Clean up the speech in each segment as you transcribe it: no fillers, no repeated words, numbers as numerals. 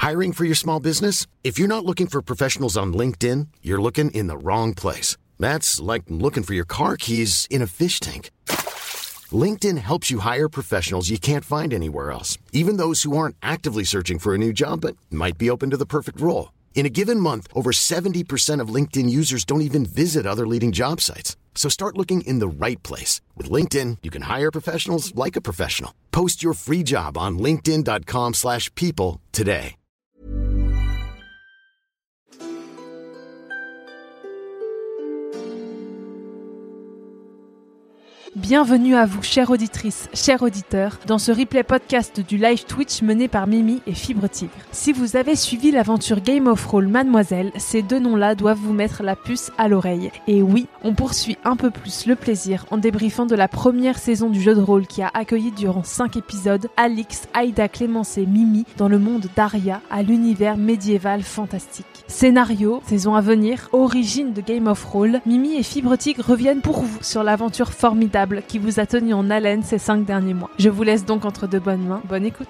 Hiring for your small business? If you're not looking for professionals on LinkedIn, you're looking in the wrong place. That's like looking for your car keys in a fish tank. LinkedIn helps you hire professionals you can't find anywhere else, even those who aren't actively searching for a new job but might be open to the perfect role. In a given month, over 70% of LinkedIn users don't even visit other leading job sites. So start looking in the right place. With LinkedIn, you can hire professionals like a professional. Post your free job on linkedin.com/people today. Bienvenue à vous, chères auditrices, chers auditeurs, dans ce replay podcast du live Twitch mené par Mimi et Fibre Tigre. Si vous avez suivi l'aventure Game of Roll Mademoiselle, ces deux noms-là doivent vous mettre la puce à l'oreille. Et oui, on poursuit un peu plus le plaisir en débriefant de la première saison du jeu de rôle qui a accueilli durant 5 épisodes Alix, Aïda, Clémence et Mimi dans le monde d'Aria, à l'univers médiéval fantastique. Scénario, saison à venir, origine de Game of Roll, Mimi et Fibre Tigre reviennent pour vous sur l'aventure formidable qui vous a tenu en haleine ces 5 derniers mois. Je vous laisse donc entre de bonnes mains. Bonne écoute.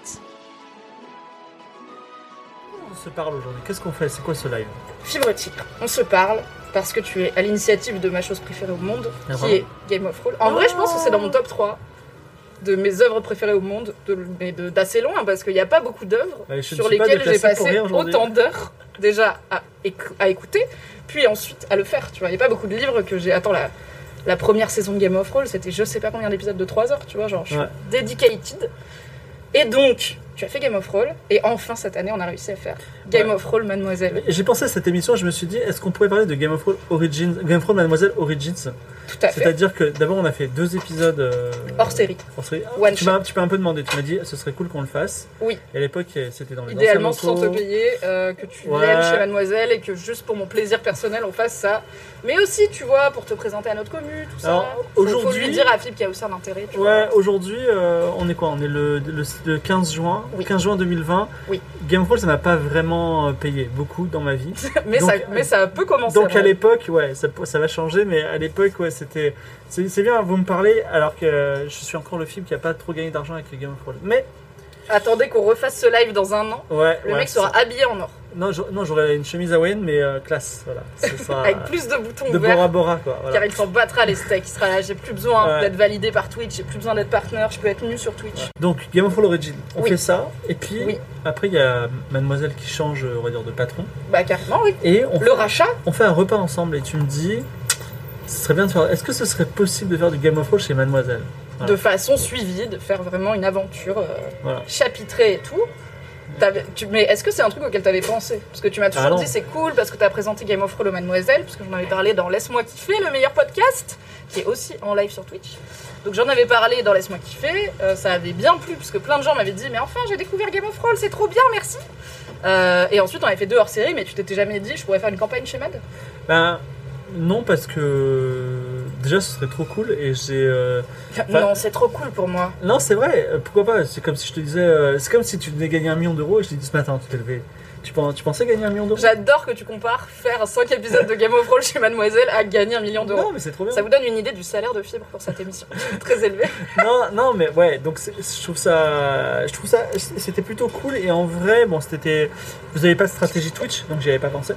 On se parle aujourd'hui. Qu'est-ce qu'on fait ? C'est quoi ce live ? Fibre Tigre, on se parle parce que tu es à l'initiative de ma chose préférée au monde, qui est Game of Roll. En vrai, je pense que c'est dans mon top 3 de mes œuvres préférées au monde, mais d'assez loin, parce qu'il n'y a pas beaucoup d'œuvres sur lesquelles j'ai passé autant d'heures déjà à écouter, puis ensuite à le faire. Tu vois, il n'y a pas beaucoup de livres que j'ai... Attends, la première saison de Game of Roll, c'était je sais pas combien d'épisodes de 3 heures, tu vois, genre je suis dedicated. Et donc, tu as fait Game of Roll, et enfin cette année, on a réussi à faire Game of Roll Mademoiselle. J'ai pensé à cette émission, je me suis dit, est-ce qu'on pourrait parler de Game of Roll Origins, Game of Roll Mademoiselle Origins ? Tout à fait. C'est-à-dire que d'abord, on a fait 2 épisodes hors série. Tu m'as un peu demandé, tu m'as dit, ce serait cool qu'on le fasse. Oui. Et à l'époque, c'était dans les idéalement sans te payer, que tu viennes chez Mademoiselle et que juste pour mon plaisir personnel, on fasse ça. Mais aussi, tu vois, pour te présenter à notre commu, tout alors, ça. Aujourd'hui, faut lui dire à Fib qu'il y a aussi un intérêt. Tu vois. Aujourd'hui, on est quoi ? On est le 15 juin, oui. 15 juin 2020. Oui. Game of Roll, ça m'a pas vraiment payé beaucoup dans ma vie. mais ça peut commencer. Donc à l'époque, ça va changer, mais à l'époque, c'était... C'est bien, vous me parlez, alors que je suis encore le film qui a pas trop gagné d'argent avec les Game of Roll. Mais... Attendez qu'on refasse ce live dans un an. Le mec sera habillé en or. Non, j'aurais une chemise hawaïenne, mais classe, voilà. Avec plus de boutons de ouverts. Bora Bora, quoi. Voilà. Car il s'en battra les steaks. Il sera là, j'ai plus besoin d'être validé par Twitch, j'ai plus besoin d'être partenaire, je peux être nu sur Twitch. Donc, Game of Roll Origin, on fait ça, et puis après, il y a Mademoiselle qui change, on va dire, de patron. Bah, carrément, oui. Et rachat. On fait un repas ensemble, et tu me dis, ce serait bien de faire. Est-ce que ce serait possible de faire du Game of Roll chez Mademoiselle ? Voilà. De façon suivie, de faire vraiment une aventure chapitrée et tout. Mais est-ce que c'est un truc auquel tu avais pensé ? Parce que tu m'as toujours dit c'est cool parce que tu as présenté Game of Roll aux Mademoiselle, parce que j'en avais parlé dans Laisse-moi kiffer, le meilleur podcast, qui est aussi en live sur Twitch. Donc j'en avais parlé dans Laisse-moi kiffer, ça avait bien plu, parce que plein de gens m'avaient dit mais enfin j'ai découvert Game of Roll, c'est trop bien, merci. Et ensuite on avait fait 2 hors-série, mais tu t'étais jamais dit je pourrais faire une campagne chez Mad ? Ben non, parce que déjà ce serait trop cool et j'ai... non, c'est trop cool pour moi. Non, c'est vrai, pourquoi pas ? C'est comme si je te disais... c'est comme si tu venais gagner 1 million d'euros et je t'ai dit ce matin, tu t'es levé. Tu pensais gagner 1 million d'euros ? J'adore que tu compares faire 5 épisodes de Game of Roll chez Mademoiselle à gagner 1 million d'euros. Non, mais c'est trop bien. Ça vous donne une idée du salaire de Fibre pour cette émission. Très élevé. Non, mais ouais, donc je trouve ça... C'était plutôt cool et en vrai, bon, c'était... Vous n'avez pas de stratégie Twitch, donc j'y avais pas pensé.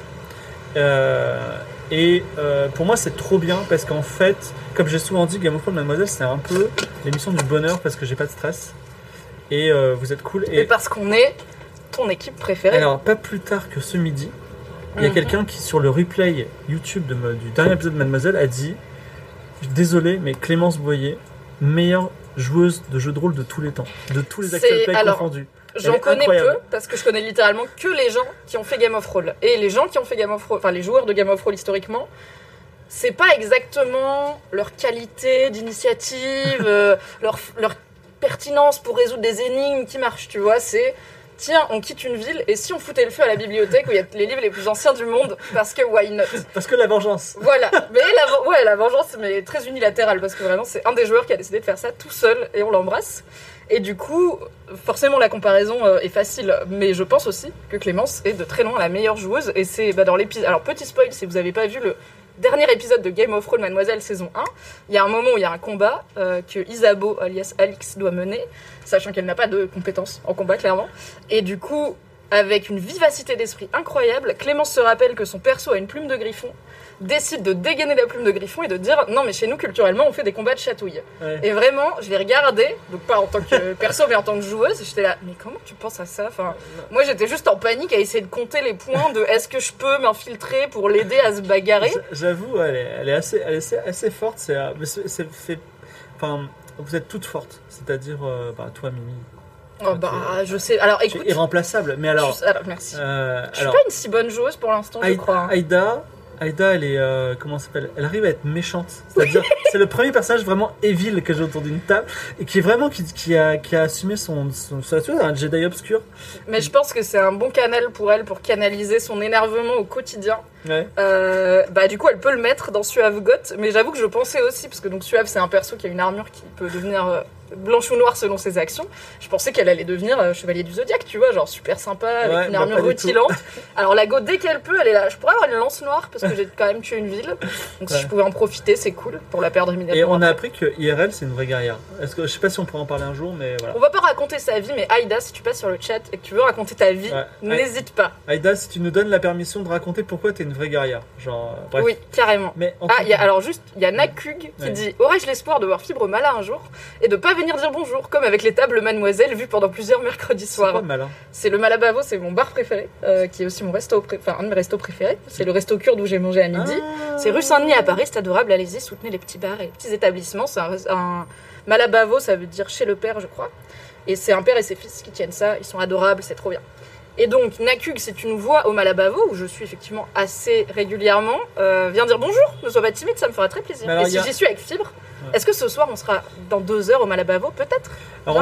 Pour moi c'est trop bien parce qu'en fait, comme j'ai souvent dit, Game of Thrones Mademoiselle c'est un peu l'émission du bonheur parce que j'ai pas de stress et vous êtes cool. Et parce qu'on est ton équipe préférée. Alors pas plus tard que ce midi, il y a quelqu'un qui sur le replay YouTube du dernier épisode de Mademoiselle a dit désolé mais Clémence Boyer, meilleure joueuse de jeux de rôle de tous les temps, de tous les actuels plays confondus. J'en connais peu parce que je connais littéralement que les gens qui ont fait Game of Roll. Et les gens qui ont fait Game of Roll, enfin les joueurs de Game of Roll historiquement, c'est pas exactement leur qualité d'initiative, leur pertinence pour résoudre des énigmes qui marchent, tu vois. C'est tiens, on quitte une ville et si on foutait le feu à la bibliothèque où il y a les livres les plus anciens du monde parce que why not ? Parce que la vengeance. Voilà, mais la vengeance, mais très unilatérale parce que vraiment c'est un des joueurs qui a décidé de faire ça tout seul et on l'embrasse. Et du coup, forcément la comparaison est facile, mais je pense aussi que Clémence est de très loin la meilleure joueuse et c'est dans l'épisode. Alors petit spoil si vous n'avez pas vu le dernier épisode de Game of Thrones Mademoiselle saison 1, il y a un moment où il y a un combat que Isabeau alias Alix doit mener, sachant qu'elle n'a pas de compétences en combat clairement. Et du coup, avec une vivacité d'esprit incroyable. Clémence se rappelle que son perso a une plume de griffon, décide de dégainer la plume de griffon et de dire non mais chez nous culturellement on fait des combats de chatouilles. Ouais. Et vraiment je l'ai regardé, donc pas en tant que perso mais en tant que joueuse, et j'étais là mais comment tu penses à ça, enfin, moi j'étais juste en panique à essayer de compter les points de est-ce que je peux m'infiltrer pour l'aider à se bagarrer. J'avoue elle est assez forte, enfin vous êtes toutes fortes, c'est-à-dire toi Mimi. Oh je sais. Alors écoute, irremplaçable. Mais alors, merci. Je suis pas une si bonne joueuse pour l'instant, je crois. Aïda, elle est comment ça s'appelle ? Elle arrive à être méchante. C'est-à-dire, c'est le premier personnage vraiment evil que j'ai autour d'une table et qui est vraiment qui a assumé son un Jedi obscur. Mais je pense que c'est un bon canal pour elle pour canaliser son énervement au quotidien. Ouais. Du coup, elle peut le mettre dans Suave Goth, mais j'avoue que je pensais aussi parce que donc Suave c'est un perso qui a une armure qui peut devenir blanche ou noire selon ses actions. Je pensais qu'elle allait devenir chevalier du Zodiaque, tu vois, genre super sympa avec une armure rutilante. Alors la go, dès qu'elle peut, elle est là. Je pourrais avoir une lance noire parce que j'ai quand même tué une ville. Donc si je pouvais en profiter, c'est cool pour la perdre immédiatement. Et on a appris que IRL c'est une vraie guerrière. Est-ce que je sais pas si on pourra en parler un jour, mais voilà. On va pas raconter sa vie, mais Aïda, si tu passes sur le chat et que tu veux raconter ta vie, n'hésite pas. Aïda, si tu nous donnes la permission de raconter pourquoi t'es une vraie guerrière, genre. Bref. Oui, carrément. Mais il y a Nakug qui dit aurais-je l'espoir de voir Fibre Mala un jour et de pas venir dire bonjour comme avec les tables Mademoiselle vues pendant plusieurs mercredis soirs. C'est quoi Malin ? C'est le Malabavo, c'est mon bar préféré, qui est aussi mon un de mes restos préférés. C'est le resto kurde où j'ai mangé à midi. C'est rue Saint-Denis à Paris, c'est adorable, allez-y, soutenez les petits bars et les petits établissements. C'est un Malabavo, ça veut dire chez le père, je crois. Et c'est un père et ses fils qui tiennent ça, ils sont adorables, c'est trop bien. Et donc, Nakug, si tu nous vois au Malabavo, où je suis effectivement assez régulièrement, viens dire bonjour, ne sois pas timide, ça me fera très plaisir. Et si j'y suis avec Fibre, est-ce que ce soir on sera dans 2 heures au Malabavo, peut-être ? Alors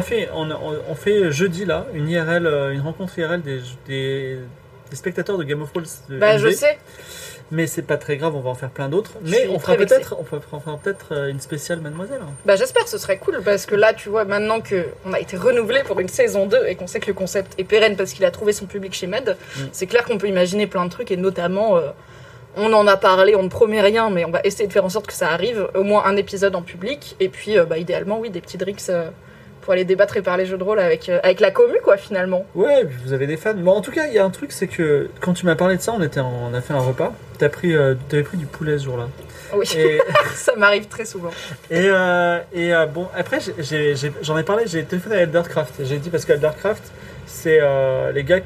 on fait jeudi là une IRL, une rencontre IRL des spectateurs de Game of Thrones. Je sais. Mais c'est pas très grave, on va en faire plein d'autres. Mais on fera peut-être une spéciale Mademoiselle. J'espère, ce serait cool parce que là, tu vois, maintenant qu'on a été renouvelé pour une saison 2 et qu'on sait que le concept est pérenne parce qu'il a trouvé son public chez Med, c'est clair qu'on peut imaginer plein de trucs et notamment, on en a parlé, on ne promet rien, mais on va essayer de faire en sorte que ça arrive, au moins un épisode en public et puis idéalement, oui, des petits drinks pour aller débattre et parler jeux de rôle avec la commu, quoi, finalement. Ouais, vous avez des fans. Bon, en tout cas, il y a un truc, c'est que quand tu m'as parlé de ça, on a fait un repas. T'avais pris du poulet ce jour-là. Oui, et... ça m'arrive très souvent. Et bon, après, j'en ai parlé, j'ai téléphoné à Eldercraft. J'ai dit, parce qu'Eldercraft, c'est les gars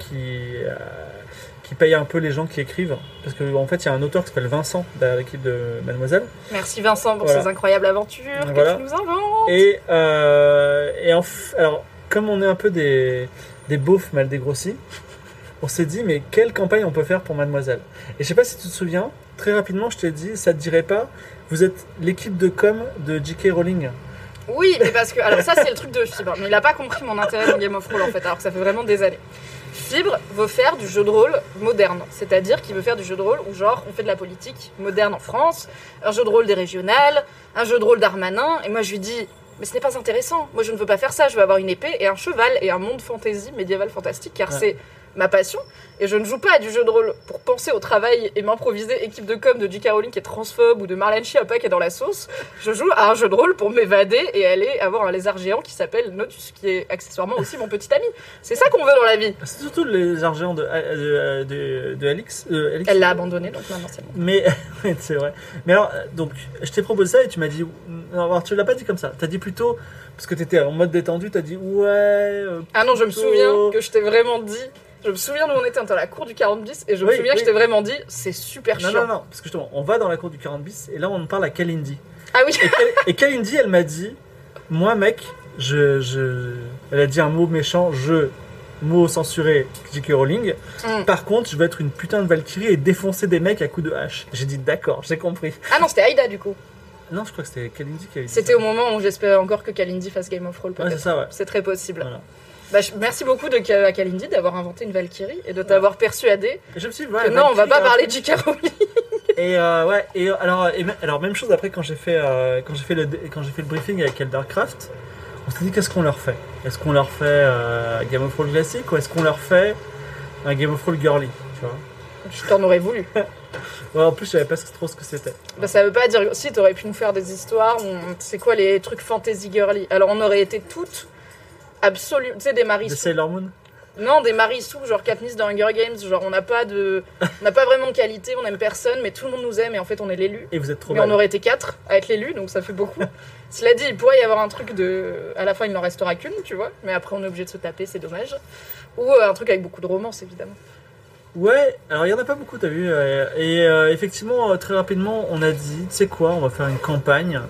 qui payent un peu les gens qui écrivent. Parce qu'en fait, il y a un auteur qui s'appelle Vincent, derrière l'équipe de Mademoiselle. Merci Vincent pour ces incroyables aventures que tu nous inventes. Et alors, comme on est un peu des beaufs mal dégrossis, on s'est dit, mais quelle campagne on peut faire pour Mademoiselle ? Et je sais pas si tu te souviens, très rapidement, je t'ai dit, ça te dirait pas, vous êtes l'équipe de com de J.K. Rowling. Oui, mais parce que, alors ça c'est le truc de Fibre, mais il a pas compris mon intérêt dans Game of Thrones en fait, alors que ça fait vraiment des années. Fibre veut faire du jeu de rôle moderne, c'est-à-dire qu'il veut faire du jeu de rôle où genre on fait de la politique moderne en France, un jeu de rôle des régionales, un jeu de rôle d'Armanin, et moi je lui dis mais ce n'est pas intéressant, moi je ne veux pas faire ça, je veux avoir une épée et un cheval et un monde fantasy médiéval fantastique car c'est ma passion et je ne joue pas à du jeu de rôle pour penser au travail et m'improviser équipe de com de J.K. Rowling qui est transphobe ou de Marlène Schiappa qui est dans la sauce. Je joue à un jeu de rôle pour m'évader et aller avoir un lézard géant qui s'appelle Notus qui est accessoirement aussi mon petit ami. C'est ça qu'on veut dans la vie. C'est surtout le lézard géant de Alix. Elle l'a abandonné donc maintenant c'est bon. Mais c'est vrai. Mais alors donc je t'ai proposé ça et tu m'as dit non, alors, tu l'as pas dit comme ça. T'as dit plutôt parce que t'étais en mode détendu, t'as dit ouais. Ah non, je me souviens que je t'ai vraiment dit. Je me souviens d'où on était dans la cour du 40 bis et je me souviens que je t'ai vraiment dit c'est super chiant. Non, parce que justement, on va dans la cour du 40 bis et là on parle à Kalindi. Ah oui. Et Kalindi, elle m'a dit, moi mec, elle a dit un mot méchant, mot censuré, J.K. Rowling. Par contre, je vais être une putain de Valkyrie et défoncer des mecs à coups de hache. J'ai dit d'accord, j'ai compris. Ah non, c'était Aïda du coup. Non, je crois que c'était Kalindi qui avait dit C'était ça. Au moment où j'espérais encore que Kalindi fasse Game of Thrones. Ouais, c'est ça, ouais. C'est très possible. Voilà. Merci beaucoup à Kalindi d'avoir inventé une Valkyrie et de t'avoir persuadé je me suis dit, que non, on va pas parler de J.K. Rowling. Et alors même chose après quand j'ai fait le briefing avec Eldercraft, on s'est dit qu'est-ce qu'on leur fait ? Est-ce qu'on leur fait Game of Thrones classique ou est-ce qu'on leur fait un Game of Thrones girly, tu vois ? Je t'en aurais voulu. Ouais, en plus je savais pas trop ce que c'était. Ça veut pas dire si t'aurais pu nous faire des histoires, c'est quoi les trucs fantasy girly ? Alors on aurait été toutes absolument, tu sais, des maris. De Sailor Moon. Non, des Marissou, genre Katniss dans Hunger Games, genre on n'a pas vraiment de qualité, on aime personne, mais tout le monde nous aime et en fait on est l'élu. Et vous êtes trop Mais on aurait été 4 à être l'élu, donc ça fait beaucoup. Cela dit, il pourrait y avoir un truc de... À la fin, il n'en restera qu'une, tu vois, mais après on est obligé de se taper, c'est dommage. Ou un truc avec beaucoup de romance, évidemment. Ouais, alors il y en a pas beaucoup, t'as vu. Et effectivement, très rapidement, on a dit, tu sais quoi, on va faire une campagne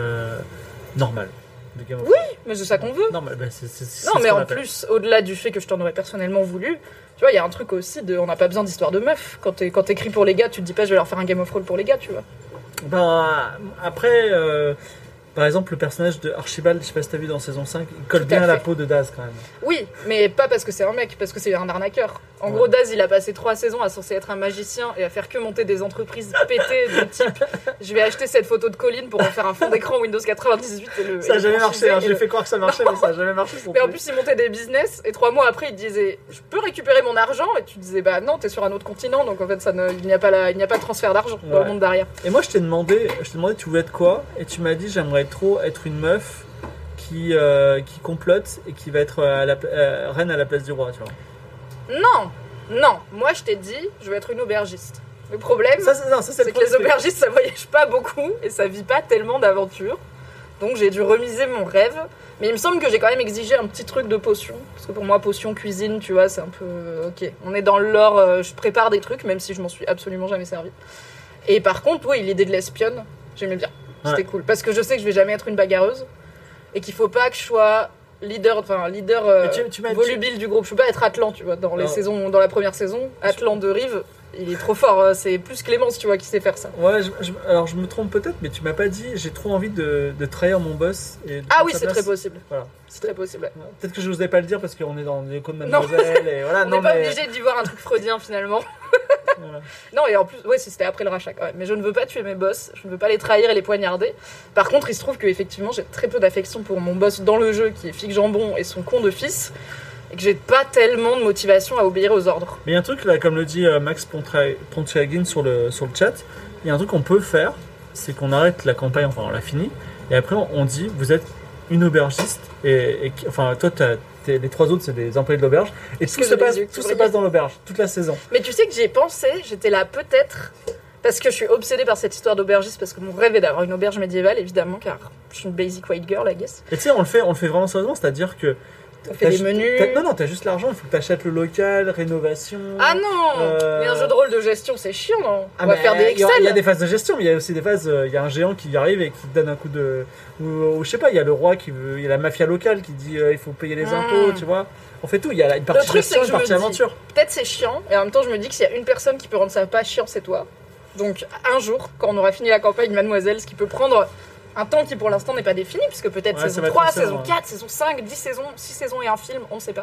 normale. De Game of Thrones. Oui, mais c'est ça qu'on veut. Non, mais, Non, mais en plus, au-delà du fait que je t'en aurais personnellement voulu, tu vois, il y a un truc aussi de... On n'a pas besoin d'histoire de meuf. Quand t'écris pour les gars, tu te dis pas je vais leur faire un Game of Thrones pour les gars, tu vois. Ben, après, par exemple, le personnage de Archibald, je sais pas si t'as vu dans saison 5, il colle bien à la peau de Daz quand même. Oui, mais pas parce que c'est un mec, parce que c'est un arnaqueur. En gros, Daz, il a passé 3 saisons à censé être un magicien et à faire que monter des entreprises pétées de type je vais acheter cette photo de Colline pour en faire un fond d'écran Windows 98 et le. Ça a jamais marché, hein, j'ai fait croire que ça marchait, mais ça a jamais marché. Mais en plus, il montait des business et 3 mois après, il disait je peux récupérer mon argent et tu disais bah non, t'es sur un autre continent donc en fait, il n'y a pas de transfert d'argent dans le monde derrière. Et moi, je t'ai demandé tu voulais être quoi et tu m'as dit j'aimerais trop être une meuf qui complote et qui va être reine à la place du roi, tu vois. Non, moi je t'ai dit, je vais être une aubergiste. Le problème, c'est que les aubergistes ça voyage pas beaucoup et ça vit pas tellement d'aventures. Donc j'ai dû remiser mon rêve. Mais il me semble que j'ai quand même exigé un petit truc de potion. Parce que pour moi, potion, cuisine, tu vois, c'est un peu... Ok, on est dans le lore, je prépare des trucs, même si je m'en suis absolument jamais servi. Et par contre, oui, l'idée de l'espionne, j'aimais bien. C'était cool. Parce que je sais que je vais jamais être une bagarreuse. Et qu'il faut pas que je sois leader volubile du groupe. Je peux pas être Atlan, tu vois, dans la première saison. Atlan de Rive, il est trop fort. C'est plus Clémence, tu vois, qui sait faire ça. Ouais, alors je me trompe peut-être, mais tu m'as pas dit, j'ai trop envie de trahir mon boss. Ah oui, c'est très possible. Voilà. C'est très possible. Ouais. Peut-être que je n'osais pas le dire parce qu'on est dans les codes de Mademoiselle. Et voilà, on n'est pas obligé d'y voir un truc freudien finalement. Voilà. Non, et en plus, ouais, c'était après le rachat quand même. Mais je ne veux pas tuer mes boss, je ne veux pas les trahir et les poignarder. Par contre, il se trouve qu'effectivement, j'ai très peu d'affection pour mon boss dans le jeu qui est Fig Jambon et son con de fils. Et que j'ai pas tellement de motivation à obéir aux ordres. Mais il y a un truc là, comme le dit Max Pontiagin sur le chat, il y a un truc qu'on peut faire, c'est qu'on arrête la campagne, enfin on l'a fini, et après on dit vous êtes une aubergiste, et enfin toi les 3 autres c'est des employés de l'auberge, et tout se passe dans l'auberge, toute la saison. Mais tu sais que j'y ai pensé, j'étais là peut-être, parce que je suis obsédée par cette histoire d'aubergiste, parce que mon rêve est d'avoir une auberge médiévale évidemment, car je suis une basic white girl I guess. Et tu sais on le fait vraiment sérieusement, c'est-à-dire que on fait des menus. Non, t'as juste l'argent, il faut que t'achètes le local, rénovation. Ah non Mais un jeu de rôle de gestion, c'est chiant, non? On va faire des Excel. Il y a des phases de gestion, mais il y a aussi des phases. Il y a un géant qui arrive et qui te donne un coup de. Ou je sais pas, il y a le roi qui veut. Il y a la mafia locale qui dit il faut payer les impôts, tu vois. On fait tout, il y a une partie gestion, une partie aventure. Peut-être c'est chiant, et en même temps, je me dis que s'il y a une personne qui peut rendre ça pas chiant, c'est toi. Donc un jour, quand on aura fini la campagne Mademoiselle, ce qui peut prendre. Un temps qui pour l'instant n'est pas défini, puisque peut-être saison 3, saison 4, saison 5, 10 saisons, 6 saisons et un film, on ne sait pas.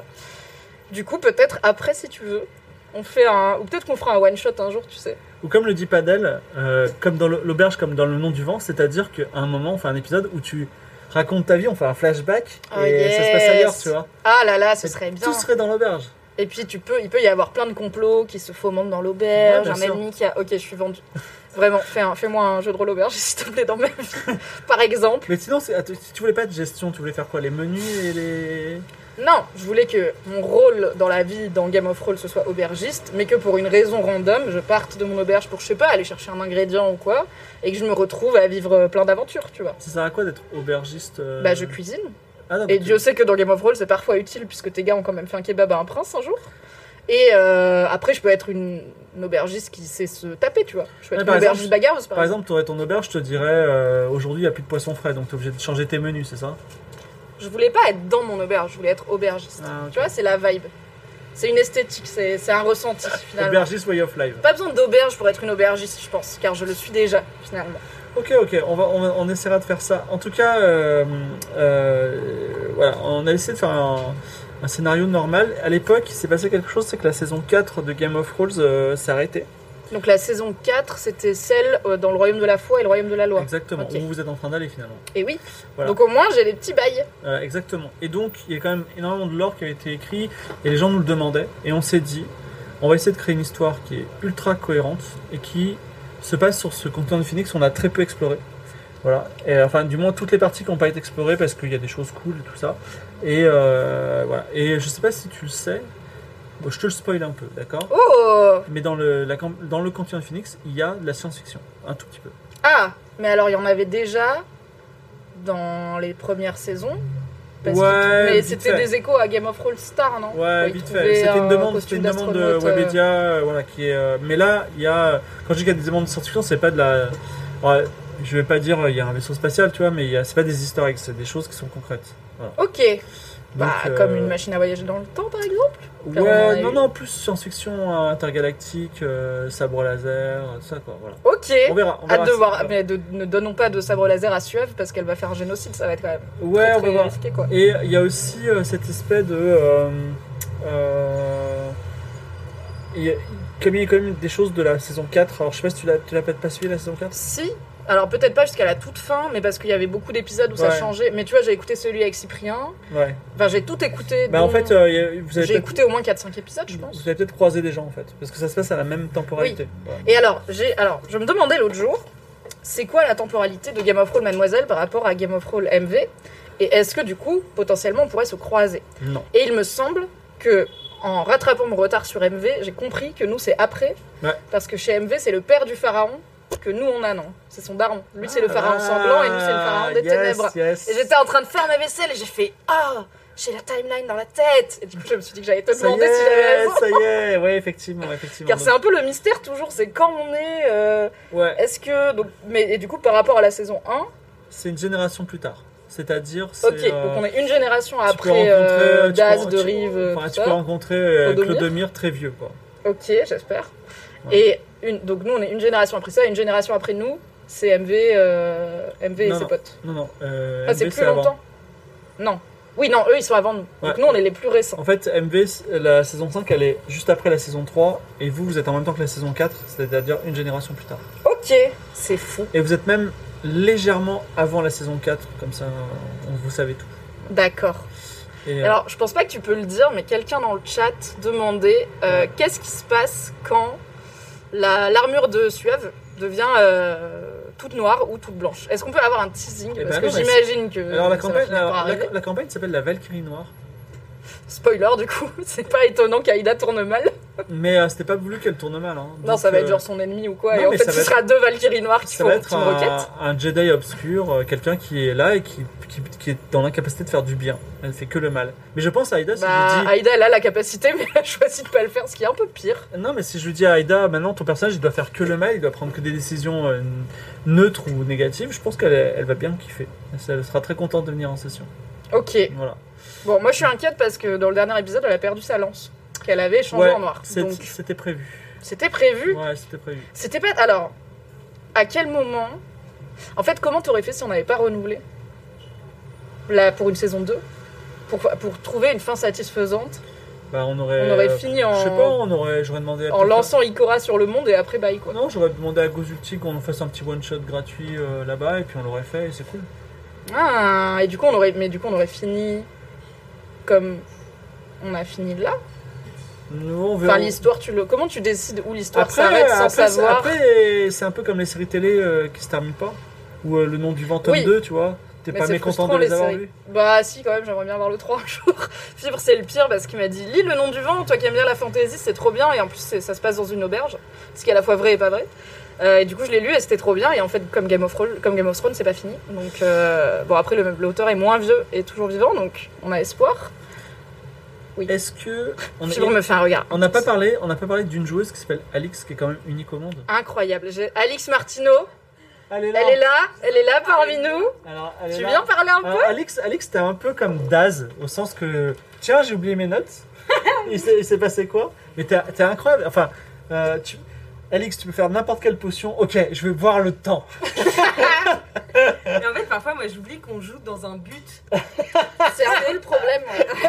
Du coup, peut-être après, si tu veux, on fait ou peut-être qu'on fera un one-shot un jour, tu sais. Ou comme le dit Padel, comme dans l'auberge, comme dans le nom du vent, c'est-à-dire qu'à un moment, on fait un épisode où tu racontes ta vie, on fait un flashback, et ça se passe ailleurs, tu vois. Ah là là, ce serait bien. Tout serait dans l'auberge. Et puis il peut y avoir plein de complots qui se fomentent dans l'auberge, un ennemi qui a... Ok, je suis vendue. Vraiment, fais-moi un jeu de rôle auberge, s'il te plaît, dans ma vie. Par exemple. Mais sinon, si tu voulais pas de gestion, tu voulais faire quoi? Les menus et les... Non, je voulais que mon rôle dans la vie, dans Game of Thrones, ce soit aubergiste, mais que pour une raison random, je parte de mon auberge pour, je sais pas, aller chercher un ingrédient ou quoi, et que je me retrouve à vivre plein d'aventures, tu vois. Ça sert à quoi d'être aubergiste Bah, je cuisine. Ah non, et Dieu sait que dans Game of Thrones, c'est parfois utile, puisque tes gars ont quand même fait un kebab à un prince un jour. Et après, je peux être une aubergiste qui sait se taper, tu vois. Je peux être une aubergiste bagarreuse, par exemple. Tu aurais ton auberge, je te dirais, aujourd'hui, il n'y a plus de poisson frais, donc tu es obligé de changer tes menus, c'est ça? Je voulais pas être dans mon auberge, je voulais être aubergiste. Ah, okay. Tu vois, c'est la vibe. C'est une esthétique, c'est un ressenti, finalement. Aubergiste way of life. Pas besoin d'auberge pour être une aubergiste, je pense, car je le suis déjà, finalement. Ok, on essaiera de faire ça. En tout cas, voilà, on a essayé de faire un scénario normal. À l'époque, il s'est passé quelque chose, c'est que la saison 4 de Game of Thrones s'est arrêtée. Donc la saison 4, c'était celle dans le Royaume de la Foi et le Royaume de la Loi. Exactement, okay. Où vous êtes en train d'aller finalement. Et oui, voilà. Donc au moins j'ai des petits bails. Exactement, et donc il y a quand même énormément de lore qui a été écrit et les gens nous le demandaient. Et on s'est dit, on va essayer de créer une histoire qui est ultra cohérente et qui se passe sur ce continent de Phoenix qu'on a très peu exploré. Voilà, et enfin du moins toutes les parties qui n'ont pas été explorées parce qu'il y a des choses cool et tout ça. Et voilà, et je sais pas si tu le sais, Bon, je te le spoil un peu, d'accord? Oh! Mais dans le Continuum Phoenix, il y a de la science-fiction, un tout petit peu. Ah! Mais alors, il y en avait déjà dans les premières saisons. Mais c'était des échos à Game of Thrones Star, non? Ouais, vite fait. C'était une demande de Webedia, voilà, qui est. Mais là, il y a. Quand je dis qu'il y a des demandes de science-fiction, c'est pas de la. Ouais, je vais pas dire il y a un vaisseau spatial, tu vois, mais c'est pas des easter eggs, c'est des choses qui sont concrètes. Voilà. Ok. Donc, comme une machine à voyager dans le temps, par exemple? Ouais, non, plus science-fiction intergalactique, sabre laser, tout ça, quoi. Voilà. Ok. On verra. Hâte de voir. Mais ne donnons pas de sabre laser à Suève parce qu'elle va faire un génocide, ça va être quand même. Ouais, très, on va voir. risqué, quoi. Et il y a aussi cet aspect de. Comme il y a quand même des choses de la saison 4, alors je sais pas si tu l'as peut-être pas suivi la saison 4? Si. Alors peut-être pas jusqu'à la toute fin, mais parce qu'il y avait beaucoup d'épisodes où ça changeait. Mais tu vois, j'ai écouté celui avec Cyprien. Ouais. Enfin, j'ai tout écouté. Bah en fait, j'ai écouté au moins 4-5 épisodes, je pense. Vous avez peut-être croisé des gens en fait, parce que ça se passe à la même temporalité. Oui. Ouais. Et alors, je me demandais l'autre jour, c'est quoi la temporalité de Game of Thrones Mademoiselle par rapport à Game of Thrones MV? Et est-ce que du coup, potentiellement, on pourrait se croiser? Non. Et il me semble que en rattrapant mon retard sur MV, j'ai compris que nous c'est après, parce que chez MV c'est le père du pharaon. Que nous on a, non, c'est son daron. Lui c'est le pharaon sanglant et nous c'est le pharaon des ténèbres. Yes. Et j'étais en train de faire ma vaisselle et j'ai fait j'ai la timeline dans la tête. Et du coup je me suis dit que j'allais te demander si j'avais raison. Ça y est, ouais, effectivement. Car c'est un peu le mystère toujours, c'est quand on est. Est-ce que et du coup par rapport à la saison 1, c'est une génération plus tard. C'est-à-dire, donc on est une génération après Daz, de Rive. Tu peux rencontrer Clodomir très vieux, quoi. Ok, j'espère. Ouais. Et donc nous on est une génération après ça, et une génération après nous, c'est MV et ses potes. Non. C'est plus longtemps. Non. Oui, non, eux ils sont avant nous. Ouais. Donc nous on est les plus récents. En fait, MV, la saison 5, elle est juste après la saison 3, et vous êtes en même temps que la saison 4, c'est-à-dire une génération plus tard. Ok, c'est fou. Et vous êtes même légèrement avant la saison 4, comme ça vous savez tout. D'accord. Alors, je pense pas que tu peux le dire, mais quelqu'un dans le chat demandait qu'est-ce qui se passe quand l'armure de Suève devient toute noire ou toute blanche. Est-ce qu'on peut avoir un teasing? Parce que j'imagine que. Alors, la campagne s'appelle la Valkyrie Noire. Spoiler, du coup, c'est pas étonnant qu'Aïda tourne mal. Mais c'était pas voulu qu'elle tourne mal. Hein. Non, ça va être genre son ennemi ou quoi. Non, et en fait, ce sera deux Valkyries noires qui font une requête. Un Jedi obscur, quelqu'un qui est là et qui est dans l'incapacité de faire du bien. Elle fait que le mal. Mais je pense à Aïda, si je lui dis. Aïda, elle a la capacité, mais elle a choisi de pas le faire, ce qui est un peu pire. Non, mais si je lui dis à Aïda, maintenant ton personnage il doit faire que le mal, il doit prendre que des décisions neutres ou négatives, je pense qu'elle va bien kiffer. Elle sera très contente de venir en session. Ok. Voilà. Bon, moi je suis inquiète parce que dans le dernier épisode, elle a perdu sa lance qu'elle avait changée en noir. Donc c'était prévu. C'était prévu. Ouais, c'était prévu. C'était pas. Alors, à quel moment? En fait, comment t'aurais fait si on n'avait pas renouvelé là pour une saison 2 pour trouver une fin satisfaisante? Bah, on aurait fini en. Je sais pas, j'aurais demandé. En lançant Ikora sur le monde et après bye quoi. Non, j'aurais demandé à Gozulti qu'on nous fasse un petit one shot gratuit là-bas et puis on l'aurait fait et c'est cool. Ah, et du coup on aurait fini comme on a fini là. Enfin l'histoire, comment tu décides où l'histoire s'arrête sans savoir? Après c'est un peu comme les séries télé qui se terminent pas, ou le nom du vent tome 2, tu vois. T'es pas mécontent de les avoir vus? Bah si, quand même, j'aimerais bien voir le 3 un jour. Fibre, c'est le pire parce qu'il m'a dit lis le nom du vent, toi qui aimes bien la fantasy, c'est trop bien, et en plus ça se passe dans une auberge, ce qui est à la fois vrai et pas vrai. Et du coup je l'ai lu et c'était trop bien, et en fait comme Game of Thrones c'est pas fini, donc bon après l'auteur est moins vieux et toujours vivant, donc on a espoir. Oui. Est-ce que Fibre me fait un regard. On n'a pas parlé d'une joueuse qui s'appelle Alix, qui est quand même unique au monde. Incroyable. Alix Martineau. Elle est là parmi nous. Alors, tu viens parler un peu? Alix, t'es un peu comme Daz, au sens que tiens, j'ai oublié mes notes. il s'est passé quoi? Mais t'es incroyable. Enfin, Alix, tu peux faire n'importe quelle potion. Ok, je vais voir le temps. Mais en fait, parfois, moi, j'oublie qu'on joue dans un but. C'est un peu le problème.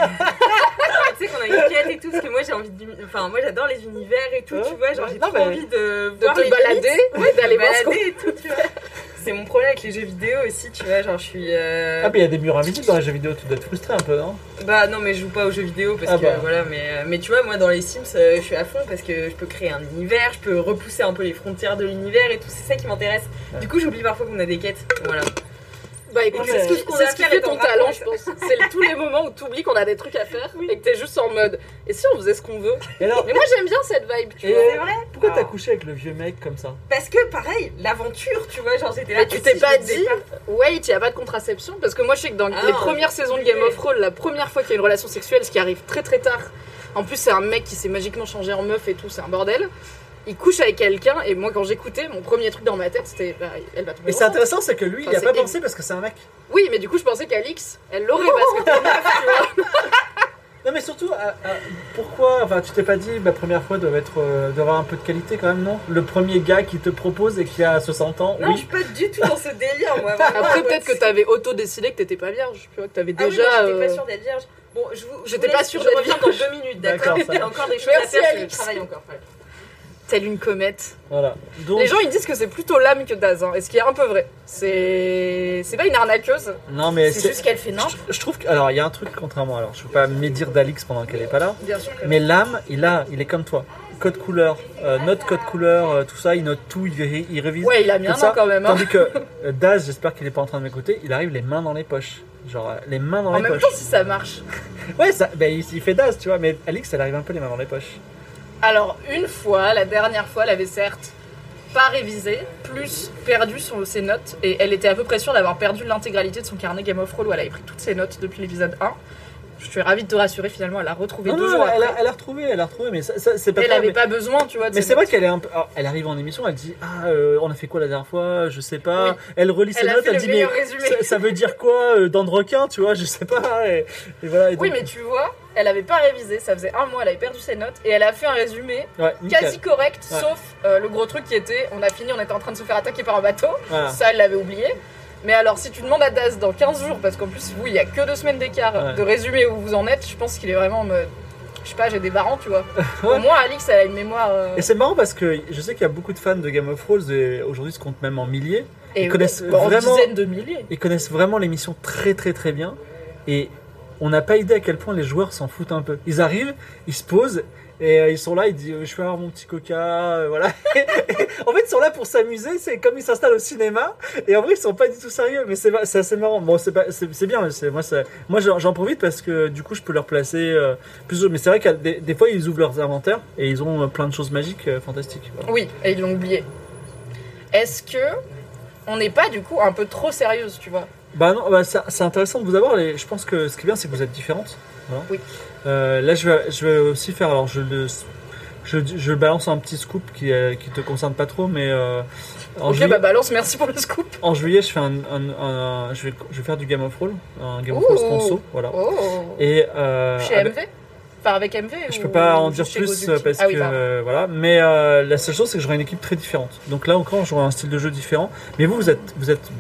Tu sais qu'on a une quête et tout, parce que moi, j'ai envie de... Enfin, moi, j'adore les univers et tout, tu vois. Genre, j'ai trop envie de voir te balader, d'aller balader et tout, tu vois. C'est mon problème avec les jeux vidéo aussi, tu vois. Genre, je suis... Ah, mais il y a des murs invisibles dans les jeux vidéo. Tu dois être frustré un peu, non? Bah, non, mais je joue pas aux jeux vidéo parce que, voilà. Mais tu vois, moi, dans les Sims, je suis à fond parce que je peux créer un univers, je peux repousser un peu les frontières de l'univers et tout. C'est ça qui m'intéresse. Ouais. Du coup, j'oublie parfois qu'on a des quêtes. Voilà. Bah écoute, C'est c'est ce qui fait ton talent, je pense. C'est tous les moments où tu oublies qu'on a des trucs à faire et que t'es juste en mode. Et si on faisait ce qu'on veut? Alors, Mais moi j'aime bien cette vibe, tu vois. C'est vrai. pourquoi t'as couché avec le vieux mec comme ça? Parce que pareil, l'aventure, tu vois, genre j'étais là. Mais tu t'es pas dit, wait, il n'y a pas de contraception? Parce que moi je sais que dans les premières saisons de Game of Thrones, la première fois qu'il y a une relation sexuelle, ce qui arrive très très tard, en plus c'est un mec qui s'est magiquement changé en meuf et tout, c'est un bordel. Il couche avec quelqu'un et moi quand j'écoutais, mon premier truc dans ma tête c'était bah, elle va tomber. Et c'est intéressant, c'est que lui, il y a pas pensé parce que c'est un mec. Oui, mais du coup je pensais qu'Alix, elle l'aurait parce que t'es meuf, tu vois. Non mais surtout, pourquoi, enfin tu t'es pas dit, ma première fois doit avoir un peu de qualité quand même, non? Le premier gars qui te propose et qui a 60 ans, Non, oui. je suis pas du tout dans ce délire, moi. Après peut-être que t'avais auto-décidé que t'étais pas vierge, tu vois, que t'avais déjà... Ah oui, moi, j'étais pas sûre d'être vierge. Bon, J'étais pas sûre d'être Je reviens dans 2 minutes, d'accord? D'accord, ça Il y a encore des choses à Merci, faire, je Alix. travaille encore. Ouais. Telle une comète. Voilà. Donc, Les gens ils disent que c'est plutôt l'âme que Daz, hein, et ce qui est un peu vrai. C'est pas une arnaqueuse, non mais c'est juste qu'elle fait non. je trouve que, alors il y a un truc contrairement, alors je peux pas médire d'Alix pendant qu'elle est pas là, Bien sûr que mais l'âme, il est comme toi. Code couleur, note code couleur, tout ça, il note tout, il révise. ouais, il a mis tout un ça. an quand même. Hein. Tandis que Daz, j'espère qu'il est pas en train de m'écouter, il arrive les mains dans les poches. Genre les mains dans En les même poches. temps, si ça marche. Ouais, ça, ben, il fait Daz, tu vois, mais Alix, elle arrive un peu les mains dans les poches. Alors, une fois, la dernière fois, elle avait certes pas révisé, plus perdu ses notes, et elle était à peu près sûre d'avoir perdu l'intégralité de son carnet Game of Thrones où elle avait pris toutes ses notes depuis l'épisode 1. Je suis ravie de te rassurer, finalement, elle a retrouvé 2 jours après. Elle a retrouvé, mais ça, c'est pas Elle grave, avait mais- pas besoin, tu vois. De Mais ses c'est vrai notes. qu'elle est un peu. Alors, elle arrive en émission, elle dit on a fait quoi la dernière fois? Je sais pas. Oui. Elle relit ses Elle a notes, fait elle le dit meilleur mais résumé. ça veut dire quoi dents de requin, tu vois? Je sais pas. Et voilà. Et Oui, donc- mais tu vois, elle avait pas révisé, ça faisait 1 mois, elle avait perdu ses notes, et elle a fait un résumé Ouais, nickel. quasi correct, Ouais. sauf le gros truc qui était on a fini, on était en train de se faire attaquer par un bateau. Voilà. Ça, elle l'avait oublié. Mais alors, si tu demandes à Daz dans 15 jours, parce qu'en plus, vous, il y a que 2 semaines d'écart Ouais. de résumé où vous en êtes, je pense qu'il est vraiment en mode. Je sais pas, j'ai des parents, tu vois. Ouais. Au moins, Alix, elle a une mémoire. Et c'est marrant parce que je sais qu'il y a beaucoup de fans de Game of Thrones et aujourd'hui se comptent même en milliers. et ils connaissent en vraiment- dizaines de milliers. Ils connaissent vraiment l'émission très très très bien. Et on n'a pas idée à quel point les joueurs s'en foutent un peu. Ils arrivent, ils se posent. Et ils sont là, ils disent je vais avoir mon petit coca, voilà. Et en fait, ils sont là pour s'amuser, c'est comme ils s'installent au cinéma. Et en vrai, ils sont pas du tout sérieux, mais c'est assez marrant. Bon, c'est bien, moi j'en profite parce que du coup, je peux leur placer plus. Mais c'est vrai que des fois, ils ouvrent leurs inventaires et ils ont plein de choses magiques fantastiques. Voilà. Oui, et ils l'ont oublié. Est-ce que on n'est pas du coup un peu trop sérieuse, tu vois? Bah non, bah, c'est intéressant de vous avoir. Je pense que ce qui est bien, c'est que vous êtes différentes. Voilà. Oui. Là, je vais aussi faire. Alors, je balance un petit scoop qui te concerne pas trop, mais en, Ok, juillet, bah balance, merci pour le scoop. en juillet, je fais je vais faire du Game of Thrones, un Game of Thrones Ouh. conso, voilà. Oh. Et Chez avec- MV? Enfin, avec MV? je ou peux pas en dire juste chez plus Gold parce Ultimate? Ah oui, que pardon. voilà. Mais la seule chose, c'est que j'aurai une équipe très différente. Donc là encore, j'aurai un style de jeu différent. Mais vous êtes,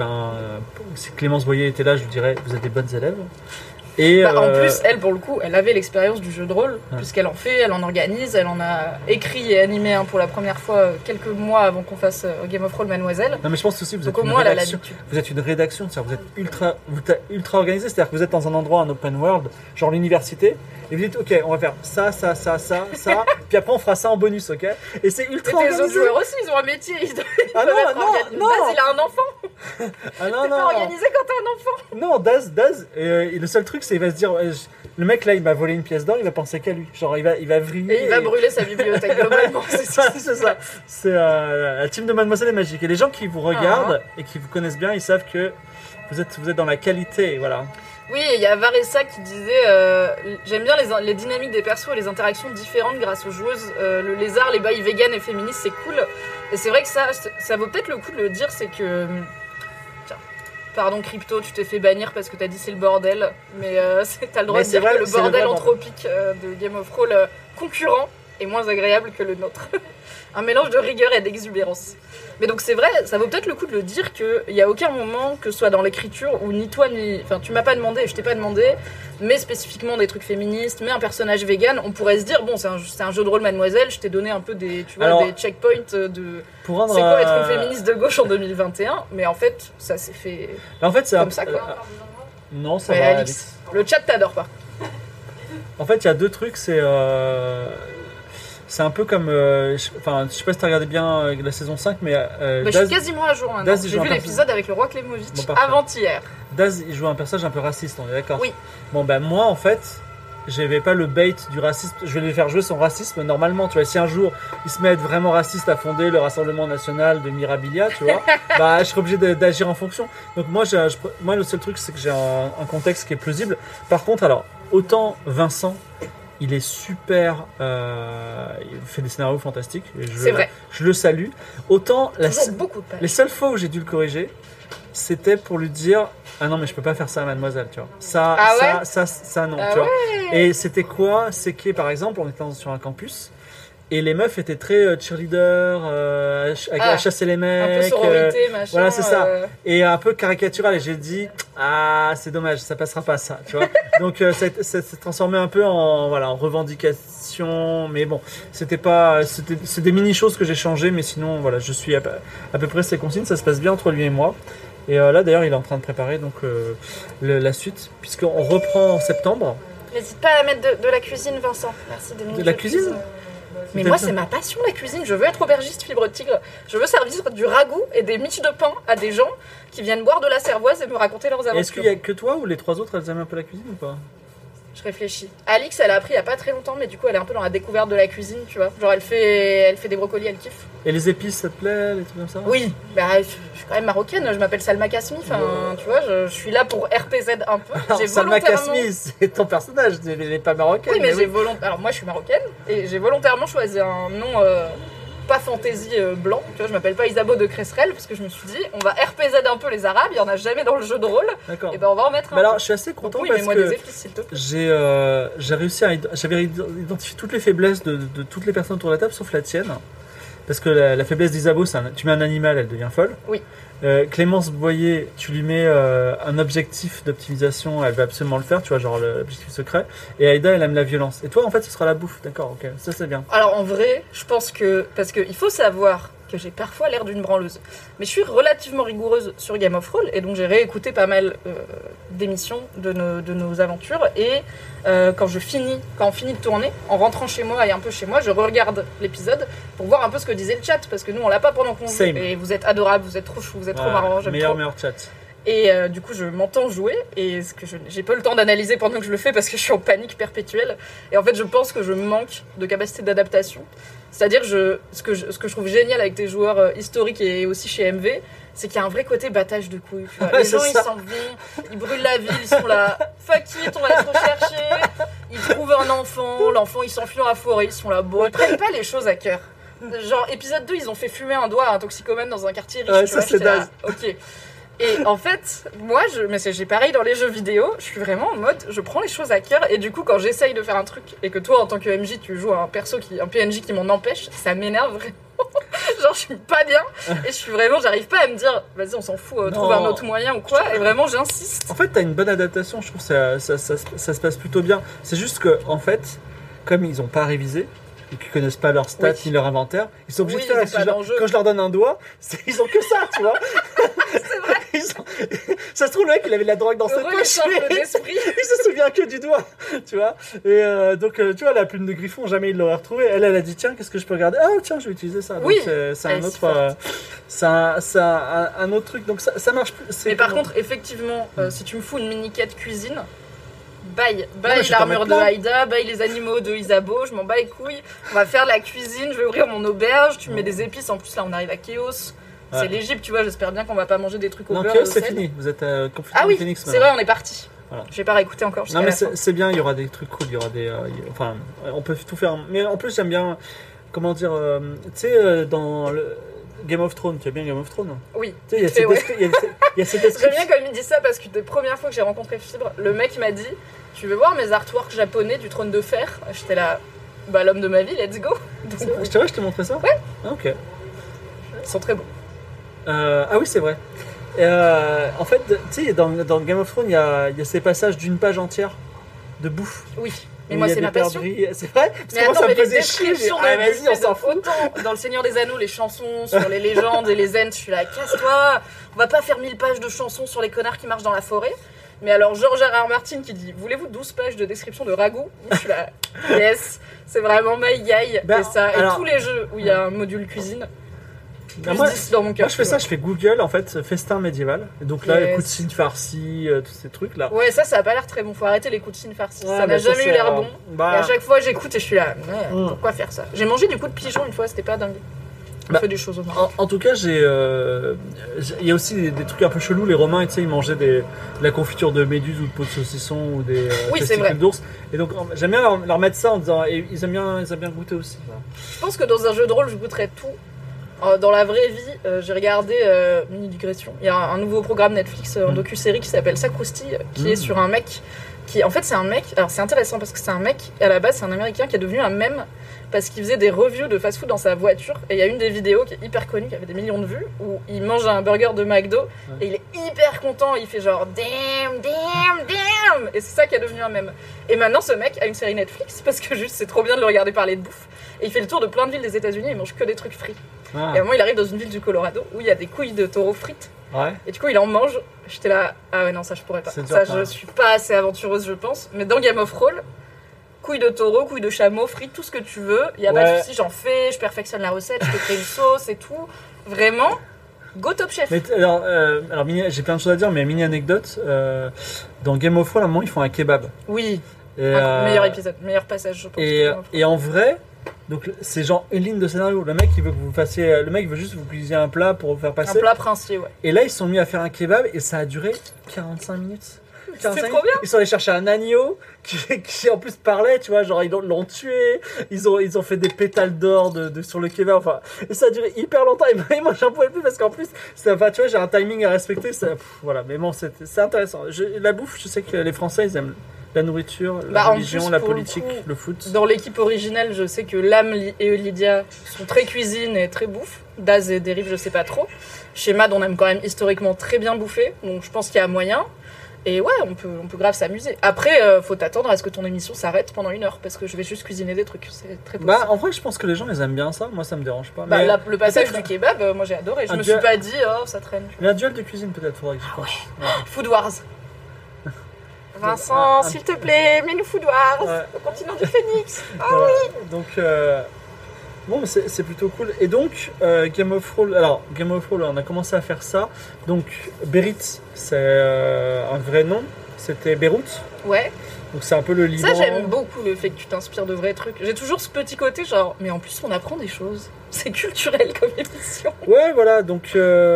si Clémence Boyer était là, je vous dirais, vous êtes des bonnes élèves. Et Bah, en plus, elle, pour le coup, elle avait l'expérience du jeu de rôle, Ouais. puisqu'elle en fait, elle en organise, elle en a écrit et animé un pour la première fois quelques mois avant qu'on fasse Game of Thrones Mademoiselle. non, mais je pense aussi que vous êtes Donc au une moins, elle a rédaction. l'habitude. Vous êtes une rédaction, c'est-à-dire vous êtes ultra organisé, c'est-à-dire que vous êtes dans un endroit, un open world, genre l'université, et vous dites ok, on va faire ça, puis après on fera ça en bonus, ok? Et c'est Mais ultra tes autres organisé. joueurs aussi, ils ont un métier, ils doivent Ah être non, organisés. non, Daz, il a un enfant, ah t'es non, pas non, organisé quand t'as un enfant. non, Daz, et le seul truc c'est il va se dire, le mec là il m'a volé une pièce d'or, il va penser qu'à lui, genre il va vriller. Et il va brûler sa bibliothèque globalement, c'est ça. Voilà, c'est ça. C'est la team de Mademoiselle est magique. Et les gens qui vous regardent et qui vous connaissent bien, ils savent que vous êtes dans la qualité, voilà. Oui, il y a Varessa qui disait j'aime bien les dynamiques des persos et les interactions différentes grâce aux joueuses. Le lézard, les bails vegan et féministes, c'est cool. Et c'est vrai que ça vaut peut-être le coup de le dire, c'est que... Tiens, pardon Crypto, tu t'es fait bannir parce que t'as dit c'est le bordel. Mais t'as le droit Mais de c'est dire vrai, que le c'est le bordel vrai bordel. anthropique de Game of Thrones concurrent est moins agréable que le nôtre. Un mélange de rigueur et d'exubérance. Mais donc c'est vrai, ça vaut peut-être le coup de le dire qu'il n'y a aucun moment, que ce soit dans l'écriture, où ni toi ni... Enfin, tu m'as pas demandé, je t'ai pas demandé, mais spécifiquement des trucs féministes, mais un personnage vegan, on pourrait se dire, bon, c'est un jeu de rôle Mademoiselle, je t'ai donné un peu des, tu vois, Alors, des checkpoints de... Pour rendre, C'est quoi être une féministe de gauche en 2021? Mais en fait, ça s'est fait En fait, c'est comme ça, quoi. non, ça Ouais, va. Alix, le chat t'adore pas. En fait, il y a deux trucs. C'est C'est un peu comme. Je sais pas si t'as regardé bien la saison 5, mais. Je suis quasiment à jour maintenant. J'ai vu l'épisode avec le roi Klemovitch avant-hier. Daz, il joue un personnage un peu raciste, on est d'accord? Oui. Bon, moi, en fait, j'avais pas le bait du racisme. Je vais lui faire jouer son racisme normalement, tu vois. Si un jour il se met à être vraiment raciste, à fonder le Rassemblement National de Mirabilia, tu vois, je serai obligé d'agir en fonction. Donc, moi, le seul truc, c'est que j'ai un contexte qui est plausible. Par contre, alors, autant Vincent. Il est super. Il fait des scénarios fantastiques. C'est vrai. Je le salue. Autant beaucoup de pages. les seules fois où j'ai dû le corriger, c'était pour lui dire ah non mais je peux pas faire ça à mademoiselle, tu vois. Ça non, tu vois. Et c'était quoi? C'est que par exemple on était sur un campus. Et les meufs étaient très cheerleader, à chasser les mecs. Un peu sororité, machin. Voilà, c'est ça. Et un peu caricatural. Et j'ai dit, c'est dommage, ça passera pas ça, tu vois. Donc, ça s'est transformé un peu en revendication. Mais bon, c'est des mini-choses que j'ai changées. Mais sinon, voilà, je suis à peu près ses consignes. Ça se passe bien entre lui et moi. Et là, d'ailleurs, il est en train de préparer donc, la suite. Puisqu'on reprend en septembre. N'hésite pas à mettre de la cuisine, Vincent. Merci, Dominique. De la cuisine? Mais moi, c'est ma passion, la cuisine. Je veux être aubergiste fibre tigre. Je veux servir du ragoût et des miches de pain à des gens qui viennent boire de la cervoise et me raconter leurs aventures. Est-ce qu'il y a que toi ou les 3 autres, elles aiment un peu la cuisine ou pas? Je réfléchis. Alix, elle a appris il y a pas très longtemps, mais du coup, elle est un peu dans la découverte de la cuisine, tu vois. Genre, elle fait des brocolis, elle kiffe. Et les épices, ça te plaît, les trucs comme ça? Oui. Je suis quand même marocaine. Je m'appelle Salma Kasmi. Enfin, tu vois, je suis là pour RPZ un peu. Alors, Salma Kasmi, c'est ton personnage. Elle n'est pas marocaine. Oui, mais Alors, moi, je suis marocaine et j'ai volontairement choisi un nom pas fantaisie blanc. Tu vois, je m'appelle pas Isabeau de Cresserelle parce que je me suis dit, on va RPZ un peu les Arabes. Il y en a jamais dans le jeu de rôle. D'accord. Et ben, on va en mettre un. Mais alors, je suis assez content parce mets-moi que des épices, s'il te plaît. j'ai réussi j'avais identifié toutes les faiblesses de toutes les personnes autour de la table, sauf la tienne. Parce que la faiblesse d'Isabeau, tu mets un animal, elle devient folle. Oui. Clémence Boyer, tu lui mets un objectif d'optimisation, elle va absolument le faire, tu vois, genre l'objectif secret. Et Aïda, elle aime la violence. Et toi, en fait, ce sera la bouffe, d'accord, ok, ça c'est bien. Alors en vrai, je pense que... Parce qu'il faut savoir que j'ai parfois l'air d'une branleuse. Mais je suis relativement rigoureuse sur Game of Thrones, et donc j'ai réécouté pas mal d'émissions de nos aventures. Et quand on finit de tourner, en rentrant chez moi et un peu chez moi, je regarde l'épisode pour voir un peu ce que disait le chat, parce que nous on l'a pas pendant qu'on joue. Et vous êtes adorables, vous êtes trop chou, vous êtes trop marrants, j'aime trop. Meilleur chat. Et du coup, je m'entends jouer, et ce que j'ai pas le temps d'analyser pendant que je le fais parce que je suis en panique perpétuelle. Et en fait, je pense que je manque de capacité d'adaptation. C'est-à-dire, ce que je trouve génial avec tes joueurs historiques et aussi chez MV, c'est qu'il y a un vrai côté battage de couilles. Tu vois. Les gens, ils s'en vont, ils brûlent la ville, ils sont là, fuck it, on va les rechercher. Ils trouvent un enfant, l'enfant, il s'enfuit dans la forêt, ils sont là, bon, ils prennent pas les choses à cœur. Genre, épisode 2, ils ont fait fumer un doigt à un toxicomane dans un quartier riche. Ouais, tu vois, c'est dingue. Ok. Et en fait, moi, mais j'ai pareil dans les jeux vidéo, je suis vraiment en mode, je prends les choses à cœur, et du coup, quand j'essaye de faire un truc, et que toi, en tant que MJ, tu joues un PNJ qui m'en empêche, ça m'énerve vraiment. Genre, je suis pas bien, et j'arrive pas à me dire, vas-y, on s'en fout, trouve un autre moyen ou quoi, et vraiment, j'insiste. En fait, t'as une bonne adaptation, je trouve que ça se passe plutôt bien. C'est juste que, en fait, comme ils ont pas révisé, et qui connaissent pas leurs stats ni leur inventaire, ils sont obligés de faire quand je leur donne un doigt, ils ont que ça, tu vois. C'est vrai. Ça se trouve, le mec, il avait de la drogue dans sa poche. Il se souvient que du doigt, tu vois. Et donc, tu vois, la plume de Griffon, jamais il l'aurait retrouvée. Elle a dit, tiens, qu'est-ce que je peux regarder? Ah, tiens, je vais utiliser ça. Donc, oui. C'est un autre, un autre truc. Donc, ça marche plus. Mais par contre, effectivement, si tu me fous une mini-quête cuisine, bye l'armure de Aïda, bye les animaux de Isabeau, je m'en bats les couilles. On va faire la cuisine, je vais ouvrir mon auberge, tu me mets des épices. En plus, là, on arrive à Chaos. Ouais. C'est l'Égypte, tu vois, j'espère bien qu'on va pas manger des trucs au beurre. Non, Chaos, c'est fini. Vous êtes confiné à Phoenix maintenant. C'est vrai, on est parti. Voilà. Je vais pas réécouter encore. Non, mais c'est bien, il y aura des trucs cool, il y aura des. Enfin, on peut tout faire. Mais en plus, j'aime bien. Comment dire. Tu sais, dans le. Game of Thrones, tu as bien Game of Thrones? Oui. Tu sais, il y a cette esprit. J'aime bien quand il me dit ça parce que la première fois que j'ai rencontré Fibre, le mec m'a dit, tu veux voir mes artworks japonais du trône de fer? J'étais là, bah l'homme de ma vie, let's go. Donc, c'est vrai, je t'ai montré ça? Ouais. Ah, ok. Ils sont très beaux. Ah oui, c'est vrai. En fait, tu sais, dans Game of Thrones, il y a ces passages d'une page entière de bouffe. Oui. Mais moi, c'est ma passion. C'est vrai? Parce que moi, ça me faisait chier. Vas-y, on s'en fout. Autant dans Le Seigneur des Anneaux, les chansons sur les légendes et les ents, je suis là, casse-toi. On va pas faire 1000 pages de chansons sur les connards qui marchent dans la forêt. Mais alors, George R.R. Martin qui dit « Voulez-vous 12 pages de description de ragoût ?» Je suis là, yes, c'est vraiment my guy. Et tous les jeux où il y a un module cuisine, moi, 10 dans mon cœur. Moi, je fais ça, je fais Google, en fait, festin médiéval. Et donc là, poutine farcie, tous ces trucs-là. Ouais, ça a pas l'air très bon. Faut arrêter les poutines farcies. Ça n'a jamais eu l'air bon. Et à chaque fois, j'écoute et je suis là, pourquoi faire ça? J'ai mangé du coup de pigeon une fois, c'était pas dingue. On fait des choses en tout cas, il y a aussi des trucs un peu chelous. Les Romains, tu sais, ils mangeaient de la confiture de méduse ou de peau de saucisson ou des testicules d'ours. Et donc, j'aime bien leur mettre ça en disant, et ils aiment bien goûter aussi. Voilà. Je pense que dans un jeu de rôle, je goûterais tout. Dans la vraie vie, j'ai regardé mini digression. Il y a un nouveau programme Netflix en docu-série qui s'appelle Sacrousti, qui est sur un mec qui, en fait, c'est un mec. Alors c'est intéressant parce que c'est un mec à la base, c'est un Américain qui est devenu un mème parce qu'il faisait des reviews de fast-food dans sa voiture. Et il y a une des vidéos qui est hyper connue, qui avait des millions de vues, où il mange un burger de McDo et il est hyper content. Il fait genre damn, damn, damn. Et c'est ça qui est devenu un mème. Et maintenant, ce mec a une série Netflix parce que juste c'est trop bien de le regarder parler de bouffe. Et il fait le tour de plein de villes des États-Unis. Il mange que des trucs frits. Et à un moment, il arrive dans une ville du Colorado où il y a des couilles de taureau frites. Ouais. Et du coup, il en mange. J'étais là, ah ouais, non, ça je pourrais pas. Ça, je suis pas assez aventureuse, je pense. Mais dans Game of Thrones, couilles de taureau, couilles de chameau, frites, tout ce que tu veux. Il y a pas de souci, j'en fais, je perfectionne la recette, je te crée une sauce et tout. Vraiment, go Top Chef. Mais alors j'ai plein de choses à dire, mais mini anecdote. Dans Game of Thrones, à un moment, ils font un kebab. Oui. Meilleur épisode, meilleur passage, je pense. Et en vrai. Donc c'est genre une ligne de scénario. Le mec il veut que vous fassiez, le mec il veut juste que vous cuisiniez un plat pour vous faire passer. Un plat princier, ouais. Et là ils se sont mis à faire un kebab et ça a duré 45 minutes. C'est trop bien. Ils sont allés chercher un agneau qui en plus parlait, tu vois, genre ils l'ont tué. Ils ont fait des pétales d'or sur le kebab. Enfin, et ça a duré hyper longtemps. Et moi j'en pouvais plus parce qu'en plus, tu vois, j'ai un timing à respecter. Voilà, mais bon, c'est intéressant. La bouffe, je sais que les Français ils aiment. La nourriture, la religion, la politique, le foot. Dans l'équipe originelle, je sais que Lame et Lydia sont très cuisine et très bouffe. Daz et Dérive, je sais pas trop. Chez Mad, on aime quand même historiquement très bien bouffer, donc je pense qu'il y a moyen. Et ouais, on peut grave s'amuser. Après, faut t'attendre à ce que ton émission s'arrête pendant 1 heure, parce que je vais juste cuisiner des trucs. C'est très possible. En vrai, je pense que les gens, ils aiment bien ça. Moi, ça me dérange pas. Le passage du kebab, moi j'ai adoré. Je me suis pas dit, oh, ça traîne. Mais un duel de cuisine, peut-être, faudrait que je pense. Ouais. Food Wars. Vincent, s'il te plaît, mets-nous Food Wars, au continent du Phénix. Oh oui. Donc, bon, c'est plutôt cool. Et donc, Game of Thrones, on a commencé à faire ça. Donc, Berit, c'est un vrai nom. C'était Beyrouth. Ouais. Donc, c'est un peu le Liban. Ça, j'aime beaucoup le fait que tu t'inspires de vrais trucs. J'ai toujours ce petit côté, genre, mais en plus, on apprend des choses. C'est culturel comme émission. Ouais, voilà. Donc,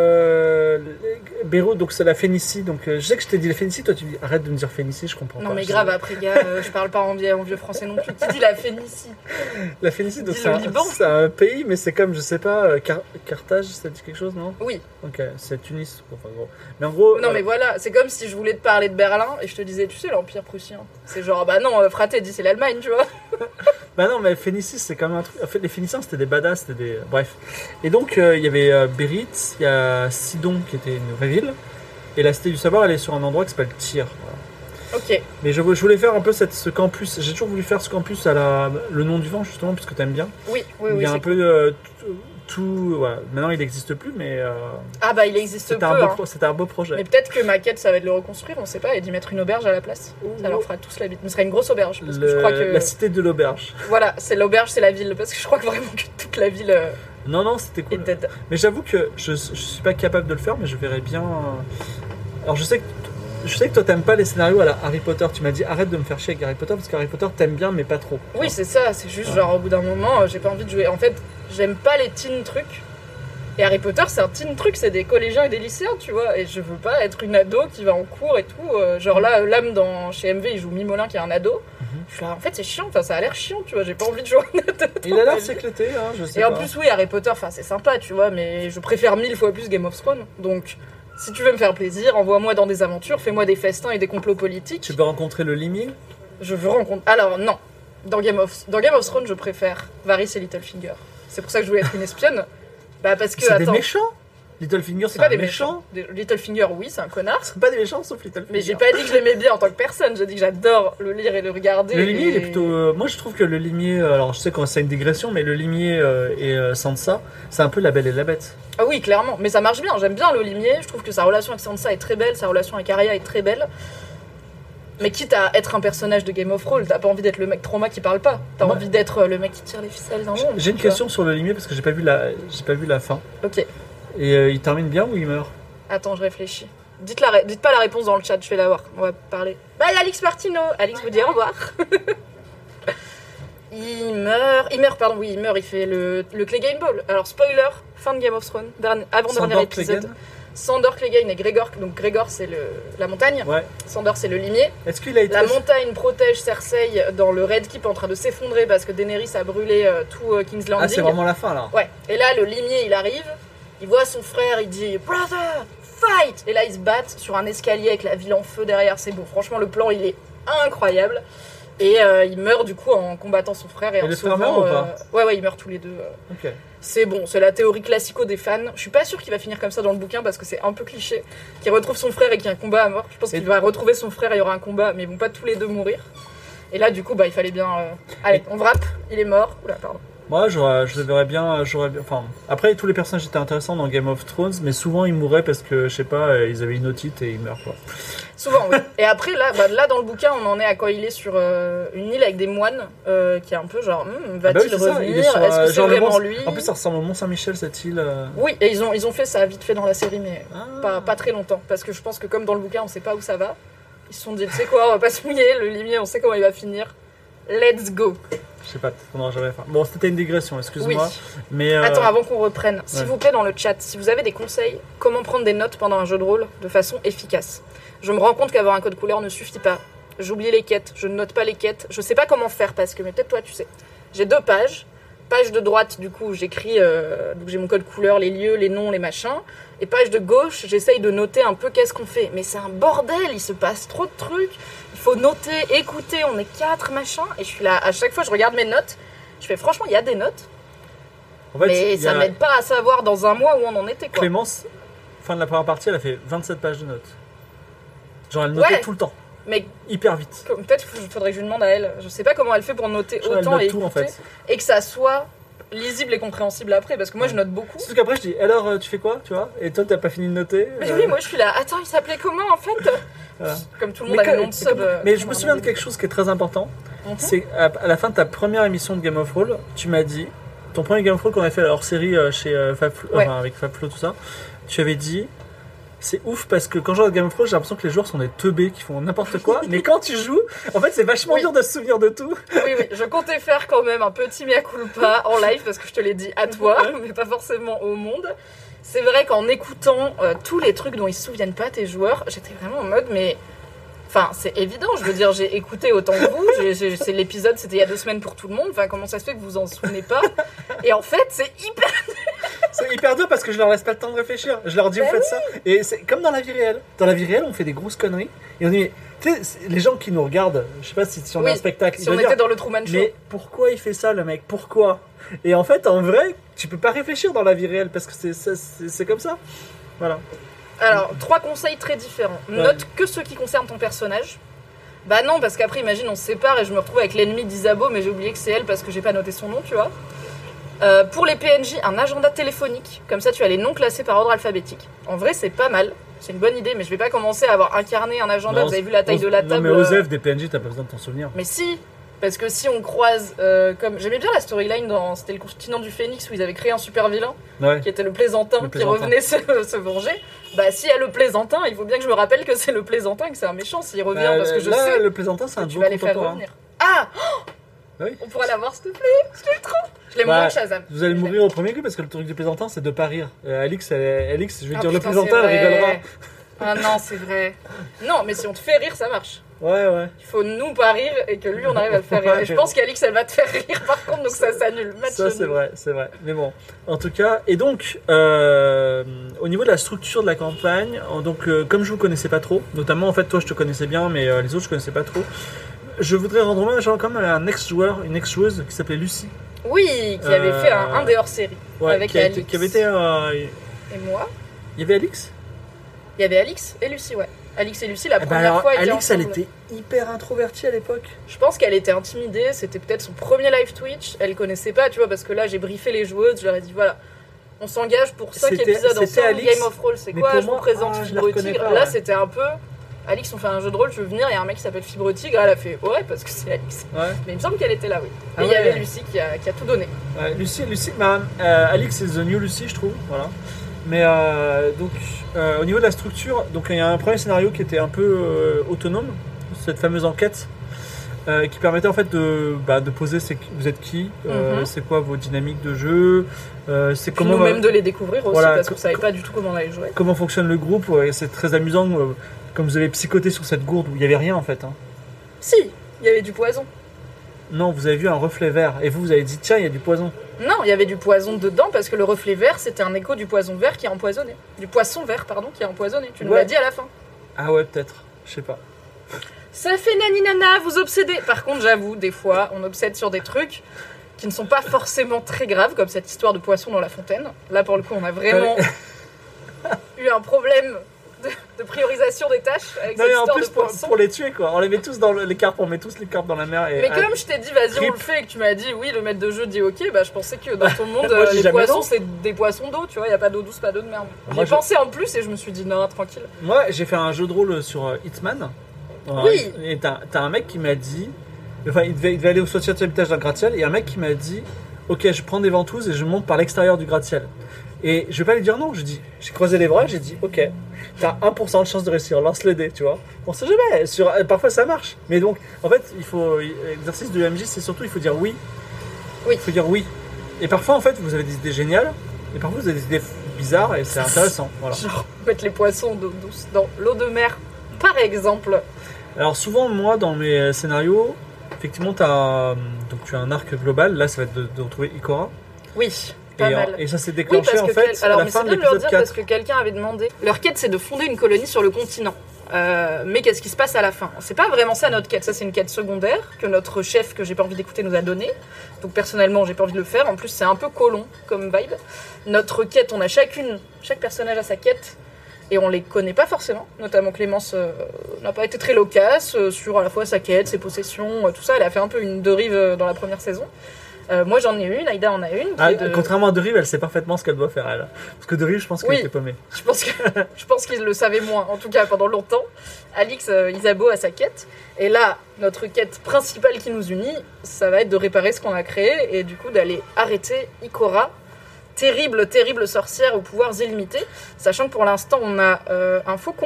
Beyrouth, donc c'est la Phénicie. Donc, je sais que je t'ai dit la Phénicie. Toi, tu dis arrête de me dire Phénicie, je comprends pas. Non, mais grave, après, gars, je parle pas en vieux français non plus. Qui dit la Phénicie? La Phénicie, donc c'est un pays, mais c'est comme, je sais pas, Carthage, ça dit quelque chose, non? Oui. Ok, c'est Tunis. Enfin, gros. Mais en gros. Non, mais voilà, c'est comme si je voulais te parler de Berlin et je te disais, tu sais, l'Empire prussien. C'est genre, bah non, fraté, dit c'est l'Allemagne, tu vois. Bah non, mais Phénicie, c'est quand même un truc. En fait, les Phéniciens, c'était des badass, c'était des. Bref. Et donc, il y avait Berit, il y a Sidon, qui était une vraie ville. Et la Cité du Savoir, elle est sur un endroit qui s'appelle Tyr. Voilà. Ok. Mais je voulais faire un peu ce campus. J'ai toujours voulu faire ce campus à le nom du vent, justement, puisque t'aimes bien. Oui. Il y a un peu tout. Voilà. Maintenant, il n'existe plus, mais. Ah bah, il existe peu. C'était un beau projet. Mais peut-être que ma quête, ça va être de le reconstruire, on sait pas, et d'y mettre une auberge à la place. Ça leur fera tous la vie. Mais ce serait une grosse auberge. Parce que je crois que... La cité de l'auberge. Voilà, c'est l'auberge, c'est la ville. Parce que je crois que vraiment que toute la ville. Non, c'était cool. Mais j'avoue que je suis pas capable de le faire, mais je verrais bien. Alors, je sais que toi t'aimes pas les scénarios à la Harry Potter. Tu m'as dit arrête de me faire chier avec Harry Potter parce qu'Harry Potter t'aimes bien mais pas trop. Oui, c'est ça, c'est juste genre au bout d'un moment j'ai pas envie de jouer. En fait, j'aime pas les teen trucs. Et Harry Potter c'est un teen truc, c'est des collégiens et des lycéens, tu vois. Et je veux pas être une ado qui va en cours et tout. Genre là, Lame chez MV il joue Mimolin qui est un ado. Je suis là, en fait c'est chiant, enfin ça a l'air chiant, tu vois, j'ai pas envie de jouer en ado. Il a l'air s'éclater, hein, je sais et pas. En plus oui, Harry Potter, enfin c'est sympa, tu vois, mais je préfère 1000 fois plus Game of Thrones. Donc si tu veux me faire plaisir, envoie-moi dans des aventures, fais-moi des festins et des complots politiques. Tu veux rencontrer le limier? Je veux rencontrer... Alors non, dans Game of Thrones, je préfère Varys et Littlefinger. C'est pour ça que je voulais être une espionne. Bah parce que, c'est des méchants. Littlefinger, c'est pas des méchants. Littlefinger, oui, c'est un connard. C'est pas des méchants, sauf Littlefinger. Mais j'ai pas dit que je l'aimais bien en tant que personne. J'ai dit que j'adore le lire et le regarder. Le limier, il est plutôt... moi, je trouve que le limier... alors, je sais que c'est une digression, mais le limier et Sansa, c'est un peu la Belle et la Bête. Ah oui, clairement. Mais ça marche bien. J'aime bien le limier. Je trouve que sa relation avec Sansa est très belle. Sa relation avec Arya est très belle. Mais quitte à être un personnage de Game of Thrones, t'as pas envie d'être le mec trauma qui parle pas. T'as envie d'être le mec qui tire les ficelles dans le monde. J'ai une question sur le limier parce que j'ai pas vu la fin. Ok. Et il termine bien ou il meurt? Attends, je réfléchis. Dites pas la réponse dans le chat, je vais la voir. On va parler. Bye Alix Martino. Alix vous dit au revoir. Il meurt, il fait le Clegane Ball. Alors spoiler, fin de Game of Thrones, avant-dernier épisode. Sandor, Clegane et Grégor. Donc Grégor c'est la montagne. Ouais. Sandor c'est le limier. Est-ce qu'il a été... La montagne protège Cersei dans le Red Keep en train de s'effondrer parce que Daenerys a brûlé tout King's Landing. Ah, c'est vraiment la fin là. Ouais. Et là le limier il arrive, il voit son frère, il dit Brother, fight. Et là ils se battent sur un escalier avec la ville en feu derrière. C'est beau. Franchement le plan il est incroyable. Et il meurt du coup en combattant son frère et en le sauvant. frère meurt ou pas Ouais, ils meurent tous les deux. Ok. C'est bon, c'est la théorie classico des fans. Je suis pas sûre qu'il va finir comme ça dans le bouquin parce que c'est un peu cliché. Qu'il retrouve son frère et qu'il y a un combat à mort. Je pense qu'il va retrouver son frère et il y aura un combat, mais ils vont pas tous les deux mourir. Et là, du coup, il fallait bien. Allez, on wrap, il est mort. Oula, pardon. Moi, je le verrais bien. Enfin, après, tous les personnages étaient intéressants dans Game of Thrones, mais souvent ils mouraient parce que, je sais pas, ils avaient une otite et ils meurent quoi. Souvent, oui. Et après, là, dans le bouquin, on en est à quand il est sur une île avec des moines, qui est un peu genre, va-t-il revenir? Est-ce que c'est vraiment lui? En plus, ça ressemble au Mont-Saint-Michel, cette île. Oui, et ils ont fait ça vite fait dans la série, mais pas très longtemps. Parce que je pense que comme dans le bouquin, on sait pas où ça va. Ils se sont dit, tu sais quoi, on va pas se mouiller, le limier, on sait comment il va finir. Let's go. Je sais pas, on n'aura jamais fait. Bon, c'était une digression, excuse-moi. Oui. Mais Attends, avant qu'on reprenne, s'il vous plaît, dans le chat, si vous avez des conseils, comment prendre des notes pendant un jeu de rôle de façon efficace. Je me rends compte qu'avoir un code couleur ne suffit pas. J'oublie les quêtes, je ne note pas les quêtes. Je sais pas comment faire parce que, mais peut-être toi, tu sais. J'ai 2 pages. Page de droite, du coup, j'écris, donc j'ai mon code couleur, les lieux, les noms, les machins. Et page de gauche, j'essaye de noter un peu qu'est-ce qu'on fait. Mais c'est un bordel, il se passe trop de trucs. Il faut noter, écouter, on est 4 machins. Et je suis là, à chaque fois, je regarde mes notes. Je fais, franchement, il y a des notes. En fait, mais ça m'aide pas à savoir dans un mois où on en était, quoi. Clémence, fin de la première partie, elle a fait 27 pages de notes. Genre, elle notait tout le temps. Mais hyper vite. Peut-être qu'il faudrait que je lui demande à elle. Je sais pas comment elle fait pour noter autant et écouter, en fait. Et que ça soit lisible et compréhensible après, parce que moi je note beaucoup. Surtout qu'après je dis, alors tu fais quoi, tu vois? Et toi t'as pas fini de noter? Mais oui, moi je suis là, attends, il s'appelait comment en fait? Voilà. Comme tout le monde a le nom de sub. Mais je me souviens de quelque chose qui est très important. C'est à la fin de ta première émission de Game of Thrones, tu m'as dit, ton premier Game of Thrones qu'on a fait hors série chez avec Fabflo, tout ça, tu avais dit. C'est ouf parce que quand je joue à Game of Thrones, j'ai l'impression que les joueurs sont des teubés qui font n'importe quoi. Mais quand tu joues, en fait, c'est vachement dur de se souvenir de tout. Oui, je comptais faire quand même un petit mea culpa en live parce que je te l'ai dit à toi, mais pas forcément au monde. C'est vrai qu'en écoutant tous les trucs dont ils se souviennent pas tes joueurs, j'étais vraiment en mode mais... Enfin, c'est évident, je veux dire, j'ai écouté autant que vous, c'est l'épisode, c'était il y a 2 semaines pour tout le monde, enfin, comment ça se fait que vous vous en souvenez pas? Et en fait, c'est hyper dur. C'est hyper dur parce que je leur laisse pas le temps de réfléchir, je leur dis vous faites ça. Et c'est comme dans la vie réelle. Dans la vie réelle, on fait des grosses conneries, et on dit, tu sais, les gens qui nous regardent, je sais pas si on a un spectacle, si on était dans le Truman Show. Mais pourquoi il fait ça, le mec? Pourquoi? Et en fait, en vrai, tu peux pas réfléchir dans la vie réelle parce que c'est comme ça. Voilà. Alors, 3 conseils très différents. Note que ceux qui concernent ton personnage. Bah non, parce qu'après, imagine, on se sépare et je me retrouve avec l'ennemi d'Isabeau, mais j'ai oublié que c'est elle parce que j'ai pas noté son nom, tu vois. Pour les PNJ, un agenda téléphonique. Comme ça, tu as les noms classés par ordre alphabétique. En vrai, c'est pas mal. C'est une bonne idée, mais je vais pas commencer à avoir incarné un agenda. Non, vous avez vu la taille de la table. Non, mais aux F des PNJ, t'as pas besoin de t'en souvenir. Mais si, parce que si on croise, comme j'aimais bien la storyline c'était le continent du Phénix où ils avaient créé un super vilain, qui était le plaisantin, qui revenait se venger. Bah si y a le plaisantin, il faut bien que je me rappelle que c'est le plaisantin et que c'est un méchant s'il revient, parce que je sais. Le plaisantin, c'est un tu vas les faire revenir. Ah oui. On pourra l'avoir s'il te plaît, je l'aime trop. Je l'aime moins que Shazam. Vous allez mourir au premier coup parce que le truc du plaisantin, c'est de pas rire. Alix, je vais dire le plaisantin, elle rigolera. Ah non, c'est vrai. Non, mais si on te fait rire, ça marche. Ouais. Il faut nous pas rire et que lui on arrive à le faire rire. Et je pense qu'Alix elle va te faire rire par contre, donc ça s'annule. Ça c'est vrai. Mais bon, en tout cas, et donc au niveau de la structure de la campagne, donc comme je vous connaissais pas trop, notamment en fait toi je te connaissais bien, mais les autres je connaissais pas trop. Je voudrais rendre hommage quand même à un ex-joueur, une ex-joueuse qui s'appelait Lucie. Oui, qui avait fait un des hors-série avec Alix. Qui avait été. Et moi. Il y avait Alix. Il y avait Alix et Lucie, ouais. Alix et Lucie, la première fois, Alix, elle était hyper introvertie à l'époque. Je pense qu'elle était intimidée, c'était peut-être son premier live Twitch, elle connaissait pas, tu vois, parce que là, j'ai briefé les joueuses, je leur ai dit, voilà, on s'engage pour 5 épisodes ensemble, Game of Thrones, c'est quoi? Je vous présente Fibre Tigre. Là, c'était un peu, Alix, on fait un jeu de rôle, tu veux venir? Il y a un mec qui s'appelle Fibre Tigre. Elle a fait ouais, parce que c'est Alix. Ouais. Mais il me semble qu'elle était là, oui. Ah et il y avait Lucie qui a tout donné. Ouais, Lucie, Alix c'est The New Lucie, je trouve. Voilà. Mais donc, au niveau de la structure, donc il y a un premier scénario qui était un peu autonome, cette fameuse enquête. Qui permettait en fait de poser vous êtes qui, c'est quoi vos dynamiques de jeu, c'est comment nous-mêmes de les découvrir aussi parce qu'on savait pas du tout comment on allait jouer. Comment fonctionne le groupe, c'est très amusant comme vous avez psychoté sur cette gourde où il y avait rien en fait. Hein. Si, il y avait du poison. Non, vous avez vu un reflet vert et vous avez dit tiens il y a du poison. Non, il y avait du poison dedans parce que le reflet vert c'était un écho du poison vert qui est empoisonné. Du poisson vert pardon qui est empoisonné. Tu nous l'as dit à la fin. Ah ouais peut-être, je sais pas. Ça fait nani-nana, vous obsédez. Par contre, j'avoue, des fois, on obsède sur des trucs qui ne sont pas forcément très graves, comme cette histoire de poisson dans la fontaine. Là, pour le coup, on a vraiment eu un problème de priorisation des tâches avec cette histoire de poisson. Pour les tuer, quoi. On les met tous dans les carpes, on met tous les carpes dans la mer. Mais comme je t'ai dit, vas-y, on le fait, et que tu m'as dit, oui, le maître de jeu dit ok, bah je pensais que dans ton monde, les poissons, c'est des poissons d'eau, tu vois, il n'y a pas d'eau douce, pas d'eau de merde. J'ai pensé en plus et je me suis dit, non, tranquille. Moi, j'ai fait un jeu de rôle sur Hitman. Oui. Et t'as un mec qui m'a dit, enfin il devait aller au 60e étage d'un gratte-ciel et un mec qui m'a dit ok je prends des ventouses et je monte par l'extérieur du gratte-ciel. Et je vais pas lui dire non, j'ai croisé les bras, j'ai dit ok t'as 1% de chance de réussir, lance le dé, tu vois. On sait jamais, parfois ça marche. Mais donc en fait l'exercice de l'MJ c'est surtout il faut dire oui. Oui. Il faut dire oui. Et parfois en fait vous avez des idées géniales et parfois vous avez des idées bizarres et c'est intéressant. Voilà. Genre mettre les poissons d'eau douce dans l'eau de mer par exemple. Alors souvent, moi, dans mes scénarios, effectivement, tu as un arc global. Là, ça va être de retrouver Ikora. Oui, pas mal. Et ça s'est déclenché en fait à la fin de l'épisode 4. Parce que quelqu'un avait demandé. Leur quête, c'est de fonder une colonie sur le continent. Mais qu'est-ce qui se passe à la fin? C'est pas vraiment ça notre quête. Ça, c'est une quête secondaire que notre chef, que j'ai pas envie d'écouter, nous a donnée. Donc personnellement, j'ai pas envie de le faire. En plus, c'est un peu colon comme vibe. Notre quête, on a chaque personnage a sa quête. Et on les connaît pas forcément, notamment Clémence n'a pas été très loquace sur à la fois sa quête, ses possessions, tout ça. Elle a fait un peu une dérive dans la première saison. Moi j'en ai une, Aïda en a une. Contrairement à Derive, elle sait parfaitement ce qu'elle doit faire elle. Parce que Derive, je pense qu'elle était paumée. Je pense qu'il le savait moins, en tout cas pendant longtemps. Alix Isabeau a sa quête. Et là, notre quête principale qui nous unit, ça va être de réparer ce qu'on a créé et du coup d'aller arrêter Ikora. Terrible sorcière aux pouvoirs illimités, sachant que pour l'instant on a un faucon,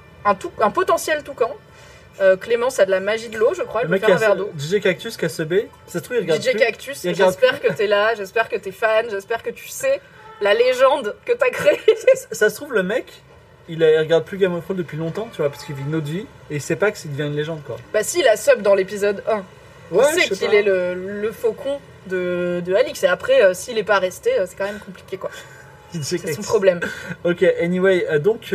un potentiel toucan. Clémence a de la magie de l'eau, je crois, elle peut faire un verre d'eau. DJ Cactus, KSB, ça se trouve il regarde DJ Cactus, j'espère que t'es là, j'espère que t'es fan, j'espère que tu sais la légende que t'as créée. Ça se trouve le mec, il regarde plus Game of Thrones depuis longtemps, tu vois, parce qu'il vit une autre vie, et il sait pas que ça devient une légende quoi. Bah si, il a sub dans l'épisode 1. Ouais, il sait qu'il est le faucon de Alix, et après s'il est pas resté, c'est quand même compliqué quoi. C'est son problème. Ok, anyway, donc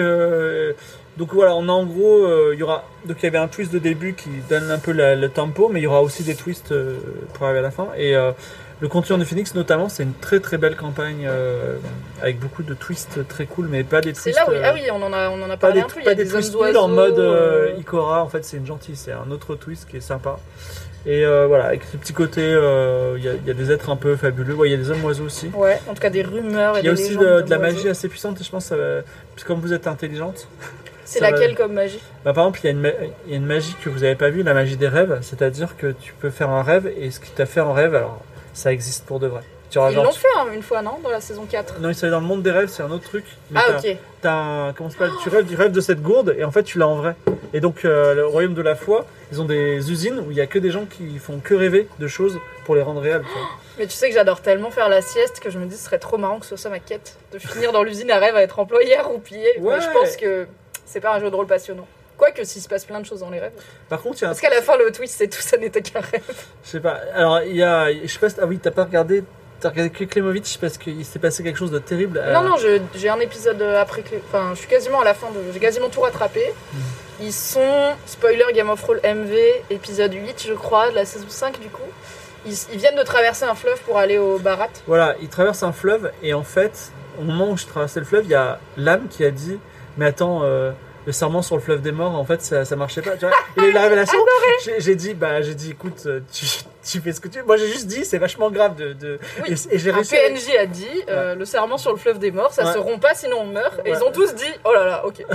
voilà, on a en gros, il y avait un twist de début qui donne un peu le tempo, mais il y aura aussi des twists pour arriver à la fin. Et le Continuum de Phoenix notamment, c'est une très très belle campagne avec beaucoup de twists très cool, mais pas des twists. C'est là où on en a parlé un peu. Il y a des twists nuls en mode Ikora. En fait, c'est une gentille, c'est un autre twist qui est sympa. Et voilà, avec ce petit côté, il y a des êtres un peu fabuleux. Il y a des hommes oiseaux aussi. Ouais, en tout cas des rumeurs et des légendes. Il y a aussi de la magie assez puissante, et je pense, comme vous êtes intelligente. C'est laquelle comme magie? Par exemple, il y a une magie que vous n'avez pas vue, la magie des rêves. C'est-à-dire que tu peux faire un rêve, et ce qui t'a fait en rêve, alors ça existe pour de vrai. Ils l'ont fait une fois, non? Dans la saison 4. Non, ils sont allés dans le monde des rêves, c'est un autre truc. Mais ok. Comment ça s'appelle, tu rêves de cette gourde, et en fait, tu l'as en vrai. Et donc, le royaume de la foi, ils ont des usines où il n'y a que des gens qui font que rêver de choses pour les rendre réelles. Mais tu sais que j'adore tellement faire la sieste que je me dis ce serait trop marrant que ce soit ça ma quête. De finir dans l'usine à rêve à être employeur ou piller. Ouais. Mais je pense que c'est pas un jeu de rôle passionnant. Quoique s'il se passe plein de choses dans les rêves. Par contre, parce qu'à la fin, le twist, c'est tout, ça n'était qu'un rêve. Je sais pas. Alors, je sais pas. Ah oui, t'as pas regardé. T'as regardé que Klemovic parce qu'il s'est passé quelque chose de terrible. Non, j'ai un épisode après. Enfin, je suis quasiment à la fin j'ai quasiment tout rattrapé. Ils sont, spoiler Game of Thrones MV, épisode 8, je crois, de la saison 5 du coup. Ils viennent de traverser un fleuve pour aller au Barat. Voilà, ils traversent un fleuve et en fait, au moment où je traversais le fleuve, il y a l'âme qui a dit mais attends, le serment sur le fleuve des morts, en fait, ça marchait pas. Tu vois, et la révélation, j'ai dit, écoute, tu fais ce que tu veux. Moi, j'ai juste dit, c'est vachement grave Oui, et j'ai réussi. Un PNJ a dit, le serment sur le fleuve des morts, ça se rompt pas, sinon on meurt. Et ils ont tous dit, oh là là, ok.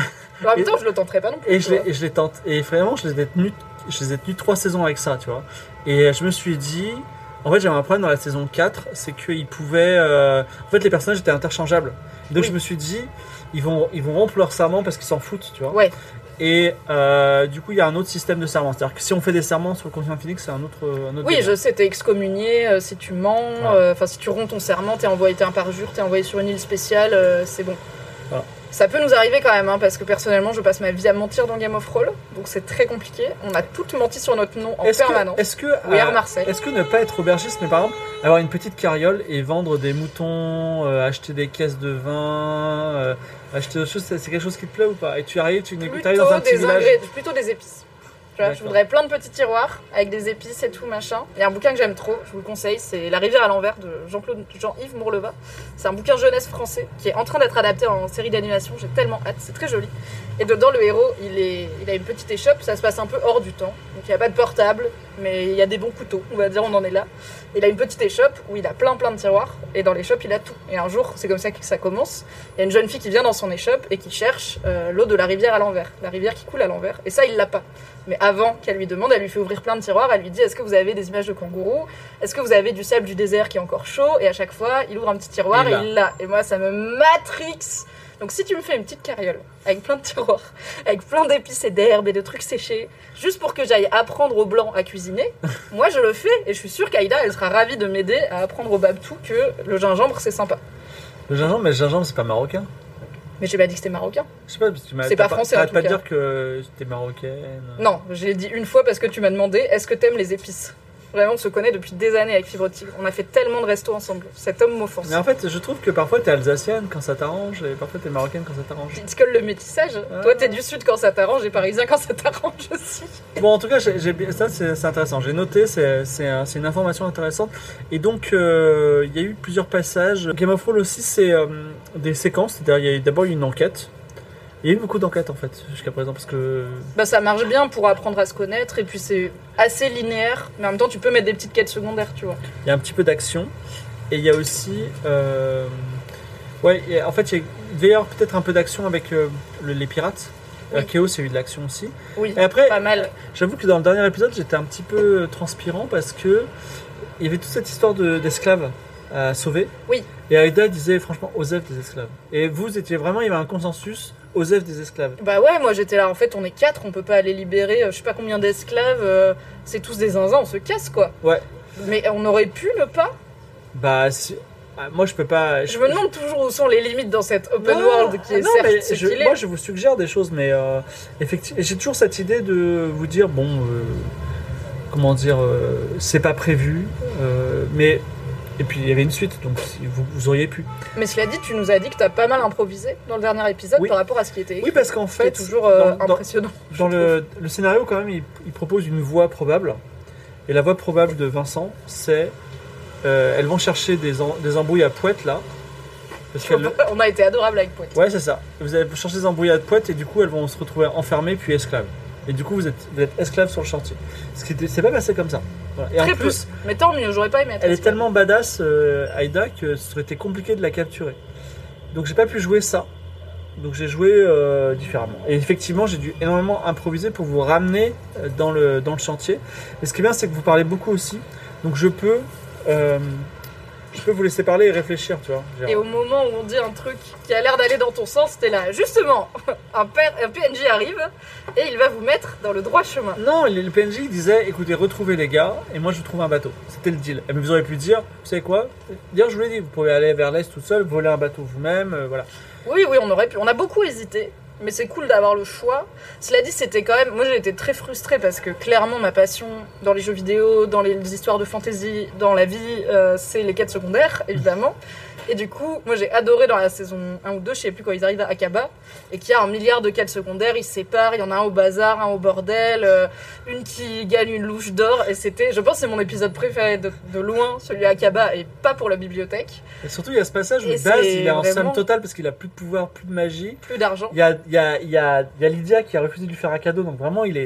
En même temps, je le tenterai pas non plus. Et je les tente. Et vraiment, je les ai tenus 3 saisons avec ça, tu vois. Et je me suis dit... En fait, j'avais un problème dans la saison 4, c'est qu'ils pouvaient... En fait, les personnages étaient interchangeables. Donc, je me suis dit, ils vont rompre leur serment parce qu'ils s'en foutent, tu vois. Ouais. Et du coup, il y a un autre système de serment. C'est-à-dire que si on fait des serments sur le continent Phoenix, c'est un autre oui, délire. je sais, t'es excommunié si tu mens. Enfin, si tu romps ton serment, t'es un parjure, t'es envoyé sur une île spéciale, c'est bon. Voilà. Ça peut nous arriver quand même, hein, parce que personnellement, je passe ma vie à mentir dans Game of Thrones, donc c'est très compliqué. On a toutes menti sur notre nom en permanence. Est-ce que Marseille. Est-ce que ne pas être aubergiste, mais par exemple, avoir une petite carriole et vendre des moutons, acheter des caisses de vin, acheter d'autres choses, c'est quelque chose qui te plaît ou pas? Et tu arrives dans un petit village. Plutôt des épices. Tu vois, je voudrais plein de petits tiroirs avec des épices et tout machin. Il y a un bouquin que j'aime trop, je vous le conseille, c'est La rivière à l'envers de Jean-Yves Mourleva. C'est un bouquin jeunesse français qui est en train d'être adapté en série d'animation. J'ai tellement hâte, c'est très joli. Et dedans, le héros, il a une petite échoppe, ça se passe un peu hors du temps. Donc il n'y a pas de portable, mais il y a des bons couteaux, on va dire, on en est là. Il a une petite échoppe où il a plein de tiroirs, et dans l'échoppe, il a tout. Et un jour, c'est comme ça que ça commence, il y a une jeune fille qui vient dans son échoppe et qui cherche l'eau de la rivière à l'envers, la rivière qui coule à l'envers. Et ça, il l'a pas. Mais avant qu'elle lui demande, elle lui fait ouvrir plein de tiroirs, elle lui dit: est-ce que vous avez des images de kangourous? Est-ce que vous avez du sable du désert qui est encore chaud? Et à chaque fois, il ouvre un petit tiroir et il l'a. Et moi, ça me matrixe. Donc si tu me fais une petite carriole avec plein de tiroirs, avec plein d'épices et d'herbes et de trucs séchés, juste pour que j'aille apprendre aux blancs à cuisiner, moi je le fais et je suis sûre qu'Aïda, elle sera ravie de m'aider à apprendre au Babtou que le gingembre c'est sympa. Le gingembre c'est pas marocain. Mais j'ai pas dit que c'était marocain. Je sais pas, parce que tu m'as c'est pas français en tout cas. T'arrêtes pas de dire que t'es marocaine. Non, je l'ai dit une fois parce que tu m'as demandé: est-ce que t'aimes les épices? Vraiment, on se connaît depuis des années avec Fibre Tigre. On a fait tellement de restos ensemble. Cet homme m'offense. Mais en fait, je trouve que parfois t'es alsacienne quand ça t'arrange et parfois t'es marocaine quand ça t'arrange. Tu discolles le métissage. Toi, t'es du sud quand ça t'arrange et parisien quand ça t'arrange aussi. Bon, en tout cas, ça c'est intéressant. J'ai noté, c'est une information intéressante. Et donc, il y a eu plusieurs passages. Game of Thrones aussi, c'est des séquences. C'est-à-dire, il y a d'abord une enquête. Il y a eu beaucoup d'enquêtes en fait jusqu'à présent parce que... ça marche bien pour apprendre à se connaître et puis c'est assez linéaire, mais en même temps tu peux mettre des petites quêtes secondaires, tu vois. Il y a un petit peu d'action et il y a aussi... en fait il devait y avoir peut-être un peu d'action avec les pirates. Oui. Chaos, il y a eu de l'action aussi. Oui, et après, pas mal. J'avoue que dans le dernier épisode j'étais un petit peu transpirant parce que il y avait toute cette histoire d'esclaves à sauver. Oui. Et Aïda disait franchement Osef des esclaves. Et vous étiez vraiment, il y avait un consensus Osef des esclaves. Bah ouais, moi j'étais là, en fait on est 4, on peut pas aller libérer je sais pas combien d'esclaves, c'est tous des zinzins, on se casse quoi. Ouais. Mais on aurait pu ne pas. Bah moi je peux pas. Je me demande toujours où sont les limites dans cette open world qui est certes ce qu'il est. Moi je vous suggère des choses, mais effectivement, j'ai toujours cette idée de vous dire comment dire, c'est pas prévu, mais. Et puis il y avait une suite, donc vous auriez pu. Mais cela dit, tu nous as dit que tu as pas mal improvisé dans le dernier épisode par rapport à ce qui était écrit. Oui, parce qu'en fait, c'est toujours impressionnant. Dans le scénario, quand même, il propose une voie probable. Et la voie probable de Vincent, c'est elles vont chercher des embrouilles à Poète là. Parce on a été adorable avec Poète. Ouais, c'est ça. Vous allez chercher des embrouilles à Poète et du coup, elles vont se retrouver enfermées puis esclaves. Et du coup, vous êtes esclave sur le chantier. C'est pas passé comme ça. Voilà. Et très en plus, peu. Mais tant mieux, j'aurais pas aimé être elle esclave. est tellement badass, Aïda, que ce aurait été compliqué de la capturer. Donc j'ai pas pu jouer ça. Donc j'ai joué différemment. Et effectivement, j'ai dû énormément improviser pour vous ramener dans le chantier. Et ce qui est bien, c'est que vous parlez beaucoup aussi. Donc je peux vous laisser parler et réfléchir, tu vois. Et au moment où on dit un truc qui a l'air d'aller dans ton sens, t'es là, justement, un PNJ arrive et il va vous mettre dans le droit chemin. Non, le PNJ disait, écoutez, retrouvez les gars et moi je vous trouve un bateau. C'était le deal. Mais vous auriez pu dire, vous savez quoi? D'ailleurs, je vous l'ai dit, vous pouvez aller vers l'est tout seul, voler un bateau vous-même, voilà. Oui, on aurait pu. On a beaucoup hésité. Mais c'est cool d'avoir le choix. Cela dit, c'était quand même... Moi, j'ai été très frustrée parce que clairement, ma passion dans les jeux vidéo, dans les histoires de fantasy, dans la vie, c'est les quêtes secondaires, évidemment. Et du coup, moi, j'ai adoré dans la saison 1 ou 2, je sais plus quand ils arrivent à Akaba, et qu'il y a 1 milliard de quêtes secondaires, ils se séparent, il y en a un au bazar, un au bordel, une qui gagne une louche d'or, et c'était... Je pense que c'est mon épisode préféré de loin, celui à Akaba, et pas pour la bibliothèque. Et surtout, il y a ce passage où Daz, il est en somme totale parce qu'il a plus de pouvoir, plus de magie. Plus d'argent. Il y a Lydia qui a refusé de lui faire un cadeau, donc vraiment il est...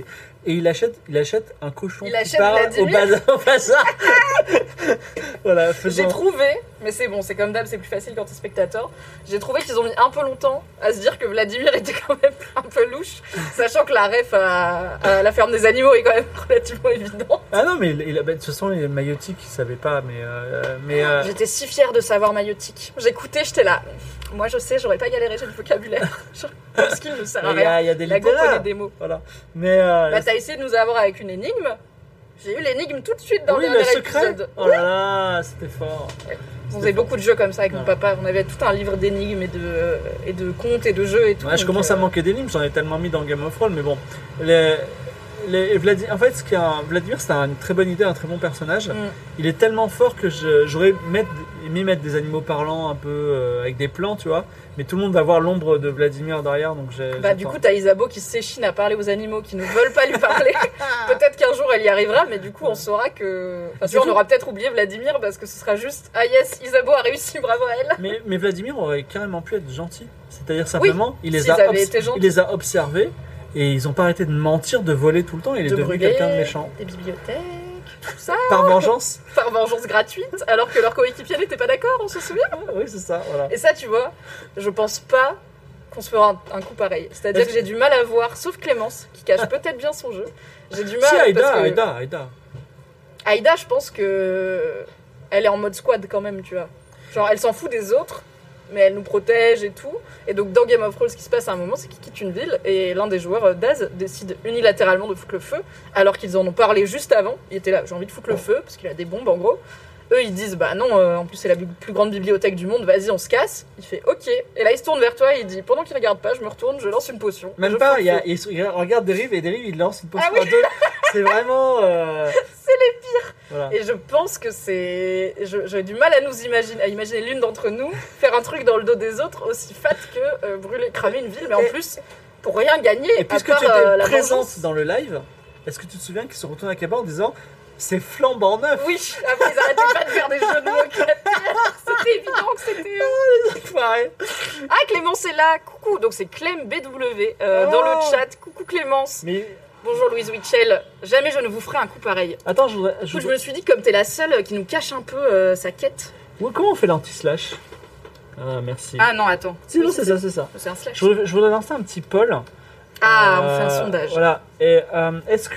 et il achète un cochon Il qui achète part Vladimir. au bazar. Voilà, J'ai trouvé, mais c'est bon, c'est comme d'hab, c'est plus facile quand t'es spectateur. J'ai trouvé qu'ils ont mis un peu longtemps à se dire que Vladimir était quand même un peu louche, sachant que la ref à la ferme des animaux est quand même relativement évidente. Ah non, mais de toute façon, les Maïotiques, ils savaient pas, mais J'étais si fière de savoir Maïotique. J'écoutais, j'étais là. Moi, je sais, j'aurais pas galéré, j'ai du vocabulaire. Ce qui ne sert à rien. il y a des La go littéraires. connaît des mots. Voilà. Mais Bah, t'as essayé de nous avoir avec une énigme. J'ai eu l'énigme tout de suite dans oui, le le dernier secret. épisode. Oh là là, c'était fort. On faisait beaucoup de jeux comme ça avec mon Ouais. papa. On avait tout un livre d'énigmes et de contes et de jeux et tout. Ouais, je donc, commence à manquer d'énigmes, j'en ai tellement mis dans Game of Thrones, mais bon. En fait, Vladimir, c'était une très bonne idée, un très bon personnage. Il est tellement fort que j'aurais aimé mettre des animaux parlants un peu avec des plans, tu vois. Mais tout le monde va voir l'ombre de Vladimir derrière, donc Bah, du coup, t'as Isabeau qui s'échine à parler aux animaux qui ne veulent pas lui parler. Peut-être qu'un jour elle y arrivera, mais du coup, on saura que. Enfin, tu vois, on aura peut-être oublié Vladimir parce que ce sera juste ah yes, Isabeau a réussi, bravo à elle. Mais Vladimir aurait carrément pu être gentil. C'est-à-dire simplement, il s'ils avaient été gentils. il les a observés et ils ont pas arrêté de mentir, de voler tout le temps. Il est De devenu brûler, quelqu'un de méchant. des bibliothèques, tout ça. Par vengeance. Par vengeance gratuite, alors que leur coéquipier n'était pas d'accord, on se souvient. Oui, c'est ça, voilà. Et ça, tu vois, je pense pas qu'on se fera un coup pareil. C'est-à-dire que j'ai du mal à voir, sauf Clémence, qui cache peut-être bien son jeu. J'ai du mal Si, parce que Aïda. Aïda, je pense que elle est en mode squad quand même, tu vois. Genre, elle s'en fout des autres, mais elle nous protège et tout. Et donc, dans Game of Thrones, ce qui se passe à un moment, c'est qu'il quitte une ville et l'un des joueurs, Daz, décide unilatéralement de foutre le feu, alors qu'ils en ont parlé juste avant. Il était là, j'ai envie de foutre le feu, parce qu'il a des bombes en gros. Eux, ils disent, bah non, en plus c'est la plus grande bibliothèque du monde, vas-y, on se casse. Il fait, ok. Et là, il se tourne vers toi et il dit, pendant qu'il regarde pas, je me retourne, je lance une potion. Même Je pas, fous le feu. il regarde Dérive et Dérive, il lance une potion Ah oui. à deux. C'est vraiment. C'est les pires. Voilà. Et je pense que c'est. J'ai du mal à imaginer l'une d'entre nous faire un truc dans le dos des autres aussi fat que brûler, cramer une ville, mais en plus, pour rien gagner. Et puisque à part, tu étais la présente vengeance. dans le live, est-ce que tu te souviens qu'ils se retournent à Cabot en disant c'est flambant neuf? Oui, après ils arrêtaient pas de faire des jeux de mots avec la terre. C'était évident que c'était. Pareil. Ah, Clémence est là, coucou. Donc c'est Clem BW dans le chat. Coucou Clémence. Mais Bonjour Louise Witchell. Jamais je ne vous ferai un coup pareil. attends, je Du coup, je me suis dit, comme t'es la seule qui nous cache un peu sa quête. Comment on fait l'anti-slash? Ah, merci. Ah non, attends. Si, non, c'est ça. C'est un slash. Je voudrais lancer un petit poll. Ah, on fait un sondage. Voilà. Et est-ce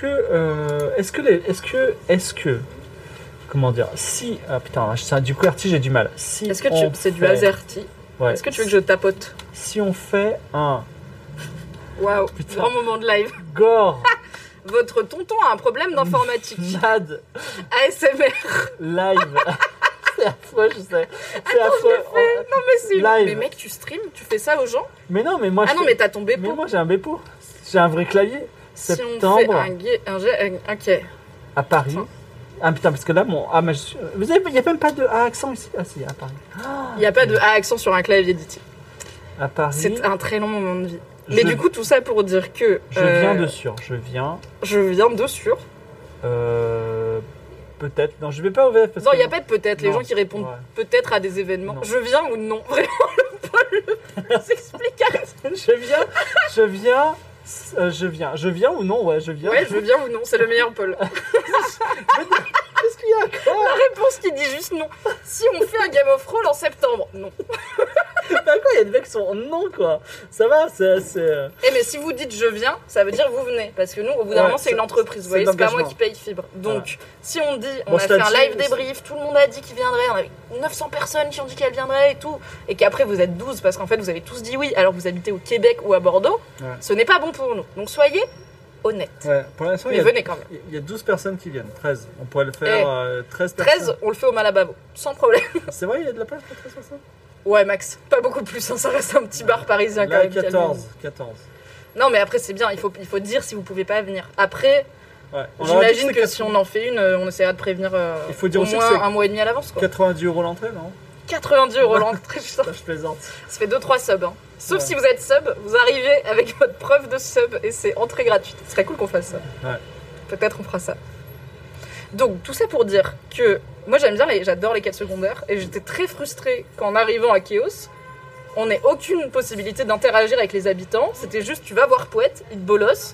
que comment dire, si putain, du QWERTY j'ai du mal. Si Est-ce que on c'est du fait- AZERTY? Ouais. Est-ce que tu veux que je tapote? Si on fait un Waouh, Putain. grand moment de live. gore Votre tonton a un problème d'informatique. mad ASMR. live. C'est affreux, je sais. C'est affreux. Non mais c'est... Live. Mais mec, tu streams? Tu fais ça aux gens? Mais non, mais moi Ah non, mais t'as ton mais Bepo. moi j'ai un Bepo. J'ai un vrai clavier. Si on Septembre fait un jet... Ok. à Paris. Attends. Ah putain, parce que là mon mais il y a même pas de A accent ici. Ah si, à Paris. Il n'y a pas de A accent sur un clavier dit. À Paris. C'est un très long moment de vie. Mais Je- du coup, tout ça pour dire que... Je viens de sur. Je viens de sur. peut-être. Non, je vais pas au VF parce Non, que il n'y a pas de peut-être. Les Non. gens qui répondent Ouais. peut-être à des événements. Non. Je viens ou non? Vraiment, le pôle s'explique. Je viens ou non, ouais, je viens. Ouais, je viens ou non, c'est le meilleur Paul. Qu'est-ce qu'il y a quoi? La réponse qui dit juste non. Si on fait un Game of Thrones en septembre, non. Bah quoi, il y a des mecs qui sont non quoi. Ça va, c'est Eh mais si vous dites je viens, ça veut dire vous venez. Parce que nous, au bout d'un Ouais, moment, c'est c'est- une entreprise. Vous c'est voyez, c'est pas moi l'engagement. qui paye Fibre. Donc, si on dit, on Bon, a fait c'est un là-dessus, live débrief, tout le monde a dit qu'il viendrait, on avait 900 personnes qui ont dit qu'elles viendraient et tout, et qu'après vous êtes 12 parce qu'en fait vous avez tous dit oui alors que vous habitez au Québec ou à Bordeaux, Ouais. ce n'est pas bon pour nous. Donc soyez honnêtes. Ouais, pour l'instant, Mais il y a- venez quand même. il y a 12 personnes qui viennent, 13. On pourrait le faire 13 13, personnes. on le fait au Malabavo, sans problème. C'est vrai, il y a de la place pour 13 personnes. Ouais, Max, pas beaucoup plus, hein, ça reste un petit bar parisien quand Là, même. 14. Non, mais après, c'est bien, il faut dire si vous pouvez pas venir. Après, Ouais. On leur a dit j'imagine c'est que si on en fait une, on essaiera de prévenir Il faut dire au aussi que moins c'est un mois et demi à l'avance. Quoi. 90 € l'entrée, non? 90 € l'entrée, putain. Je plaisante. Ça fait 2-3 subs. Hein. Sauf Ouais. si vous êtes sub, vous arrivez avec votre preuve de sub et c'est entrée gratuite. Ce serait cool qu'on fasse ça. Ouais. Peut-être on fera ça. Donc, tout ça pour dire que moi j'adore les quêtes secondaires et j'étais très frustrée qu'en arrivant à Chaos, on n'ait aucune possibilité d'interagir avec les habitants. C'était juste, tu vas voir Poète, il te bolosse,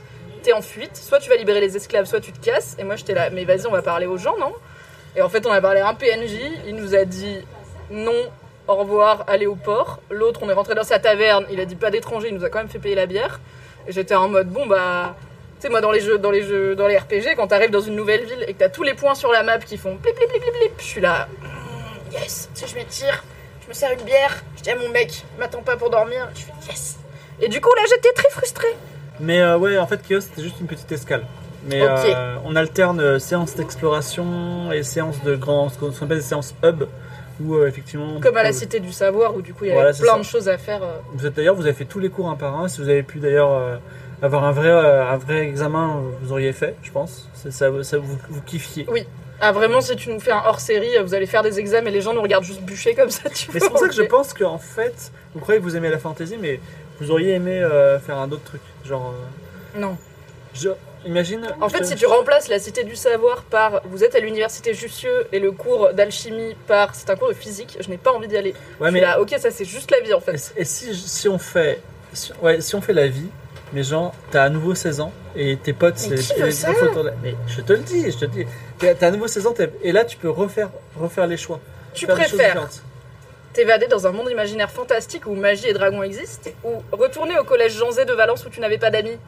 t'es en fuite, soit tu vas libérer les esclaves, soit tu te casses. Et moi j'étais là, mais vas-y, on va parler aux gens, non? Et en fait, on a parlé à un PNJ, il nous a dit non, au revoir, allez au port. L'autre, on est rentré dans sa taverne, il a dit pas d'étrangers, il nous a quand même fait payer la bière. Et j'étais en mode, bon bah, tu sais, moi dans les RPG, quand t'arrives dans une nouvelle ville et que t'as tous les points sur la map qui font plip plip plip plip plip, je suis là, yes, tu sais, je m'étire, je me sers une bière, je dis à mon mec, m'attends pas pour dormir, je fais yes. Et du coup, là, j'étais très frustrée. Mais ouais, en fait, Chaos, c'était juste une petite escale. Mais Ok. on alterne séances d'exploration et séances de grands, ce qu'on appelle des séances hub, où effectivement... Comme à la Cité du Savoir, où du coup, il y avait Voilà, c'est plein ça. de choses à faire. Vous avez fait tous les cours un par un. Si vous avez pu d'ailleurs avoir un vrai examen, vous auriez fait, je pense. Vous kiffiez. Oui. Ah, vraiment, si tu nous fais un hors-série, vous allez faire des examens et les gens nous regardent juste bûcher comme ça, tu Mais vois. c'est pour ça que je pense qu'en fait, vous croyez que vous aimez la fantasy, mais vous auriez aimé faire un autre truc. Genre, Non. imagine... En fait, si tu remplaces la Cité du Savoir par vous êtes à l'université Jussieu et le cours d'alchimie par c'est un cours de physique, je n'ai pas envie d'y aller. Ouais, Je suis là, ok, ça c'est juste la vie en fait. Et si on fait la vie, mais genre, t'as à nouveau 16 ans et tes potes, Mais qui veut ça Mais je te le dis. T'as à nouveau 16 ans et là tu peux refaire les choix. Tu Faire des choses préfères différentes. t'évader dans un monde imaginaire fantastique où magie et dragons existent ou retourner au collège Jean Zé de Valence où tu n'avais pas d'amis?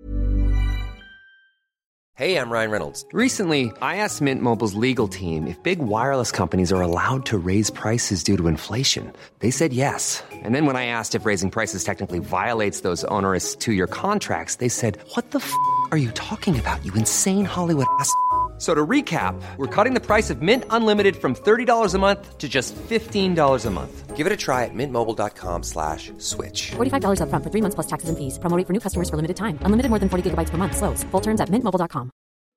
Hey, I'm Ryan Reynolds. Recently, I asked Mint Mobile's legal team if big wireless companies are allowed to raise prices due to inflation. They said yes. And then when I asked if raising prices technically violates those onerous 2-year contracts, they said, "What the f*** are you talking about, you insane Hollywood ass?" So to recap, we're cutting the price of Mint Unlimited from $30 a month to just $15 a month. Give it a try at mintmobile.com/switch. $45 up front for 3 months plus taxes and fees. Promo rate for new customers for limited time. Unlimited more than 40 gigabytes per month. Slows full terms at mintmobile.com.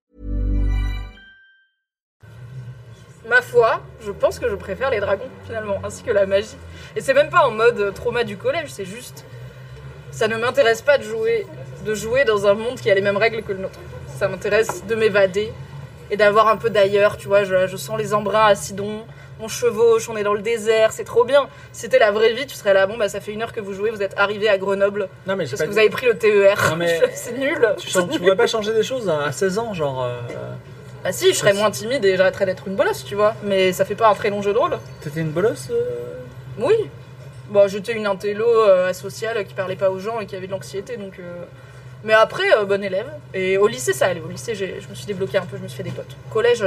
Ma foi, je pense que je préfère les dragons finalement, ainsi que la magie. Et c'est même pas en mode trauma du collège, c'est juste... Ça ne m'intéresse pas de jouer dans un monde qui a les mêmes règles que le nôtre. Ça m'intéresse de m'évader et d'avoir un peu d'ailleurs, tu vois, je sens les embruns à Sidon, on chevauche, on est dans le désert, c'est trop bien. Si c'était la vraie vie, tu serais là, bon bah ça fait 1 heure que vous jouez, vous êtes arrivé à Grenoble, Non, mais j'ai parce pas que dit- vous avez pris le TER. Non, mais- C'est nul. Tu pourrais pas changer des choses à 16 ans, genre... Bah si, je serais moins timide et j'arrêterais d'être une bolosse, tu vois. Mais ça fait pas un très long jeu de rôle. T'étais une bolosse Oui. Bon, j'étais une intello asociale qui parlait pas aux gens et qui avait de l'anxiété, donc... Mais après, bonne élève. Et au lycée, ça allait. Au lycée, je me suis débloquée un peu, je me suis fait des potes. Collège...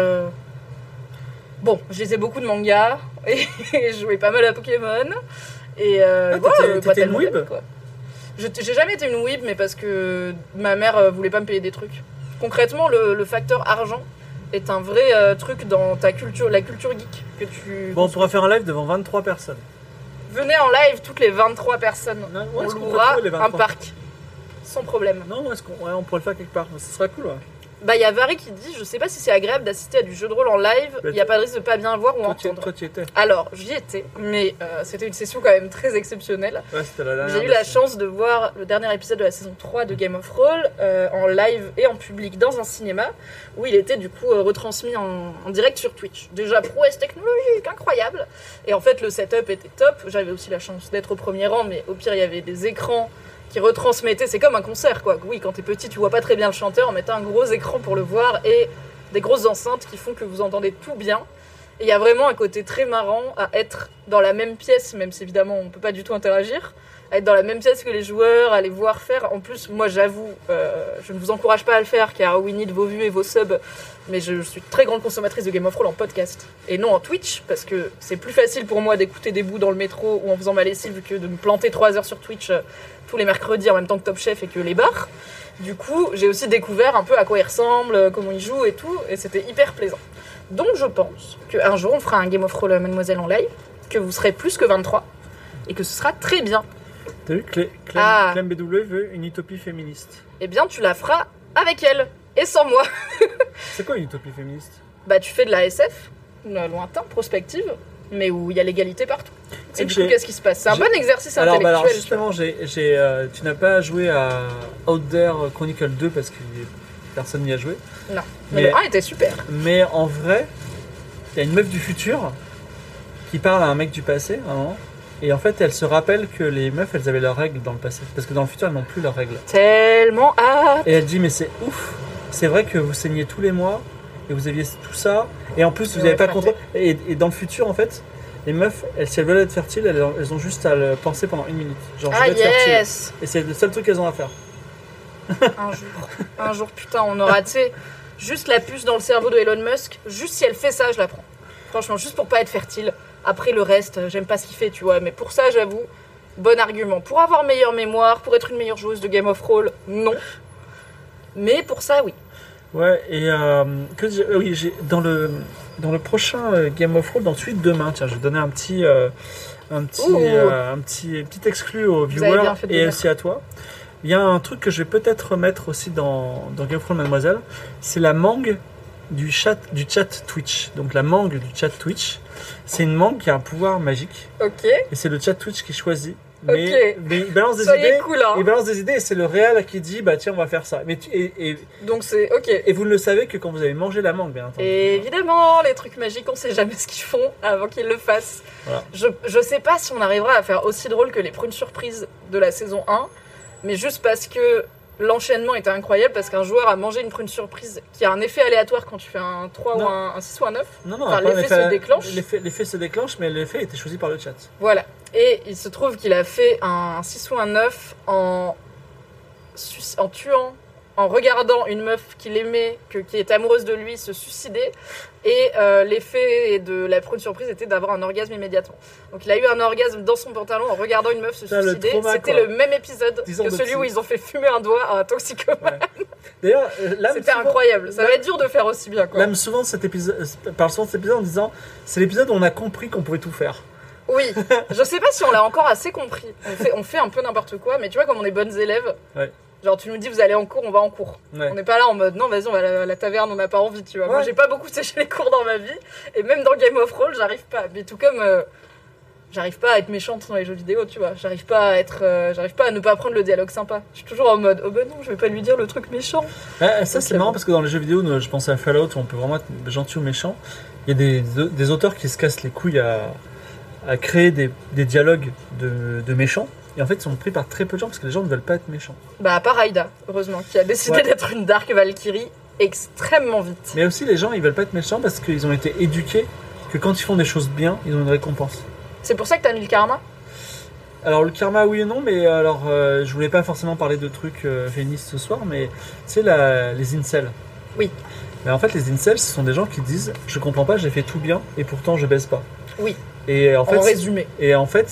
Bon, je lisais beaucoup de mangas et je jouais pas mal à Pokémon. Et t'étais pas tellement une weeb d'amis, quoi. J'ai jamais été une weeb, mais parce que ma mère voulait pas me payer des trucs. Concrètement, le facteur argent est un vrai truc dans ta culture, la culture geek que tu... Bon, on pourra faire un live devant 23 personnes. Venez en live, toutes les 23 personnes. Non, où On est-ce qu'on peut louera trouver les 23? un parc. Sans problème. Non, est-ce qu'on on pourrait le faire quelque part? Ce serait cool, ouais. Bah, il y a Vari qui dit, je sais pas si c'est agréable d'assister à du jeu de rôle en live, Bah, il n'y a pas de risque de pas bien voir ou entendre. Toi, tu y étais. Alors, j'y étais, mais c'était une session quand même très exceptionnelle. Ouais, c'était la dernière. J'ai eu la chance de voir le dernier épisode de la saison 3 de Game of Thrones en live et en public dans un cinéma où il était du coup retransmis en direct sur Twitch. Déjà prouesse technologique incroyable. Et en fait le setup était top. J'avais aussi la chance d'être au premier rang, mais au pire il y avait des écrans qui retransmettaient. C'est comme un concert quoi. Oui, quand t'es petit tu vois pas très bien le chanteur, on mettait un gros écran pour le voir et des grosses enceintes qui font que vous entendez tout bien. Et il y a vraiment un côté très marrant à être dans la même pièce, même si évidemment on peut pas du tout interagir, à être dans la même pièce que les joueurs, à les voir faire. En plus, moi j'avoue, je ne vous encourage pas à le faire car we need vos vues et vos subs, mais je suis très grande consommatrice de Game of Thrones en podcast et non en Twitch, parce que c'est plus facile pour moi d'écouter des bouts dans le métro ou en faisant ma lessive que de me planter 3 heures sur Twitch tous les mercredis en même temps que Top Chef et que les bars. Du coup, j'ai aussi découvert un peu à quoi ils ressemblent, comment ils jouent et tout, et c'était hyper plaisant. Donc je pense qu'un jour on fera un Game of Thrones Mademoiselle en live, que vous serez plus que 23, et que ce sera très bien. T'as vu, Clem BW veut une utopie féministe. Eh bien tu la feras avec elle, et sans moi. C'est quoi une utopie féministe? Bah tu fais de la SF, lointain, prospective, mais où il y a l'égalité partout. C'est Et que du coup, qu'est-ce qui se passe? C'est un bon exercice intellectuel. Alors justement, tu n'as pas joué à Out There Chronicle 2 parce que personne n'y a joué. Non, mais le 1 était super. Mais en vrai, il y a une meuf du futur qui parle à un mec du passé, à un moment, Et en fait, elle se rappelle que les meufs, elles avaient leurs règles dans le passé. Parce que dans le futur, elles n'ont plus leurs règles. Tellement hâte. Et elle dit, mais c'est ouf. C'est vrai que vous saignez tous les mois et vous aviez tout ça. Et en plus, vous n'avez pas contrôle. Et dans le futur, en fait, les meufs, si elles veulent être fertiles, elles ont juste à le penser pendant 1 minute. Genre, je vais être fertile. Et c'est le seul truc qu'elles ont à faire. Un jour, putain, on aura, tu sais, juste la puce dans le cerveau de Elon Musk. Juste si elle fait ça, je la prends. Franchement, juste pour pas être fertile. Après, le reste, j'aime pas ce qu'il fait, tu vois. Mais pour ça, j'avoue, bon argument. Pour avoir meilleure mémoire, pour être une meilleure joueuse de Game of Thrones, non. Mais pour ça, oui. Ouais, et dans le prochain Game of Thrones, dans Suite demain, tiens, je vais donner un petit exclu aux viewers et aussi à toi. Il y a un truc que je vais peut-être remettre aussi dans Game of Thrones Mademoiselle, c'est la mangue du chat Twitch. Donc la mangue du chat Twitch, c'est une mangue qui a un pouvoir magique. Ok. Et c'est le chat Twitch qui choisit. Mais il balance des Soyez idées. cool, hein. Il balance des idées et c'est le réel qui dit bah tiens on va faire ça. Donc c'est ok. Et vous ne le savez que quand vous avez mangé la mangue, bien entendu. Et évidemment, les trucs magiques, on sait jamais ce qu'ils font avant qu'ils le fassent. Voilà. Je sais pas si on arrivera à faire aussi drôle que les prunes surprises de la saison 1, mais juste parce que l'enchaînement était incroyable, parce qu'un joueur a mangé une prune surprise qui a un effet aléatoire quand tu fais un 3 ou un 6 ou un 9. Non, enfin, l'effet se déclenche. L'effet se déclenche, mais l'effet était choisi par le chat. Voilà. Et il se trouve qu'il a fait un 6 ou un 9 en tuant, en regardant une meuf qu'il aimait, qui est amoureuse de lui, se suicider. Et l'effet de la prune surprise était d'avoir un orgasme immédiatement. Donc il a eu un orgasme dans son pantalon en regardant une meuf se suicider. C'était le même épisode que celui où ils ont fait fumer un doigt à un toxicomane. Ouais. D'ailleurs, c'était incroyable. Ça va être dur de faire aussi bien. L'âme souvent de cet épisode, parle souvent de cet épisode en disant c'est l'épisode où on a compris qu'on pouvait tout faire. Oui, je sais pas si on l'a encore assez compris. On fait un peu n'importe quoi, mais tu vois, comme on est bonnes élèves, ouais. Genre tu nous dis vous allez en cours, on va en cours. Ouais. On n'est pas là en mode non vas-y on va à la taverne, on n'a pas envie, tu vois. Ouais. Moi j'ai pas beaucoup séché les cours dans ma vie, et même dans Game of Thrones j'arrive pas. Mais tout comme j'arrive pas à être méchante dans les jeux vidéo, tu vois. J'arrive pas à ne pas prendre le dialogue sympa. Je suis toujours en mode oh ben non je vais pas lui dire le truc méchant. Ça c'est marrant parce que dans les jeux vidéo, je pense à Fallout où on peut vraiment être gentil ou méchant. Il y a des auteurs qui se cassent les couilles à créer des dialogues de méchants. Et en fait, ils sont pris par très peu de gens parce que les gens ne veulent pas être méchants. Bah, à part Aïda, heureusement, qui a décidé d'être une Dark Valkyrie extrêmement vite. Mais aussi, les gens, ils veulent pas être méchants parce qu'ils ont été éduqués que quand ils font des choses bien, ils ont une récompense. C'est pour ça que t'as mis le karma ? Alors, le karma, oui et non, mais alors, je voulais pas forcément parler de trucs féministes ce soir, mais tu sais, les incels. Oui. Mais en fait, les incels, ce sont des gens qui disent je comprends pas, j'ai fait tout bien et pourtant je baisse pas. Oui. Et en résumé. Et en fait,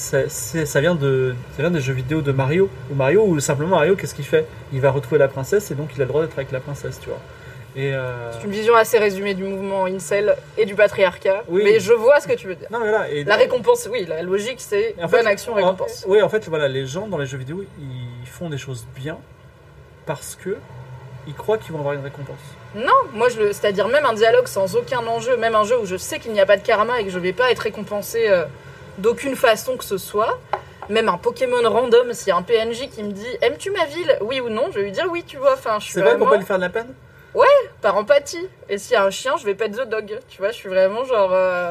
ça vient des jeux vidéo de Mario. Ou simplement Mario, qu'est-ce qu'il fait ? Il va retrouver la princesse et donc il a le droit d'être avec la princesse, tu vois. C'est une vision assez résumée du mouvement incel et du patriarcat. Oui. Mais je vois ce que tu veux dire. Non, mais voilà, la récompense, oui, la logique c'est bonne action, récompense. Oui, en fait, voilà, les gens dans les jeux vidéo, ils font des choses bien parce que ils croient qu'ils vont avoir une récompense. Non, moi c'est-à-dire même un dialogue sans aucun enjeu, même un jeu où je sais qu'il n'y a pas de karma et que je vais pas être récompensé d'aucune façon que ce soit, même un Pokémon random, s'il y a un PNJ qui me dit « Aimes-tu ma ville ? Oui ou non ?» Je vais lui dire « Oui, tu vois, enfin je suis C'est vrai qu'on peut lui faire de la peine ? Ouais, par empathie. Et s'il y a un chien, je vais pet the dog, tu vois, je suis vraiment genre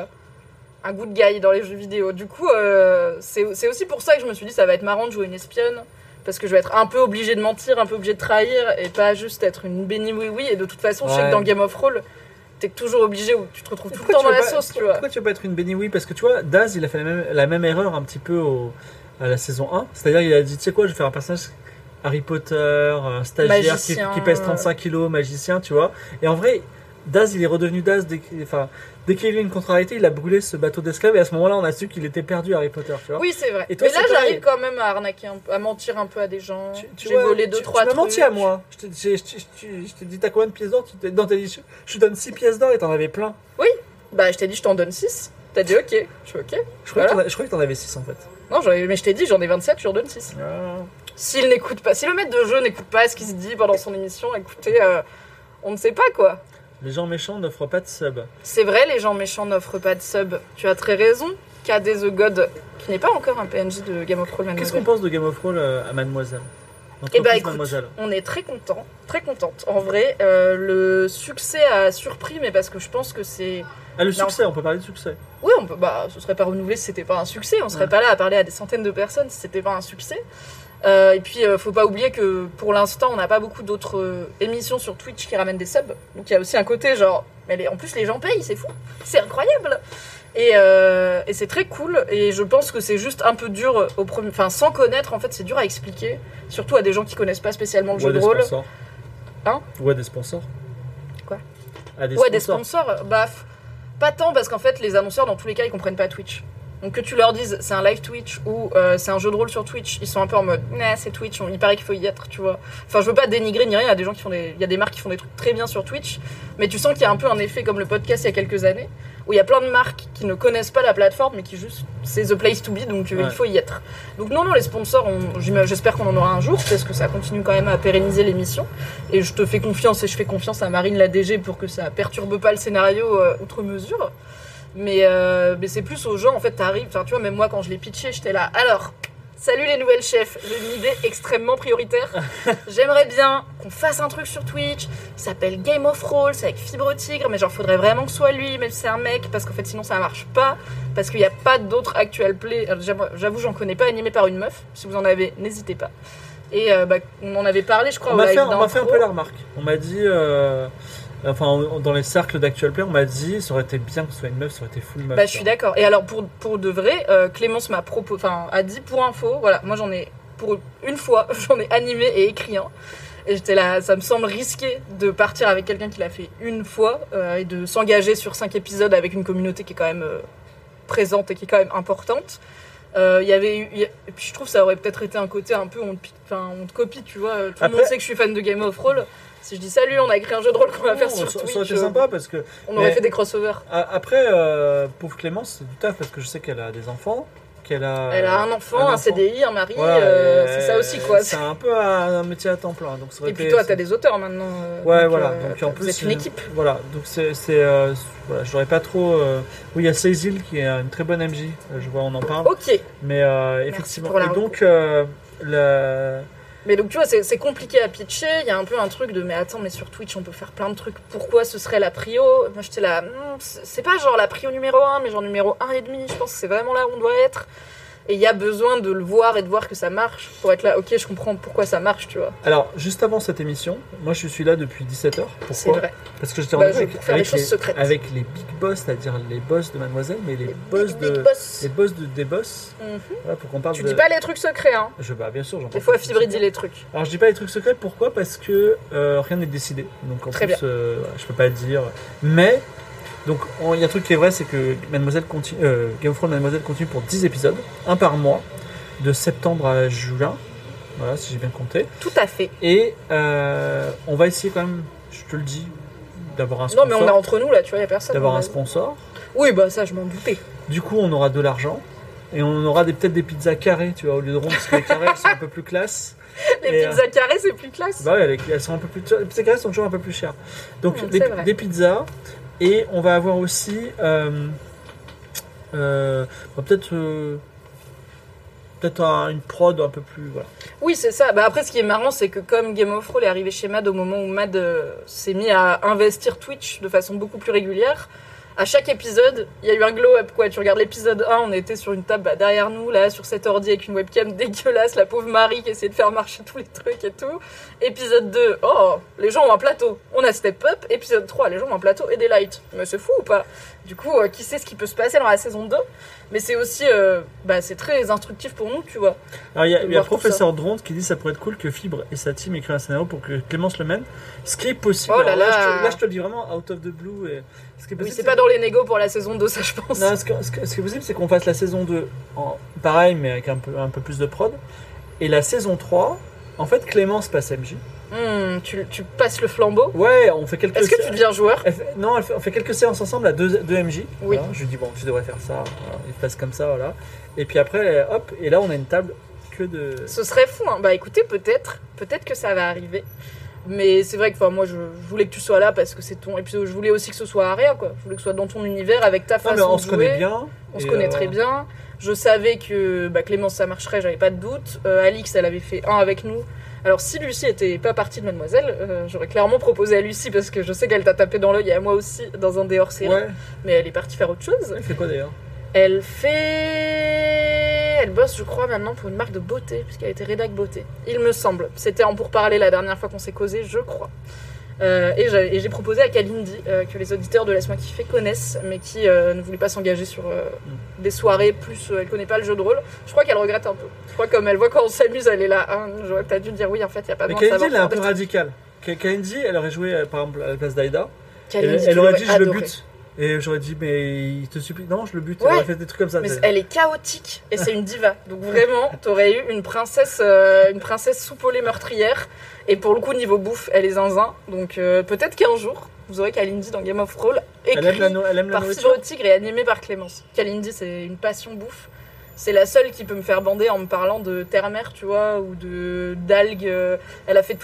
un good guy dans les jeux vidéo. Du coup, c'est aussi pour ça que je me suis dit ça va être marrant de jouer une espionne. Parce que je vais être un peu obligée de mentir, un peu obligée de trahir, et pas juste être une béni oui-oui. Et de toute façon, je sais que dans Game of Thrones, t'es toujours obligé, ou tu te retrouves tout le temps dans la sauce, tu vois. Pourquoi tu veux pas être une béni oui ? Parce que tu vois, Daz, il a fait la même erreur un petit peu à la saison 1. C'est-à-dire, il a dit, tu sais quoi, je vais faire un personnage Harry Potter, un stagiaire qui pèse 35 kilos, magicien, tu vois. Et en vrai, Daz, il est redevenu Daz dès qu'il y a eu une contrariété, il a brûlé ce bateau d'esclaves et à ce moment-là, on a su qu'il était perdu, Harry Potter, tu vois. Oui, c'est vrai. Et toi, mais là, j'arrive quand même à arnaquer, à mentir un peu à des gens. J'ai volé 2-3 trucs. Tu m'as menti à moi. Je t'ai dit, t'as combien de pièces d'or ? Non, t'as dit, je te donne 6 pièces d'or et t'en avais plein. Oui, bah je t'ai dit, je t'en donne 6. T'as dit, ok. Je suis ok. Je croyais que t'en avais 6 en fait. Non, mais je t'ai dit, j'en ai 27, je leur donne 6. S'il n'écoute pas, si le maître de jeu n'écoute pas ce qu'il se dit pendant son émission, écoutez, on ne sait pas quoi. Les gens méchants n'offrent pas de sub. C'est vrai, les gens méchants n'offrent pas de sub. Tu as très raison. KD The God, qui n'est pas encore un PNJ de Game of Thrones. Qu'est-ce qu'on pense de Game of Thrones à Mademoiselle ? Et bah écoute, on est très contente. En vrai, le succès a surpris, mais parce que je pense que c'est... Ah, le succès, on peut parler de succès. Oui, on peut, ce serait pas renouvelé si c'était pas un succès. On serait pas là à parler à des centaines de personnes si c'était pas un succès. Et puis, faut pas oublier que pour l'instant, on n'a pas beaucoup d'autres émissions sur Twitch qui ramènent des subs. Donc il y a aussi un côté genre, mais en plus les gens payent, c'est fou, c'est incroyable. Et c'est très cool. Et je pense que c'est juste un peu dur sans connaître. En fait, c'est dur à expliquer, surtout à des gens qui connaissent pas spécialement le jeu de rôle. Sponsors. Hein ? Ou à des sponsors. Quoi ? Des sponsors. Pas tant parce qu'en fait, les annonceurs dans tous les cas, ils comprennent pas Twitch. Donc que tu leur dises c'est un live Twitch ou c'est un jeu de rôle sur Twitch, ils sont un peu en mode c'est Twitch, il paraît qu'il faut y être, tu vois. Enfin, je veux pas dénigrer ni rien, il y a des gens il y a des marques qui font des trucs très bien sur Twitch, mais tu sens qu'il y a un peu un effet comme le podcast il y a quelques années où il y a plein de marques qui ne connaissent pas la plateforme mais qui juste c'est the place to be, donc il faut y être. Donc non, les sponsors, j'espère qu'on en aura un jour parce que ça continue quand même à pérenniser l'émission et je te fais confiance et je fais confiance à Marine la DG pour que ça perturbe pas le scénario outre mesure. Mais c'est plus aux gens, en fait, t'arrives, tu vois, même moi quand je l'ai pitché, j'étais là, alors, salut les nouvelles chefs, j'ai une idée extrêmement prioritaire, j'aimerais bien qu'on fasse un truc sur Twitch, il s'appelle Game of Roll, c'est avec Fibre Tigre, mais genre faudrait vraiment que ce soit lui, même si c'est un mec, parce qu'en fait sinon ça marche pas, parce qu'il n'y a pas d'autres actual play, j'avoue j'en connais pas animé par une meuf, si vous en avez, n'hésitez pas. Et on en avait parlé, je crois, on m'a fait un peu la remarque, on m'a dit... dans les cercles d'actual play, on m'a dit ça aurait été bien que ce soit une meuf, ça aurait été full meuf. Je suis d'accord. Et alors pour de vrai, Clémence a dit pour info, voilà, moi pour une fois, j'en ai animé et écrit un. Et j'étais là, ça me semble risqué de partir avec quelqu'un qui l'a fait une fois et de s'engager sur 5 épisodes avec une communauté qui est quand même présente et qui est quand même importante. Et puis je trouve que ça aurait peut-être été un côté un peu on te copie, tu vois. Tout le monde sait que je suis fan de Game of Roll. Si je dis salut, on a écrit un jeu de rôle qu'on va faire sur Twitch. Ça aurait été sympa parce que. On aurait fait des crossovers. Après, pauvre Clémence, c'est du taf parce que je sais qu'elle a des enfants. Elle a un enfant, un CDI, un mari, c'est ça aussi quoi. C'est un peu un métier à temps plein. Donc et puis toi, t'as des auteurs maintenant. Ouais, voilà. Donc en plus, vous êtes une équipe. Voilà, donc voilà, j'aurais pas trop. Oui, il y a Cécile qui est une très bonne MJ. Je vois, on en parle. Ok. Mais effectivement. Et donc Mais donc tu vois, c'est compliqué à pitcher, il y a un peu un truc de mais attends, mais sur Twitch on peut faire plein de trucs, pourquoi ce serait la prio ? Moi j'étais là, c'est pas genre la prio numéro 1, mais genre numéro 1,5, je pense que c'est vraiment là où on doit être. Et il y a besoin de le voir et de voir que ça marche pour être là, ok, je comprends pourquoi ça marche, tu vois. Alors, juste avant cette émission, moi je suis là depuis 17h. Pourquoi ? C'est vrai. Parce que j'étais rendu avec les big boss, c'est-à-dire les boss de Mademoiselle, mais les boss des boss. Voilà, pour qu'on parle tu dis pas les trucs secrets, hein. Bien sûr, j'en parle. Des fois, Fibre dit les trucs. Alors, je dis pas les trucs secrets, pourquoi ? Parce que rien n'est décidé. Donc, en très plus, je peux pas le dire. Mais. Donc, il y a un truc qui est vrai, c'est que Game of Thrones Mademoiselle continue pour 10 épisodes, un par mois, de septembre à juin, voilà, si j'ai bien compté. Tout à fait. Et on va essayer quand même, je te le dis, d'avoir un sponsor. Non, mais on est entre nous, là, tu vois, il n'y a personne. D'avoir un sponsor. Oui, ça, je m'en doutais. Du coup, on aura de l'argent, et on aura peut-être des pizzas carrées, tu vois, au lieu de rondes, parce que les carrées, elles sont un peu plus classe. Les pizzas carrées, c'est plus classe. Bah ouais, elles sont un peu plus... Les pizzas carrées sont toujours un peu plus chères. Donc, des pizzas... Et on va avoir aussi peut-être une prod un peu plus... Voilà. Oui, c'est ça. Après, ce qui est marrant, c'est que comme Game of Roll est arrivé chez Mad au moment où Mad s'est mis à investir Twitch de façon beaucoup plus régulière, à chaque épisode, il y a eu un glow-up, quoi. Tu regardes l'épisode 1, on était sur une table derrière nous, là, sur cet ordi avec une webcam dégueulasse, la pauvre Marie qui essayait de faire marcher tous les trucs et tout. Épisode 2, les gens ont un plateau. On a step up. Épisode 3, les gens ont un plateau et des lights. Mais c'est fou ou pas ? Du coup, qui sait ce qui peut se passer dans la saison 2 ? Mais c'est aussi, c'est très instructif pour nous, tu vois. Alors, il y a Professeur Dronte qui dit que ça pourrait être cool que Fibre et sa team écrivent un scénario pour que Clémence le mène. Ce qui est possible. Oh là là. Là, je te le dis vraiment out of the blue. Et ce qui est possible, oui, c'est pas dans les négos pour la saison 2, ça, je pense. Non, ce qui est possible, c'est qu'on fasse la saison 2 pareil, mais avec un peu plus de prod. Et la saison 3, en fait, Clémence passe MJ. Tu passes le flambeau. Ouais, on fait quelques... Est-ce que tu deviens joueur ? Non, on fait quelques séances ensemble à 2 MJ. Oui. Voilà. Je lui dis, bon, tu devrais faire ça. Voilà. Il passe comme ça, voilà. Et puis après, hop, et là, on a une table que de... Ce serait fou, hein. Écoutez, peut-être que ça va arriver. Mais c'est vrai que moi je voulais que tu sois là parce que c'est ton. Et puis je voulais aussi que ce soit Aria, quoi. Je voulais que ce soit dans ton univers avec ta façon de jouer. On se connaît bien. On se connaît très bien. Je savais que Clémence ça marcherait, j'avais pas de doute. Alix elle avait fait 1 avec nous. Alors si Lucie était pas partie de Mademoiselle, j'aurais clairement proposé à Lucie parce que je sais qu'elle t'a tapé dans l'œil et à moi aussi dans un des hors-série. Ouais. Mais elle est partie faire autre chose. Elle fait quoi d'ailleurs ? Elle bosse, je crois, maintenant pour une marque de beauté, puisqu'elle était rédac beauté. Il me semble. C'était en pourparlers la dernière fois qu'on s'est causé, je crois. Et j'ai proposé à Kalindi, que les auditeurs de Laisse-moi kiffer connaissent, mais qui ne voulait pas s'engager sur des soirées, plus elle connaît pas le jeu de rôle. Je crois qu'elle regrette un peu. Je crois comme elle voit quand on s'amuse, elle est là. J'aurais peut-être dû dire oui, en fait, il n'y a pas besoin de savoir. Mais Kalindi, elle est un peu radicale. Kalindi, elle aurait joué, par exemple, à la place d'Aïda. Elle aurait dit, je le bute. Et j'aurais dit, mais il te supplie. Non, je le bute. Ouais. Elle aurait fait des trucs comme ça. Mais elle est chaotique et c'est une diva. Donc vraiment, t'aurais eu une princesse soupolée meurtrière. Et pour le coup, niveau bouffe, elle est zinzin. Donc peut-être qu'un jour, vous aurez Kalindi dans Game of Thrones, écrit par Fibre Tigre et animé par Clémence. Kalindi, c'est une passion bouffe. C'est la seule qui peut me faire bander en me parlant de terre-mer, tu vois, ou d'algues. Elle a fait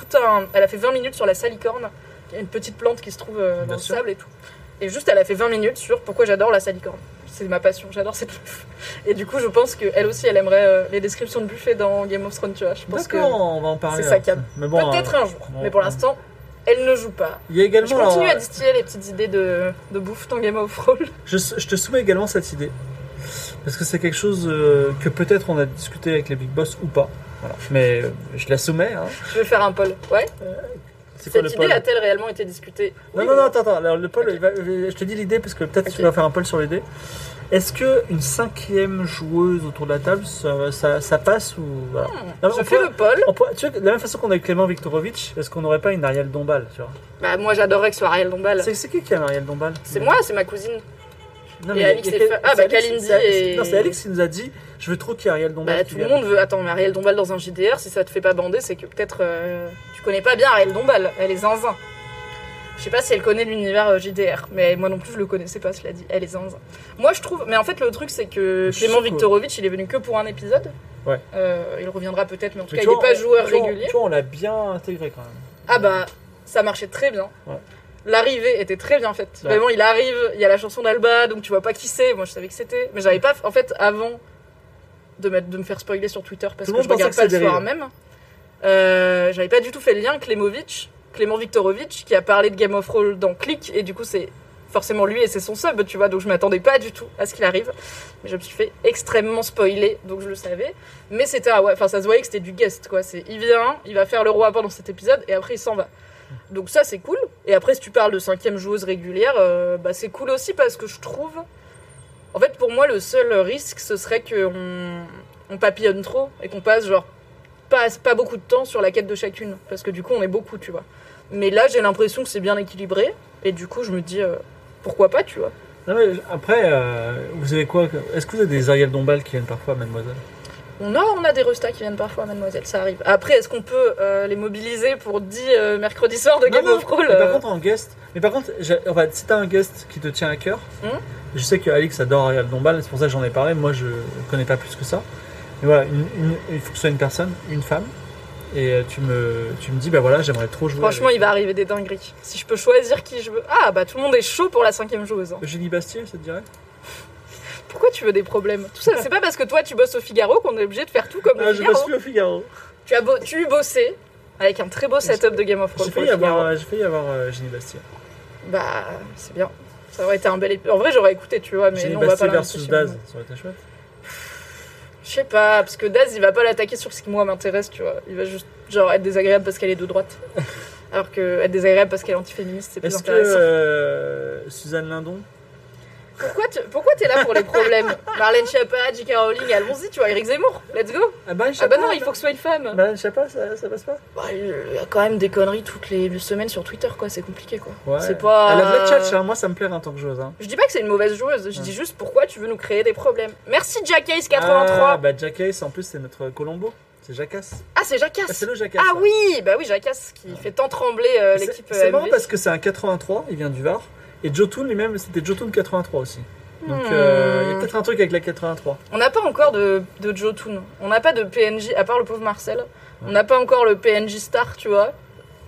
20 minutes sur la salicorne, une petite plante qui se trouve dans le sable et tout. Et juste, elle a fait 20 minutes sur pourquoi j'adore la salicorne. C'est ma passion, j'adore cette bouffe. Et du coup, je pense qu'elle aussi, elle aimerait les descriptions de buffet dans Game of Thrones, tu vois. Je pense on va en parler. C'est sa cam. Bon, peut-être un jour. Mais pour l'instant, elle ne joue pas. Il y a également je continue à distiller les petites idées de bouffe dans Game of Thrones. Je te soumets également cette idée. Parce que c'est quelque chose que peut-être on a discuté avec les Big Boss ou pas. Voilà. Mais je la soumets. Hein. Je vais faire un poll. Ouais. Cette idée a-t-elle réellement été discutée ? Non, attends. Alors, le poll, je te dis l'idée parce que peut-être tu vas faire un poll sur l'idée. Est-ce qu'une 5e joueuse autour de la table, ça passe ou voilà. Je fais le poll. Tu vois, de la même façon qu'on a eu Clément Viktorovitch, est-ce qu'on n'aurait pas une Ariel Dombal, tu vois ? Moi, j'adorerais que ce soit Ariel Dombal. C'est qui a Ariel Dombal ? C'est moi, c'est ma cousine. Non, mais Alix Kalindi et... Non, c'est Alix qui nous a dit je veux trop qu'il y ait Ariel Dombal. Tout le monde veut. Attends, mais Ariel Dombal dans un JDR, si ça te fait pas bander, c'est que peut-être tu connais pas bien Ariel Dombal. Elle est zinzin. Je sais pas si elle connaît l'univers JDR, mais moi non plus je le connaissais pas, cela dit. Elle est zinzin. Moi je trouve. Mais en fait, le truc c'est que Clément Viktorovitch, il est venu que pour un épisode. Ouais. Il reviendra peut-être, mais en tout cas, il n'est pas joueur régulier. Tu vois, on l'a bien intégré quand même. Ah ça marchait très bien. Ouais. L'arrivée était très bien faite. Ouais. Vraiment, il arrive, il y a la chanson d'Alba, donc tu vois pas qui c'est. Moi, je savais que c'était. Mais j'avais pas. En fait, avant de me faire spoiler sur Twitter, parce que je regarde pas le soir même, j'avais pas du tout fait le lien. Clément Viktorovitch, qui a parlé de Game of Thrones dans Click, et du coup, c'est forcément lui et c'est son sub, tu vois. Donc, je m'attendais pas du tout à ce qu'il arrive. Mais je me suis fait extrêmement spoiler, donc je le savais. Mais c'était. ça se voyait que c'était du guest, quoi. Il vient, il va faire le roi pendant cet épisode, et après, il s'en va. Donc ça c'est cool. Et après si tu parles de 5e joueuse régulière, c'est cool aussi parce que je trouve... En fait pour moi le seul risque ce serait qu'on papillonne trop et qu'on passe pas beaucoup de temps sur la quête de chacune. Parce que du coup on est beaucoup, tu vois. Mais là j'ai l'impression que c'est bien équilibré et du coup je me dis pourquoi pas, tu vois. Non mais après vous avez quoi ? Est-ce que vous avez des Ariel Dombal qui viennent parfois à Mademoiselle ? On a des restas qui viennent parfois à Mademoiselle, ça arrive. Après, est-ce qu'on peut les mobiliser pour 10 mercredis soirs de Game of Thrones mais par contre, en guest... Mais par contre, si t'as un guest qui te tient à cœur, je sais que Alix adore Ariel Dombal, c'est pour ça que j'en ai parlé, moi je connais pas plus que ça. Mais voilà, il faut que ce soit une personne, une femme, et tu me dis, voilà, j'aimerais trop jouer. Franchement, il va arriver des dingueries. Si je peux choisir qui je veux... tout le monde est chaud pour la 5e joueuse. Eugénie Bastier, ça te dirait ? Pourquoi tu veux des problèmes ? Tout ça, c'est pas parce que toi tu bosses au Figaro qu'on est obligé de faire tout comme le Figaro. Je bosse plus au Figaro. Tu bossais avec un très beau setup de Game of Thrones. J'ai failli y avoir Eugénie Bastier. C'est bien. Ça aurait été un bel épisode. En vrai, j'aurais écouté, tu vois, mais Eugénie non, on va pas versus Daz, ça aurait été chouette. Je sais pas, parce que Daz, il va pas l'attaquer sur ce qui moi m'intéresse, tu vois. Il va juste être désagréable parce qu'elle est de droite. Alors que être désagréable parce qu'elle est antiféministe, c'est plus intéressant. Est-ce que Suzanne Lindon? Pourquoi t'es là pour les problèmes ? Marlène Schiappa, J.K. Rowling, allons-y, tu vois, Eric Zemmour, let's go. Non, il faut que ce soit une femme. Marlène Schiappa, ça passe pas ? Il y a quand même des conneries toutes les semaines sur Twitter, quoi, c'est compliqué, quoi. Ouais. C'est pas... Elle a de la tchatch, moi ça me plaît en tant que joueuse. Hein. Je dis pas que c'est une mauvaise joueuse, je dis juste pourquoi tu veux nous créer des problèmes. Merci Jackass83. Jackass, en plus c'est notre Colombo. C'est Jackass. Ah, c'est Jackass. C'est le Jackass. Ah oui, Jackass qui fait tant trembler l'équipe. C'est marrant parce que c'est un 83, il vient du Var. Et Jotun lui-même, c'était Jotun 83 aussi. Donc il y a peut-être un truc avec la 83. On n'a pas encore de Jotun. On n'a pas de PNJ, à part le pauvre Marcel. Ouais. On n'a pas encore le PNJ star, tu vois.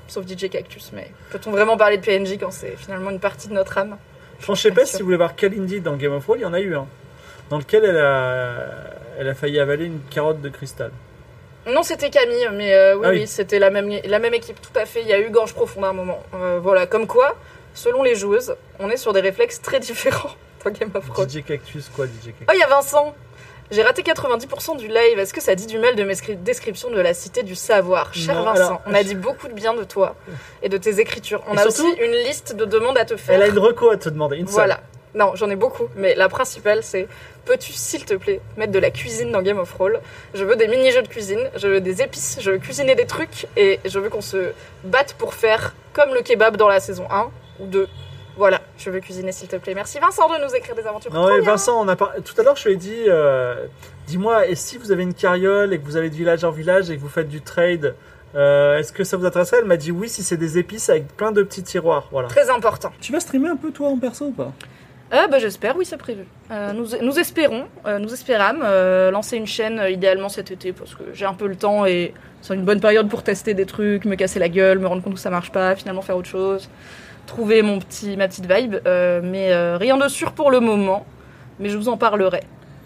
sauf DJ Cactus, mais peut-on vraiment parler de PNJ quand c'est finalement une partie de notre âme? Je sais pas si vous voulez voir Kalindi dans Game of Thrones, il y en a eu un. Dans lequel elle a failli avaler une carotte de cristal. Non, c'était Camille, mais oui, c'était la même équipe, tout à fait. Il y a eu Gorge Profonde à un moment. Voilà, comme quoi, selon les joueuses, on est sur des réflexes très différents dans Game of Thrones. DJ Cactus, quoi, DJ Cactus? Oh, il y a Vincent! J'ai raté 90% du live. Est-ce que ça dit du mal de mes descriptions de la cité du savoir? Cher Non, Vincent, alors, on a dit beaucoup de bien de toi et de tes écritures. On Et a surtout, aussi une liste de demandes à te faire. Elle a une reco à te demander, une seule. Voilà. Non, j'en ai beaucoup, mais la principale, c'est peux-tu, s'il te plaît, mettre de la cuisine dans Game of Thrones? Je veux des mini-jeux de cuisine, je veux des épices, je veux cuisiner des trucs, et je veux qu'on se batte pour faire comme le kebab dans la saison 1 ou 2. Voilà, je veux cuisiner, s'il te plaît. Merci Vincent de nous écrire des aventures. Non, mais Vincent, tout à l'heure, je lui ai dit, dis-moi, et si vous avez une carriole et que vous allez de village en village et que vous faites du trade, est-ce que ça vous intéresserait? Elle m'a dit oui, si c'est des épices avec plein de petits tiroirs. Voilà. Très important. Tu vas streamer un peu, toi, en perso ou pas? J'espère, oui, c'est prévu. Nous espérons, nous espérâmes lancer une chaîne idéalement cet été parce que j'ai un peu le temps et c'est une bonne période pour tester des trucs, me casser la gueule, me rendre compte que ça marche pas, finalement faire autre chose, trouver ma petite vibe, mais rien de sûr pour le moment, mais je vous en parlerai.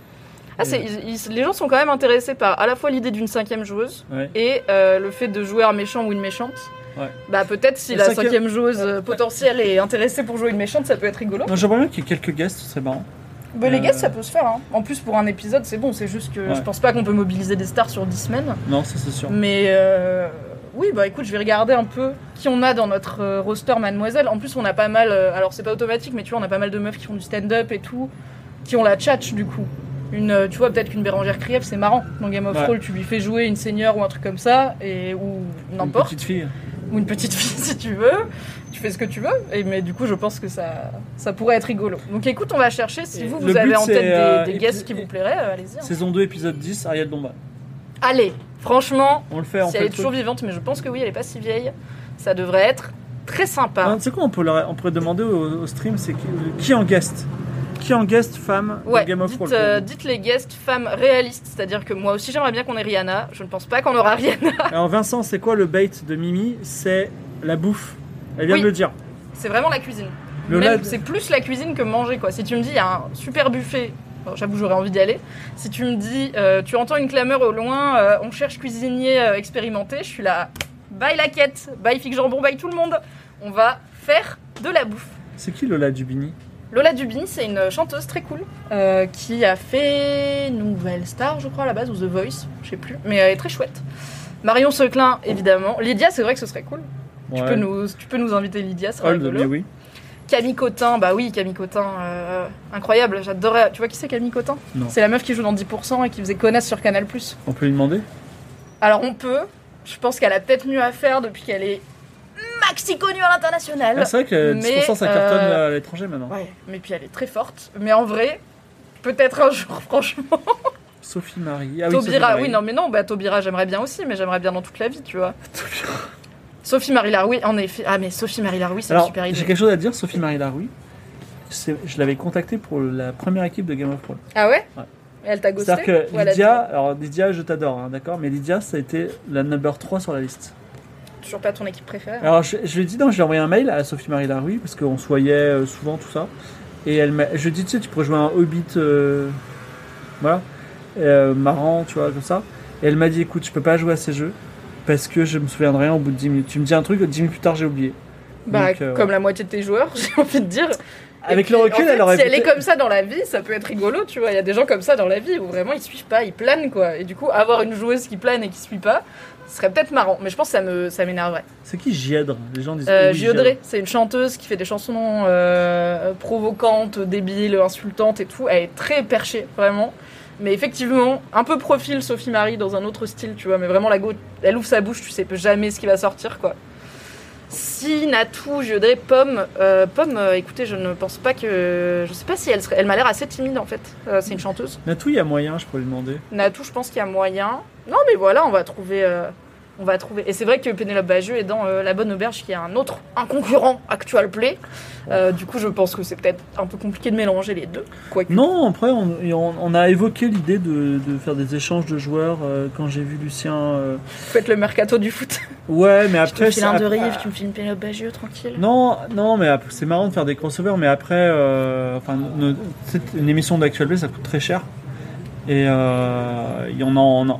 Les gens sont quand même intéressés par à la fois l'idée d'une 5e joueuse et le fait de jouer un méchant ou une méchante. Ouais. Bah peut-être si la 5e joueuse potentielle est intéressée pour jouer une méchante, ça peut être rigolo. Non, j'aimerais bien qu'il y ait quelques guests, ce serait marrant. Bah, les guests, ça peut se faire. Hein. En plus, pour un épisode, c'est bon. C'est juste que je pense pas qu'on peut mobiliser des stars sur 10 semaines. Non, ça c'est sûr. Mais oui, bah écoute, je vais regarder un peu qui on a dans notre roster Mademoiselle. En plus, on a pas mal. Alors, c'est pas automatique, mais tu vois, on a pas mal de meufs qui font du stand-up et tout, qui ont la tchatch du coup. Tu vois, peut-être qu'une Bérangère Krief, c'est marrant. Dans Game of Thrones, tu lui fais jouer une seigneur ou un truc comme ça, ou n'importe. Une petite fille. Ou une petite fille si tu veux, tu fais ce que tu veux, mais du coup je pense que ça pourrait être rigolo. Donc écoute, on va chercher, si vous avez en tête des guests qui vous plairaient, allez-y. Hein. Saison 2, épisode 10, Ariel Dombal. Allez, franchement, on le fait, si elle est toujours vivante, mais je pense que oui, elle est pas si vieille, ça devrait être très sympa. Tu sais quoi, on pourrait demander au stream, c'est qui en guest? Qui en guest femme de Game of Thrones? Dites les guests femmes réalistes, c'est-à-dire que moi aussi j'aimerais bien qu'on ait Rihanna, je ne pense pas qu'on aura Rihanna. Alors Vincent, c'est quoi le bait de Mimi? C'est la bouffe. Elle vient de le dire. C'est vraiment la cuisine. C'est plus la cuisine que manger quoi. Si tu me dis il y a un super buffet, bon, j'avoue j'aurais envie d'y aller. Si tu me dis tu entends une clameur au loin, on cherche cuisinier expérimenté, je suis là, bye la quête, bye Fig Jambon, bye tout le monde. On va faire de la bouffe. C'est qui Lola Dubini? Lola Dubini, c'est une chanteuse très cool qui a fait Nouvelle Star, je crois, à la base, ou The Voice, je sais plus, mais elle est très chouette. Marion Seclin, évidemment. Lydia, c'est vrai que ce serait cool. Ouais. Tu peux nous inviter Lydia, ce serait rigolo. Oui. Camille Cotin, bah oui, Camille Cotin, incroyable, j'adorais. Tu vois qui c'est Camille Cotin? Non. C'est la meuf qui joue dans 10% et qui faisait connasse sur Canal+. On peut lui demander? Alors on peut, je pense qu'elle a peut-être mieux à faire depuis qu'elle est maxi connue à l'international. C'est vrai que 10% ça cartonne à l'étranger maintenant. Ouais, mais puis elle est très forte. Mais en vrai, peut-être un jour, franchement. Sophie Marie. Taubira, oui, Taubira, j'aimerais bien aussi, mais j'aimerais bien dans toute la vie, tu vois. Sophie Marie Laroui, en effet. Ah, mais Sophie Marie Laroui, c'est une super idée. J'ai quelque chose à dire, Sophie Marie Laroui. Je l'avais contactée pour la première équipe de Game of Thrones. Ah ouais? Ouais. Et elle t'a ghosté? C'est-à-dire que Lydia, je t'adore, hein, d'accord, mais Lydia, ça a été la number 3 sur la liste. Toujours pas ton équipe préférée? Alors je lui ai dit non, je lui ai envoyé un mail à Sophie Marie Laroui parce qu'on se voyait souvent tout ça, et je lui ai dit tu sais tu pourrais jouer un Hobbit marrant tu vois comme ça, et elle m'a dit écoute je peux pas jouer à ces jeux parce que je me souviens de rien au bout de 10 minutes, tu me dis un truc 10 minutes plus tard j'ai oublié. Donc, comme la moitié de tes joueurs, j'ai envie de dire. Avec le recul, elle aurait si elle est comme ça dans la vie, ça peut être rigolo, tu vois. Il y a des gens comme ça dans la vie où vraiment ils suivent pas, ils planent quoi. Et du coup, avoir une joueuse qui plane et qui suit pas, ce serait peut-être marrant. Mais je pense que ça m'énerverait. C'est qui Gièdre? Les gens disent Gièdre, c'est une chanteuse qui fait des chansons provocantes, débiles, insultantes et tout. Elle est très perchée, vraiment. Mais effectivement, un peu profil Sophie Marie dans un autre style, tu vois. Mais vraiment, elle ouvre sa bouche, tu sais jamais ce qui va sortir quoi. Si Natou, Gièdre, Pomme, écoutez, je ne pense pas que... Je sais pas si elle m'a l'air assez timide en fait, c'est une chanteuse. Natou, il y a moyen, je pourrais lui demander. Natou, je pense qu'il y a moyen. Non mais voilà, on va trouver on va trouver. Et c'est vrai que Pénélope Bagieux est dans La Bonne Auberge, qui est un concurrent Actual Play. Du coup, je pense que c'est peut-être un peu compliqué de mélanger les deux. Quoique. Non, après, on a évoqué l'idée de faire des échanges de joueurs quand j'ai vu Lucien. Faites le mercato du foot. Ouais, mais après. Je te file un de Rive, tu me files une Pénélope Bagieux, tranquille. Non, mais après, c'est marrant de faire des crossovers, mais après, c'est une émission d'Actual Play, ça coûte très cher. Et on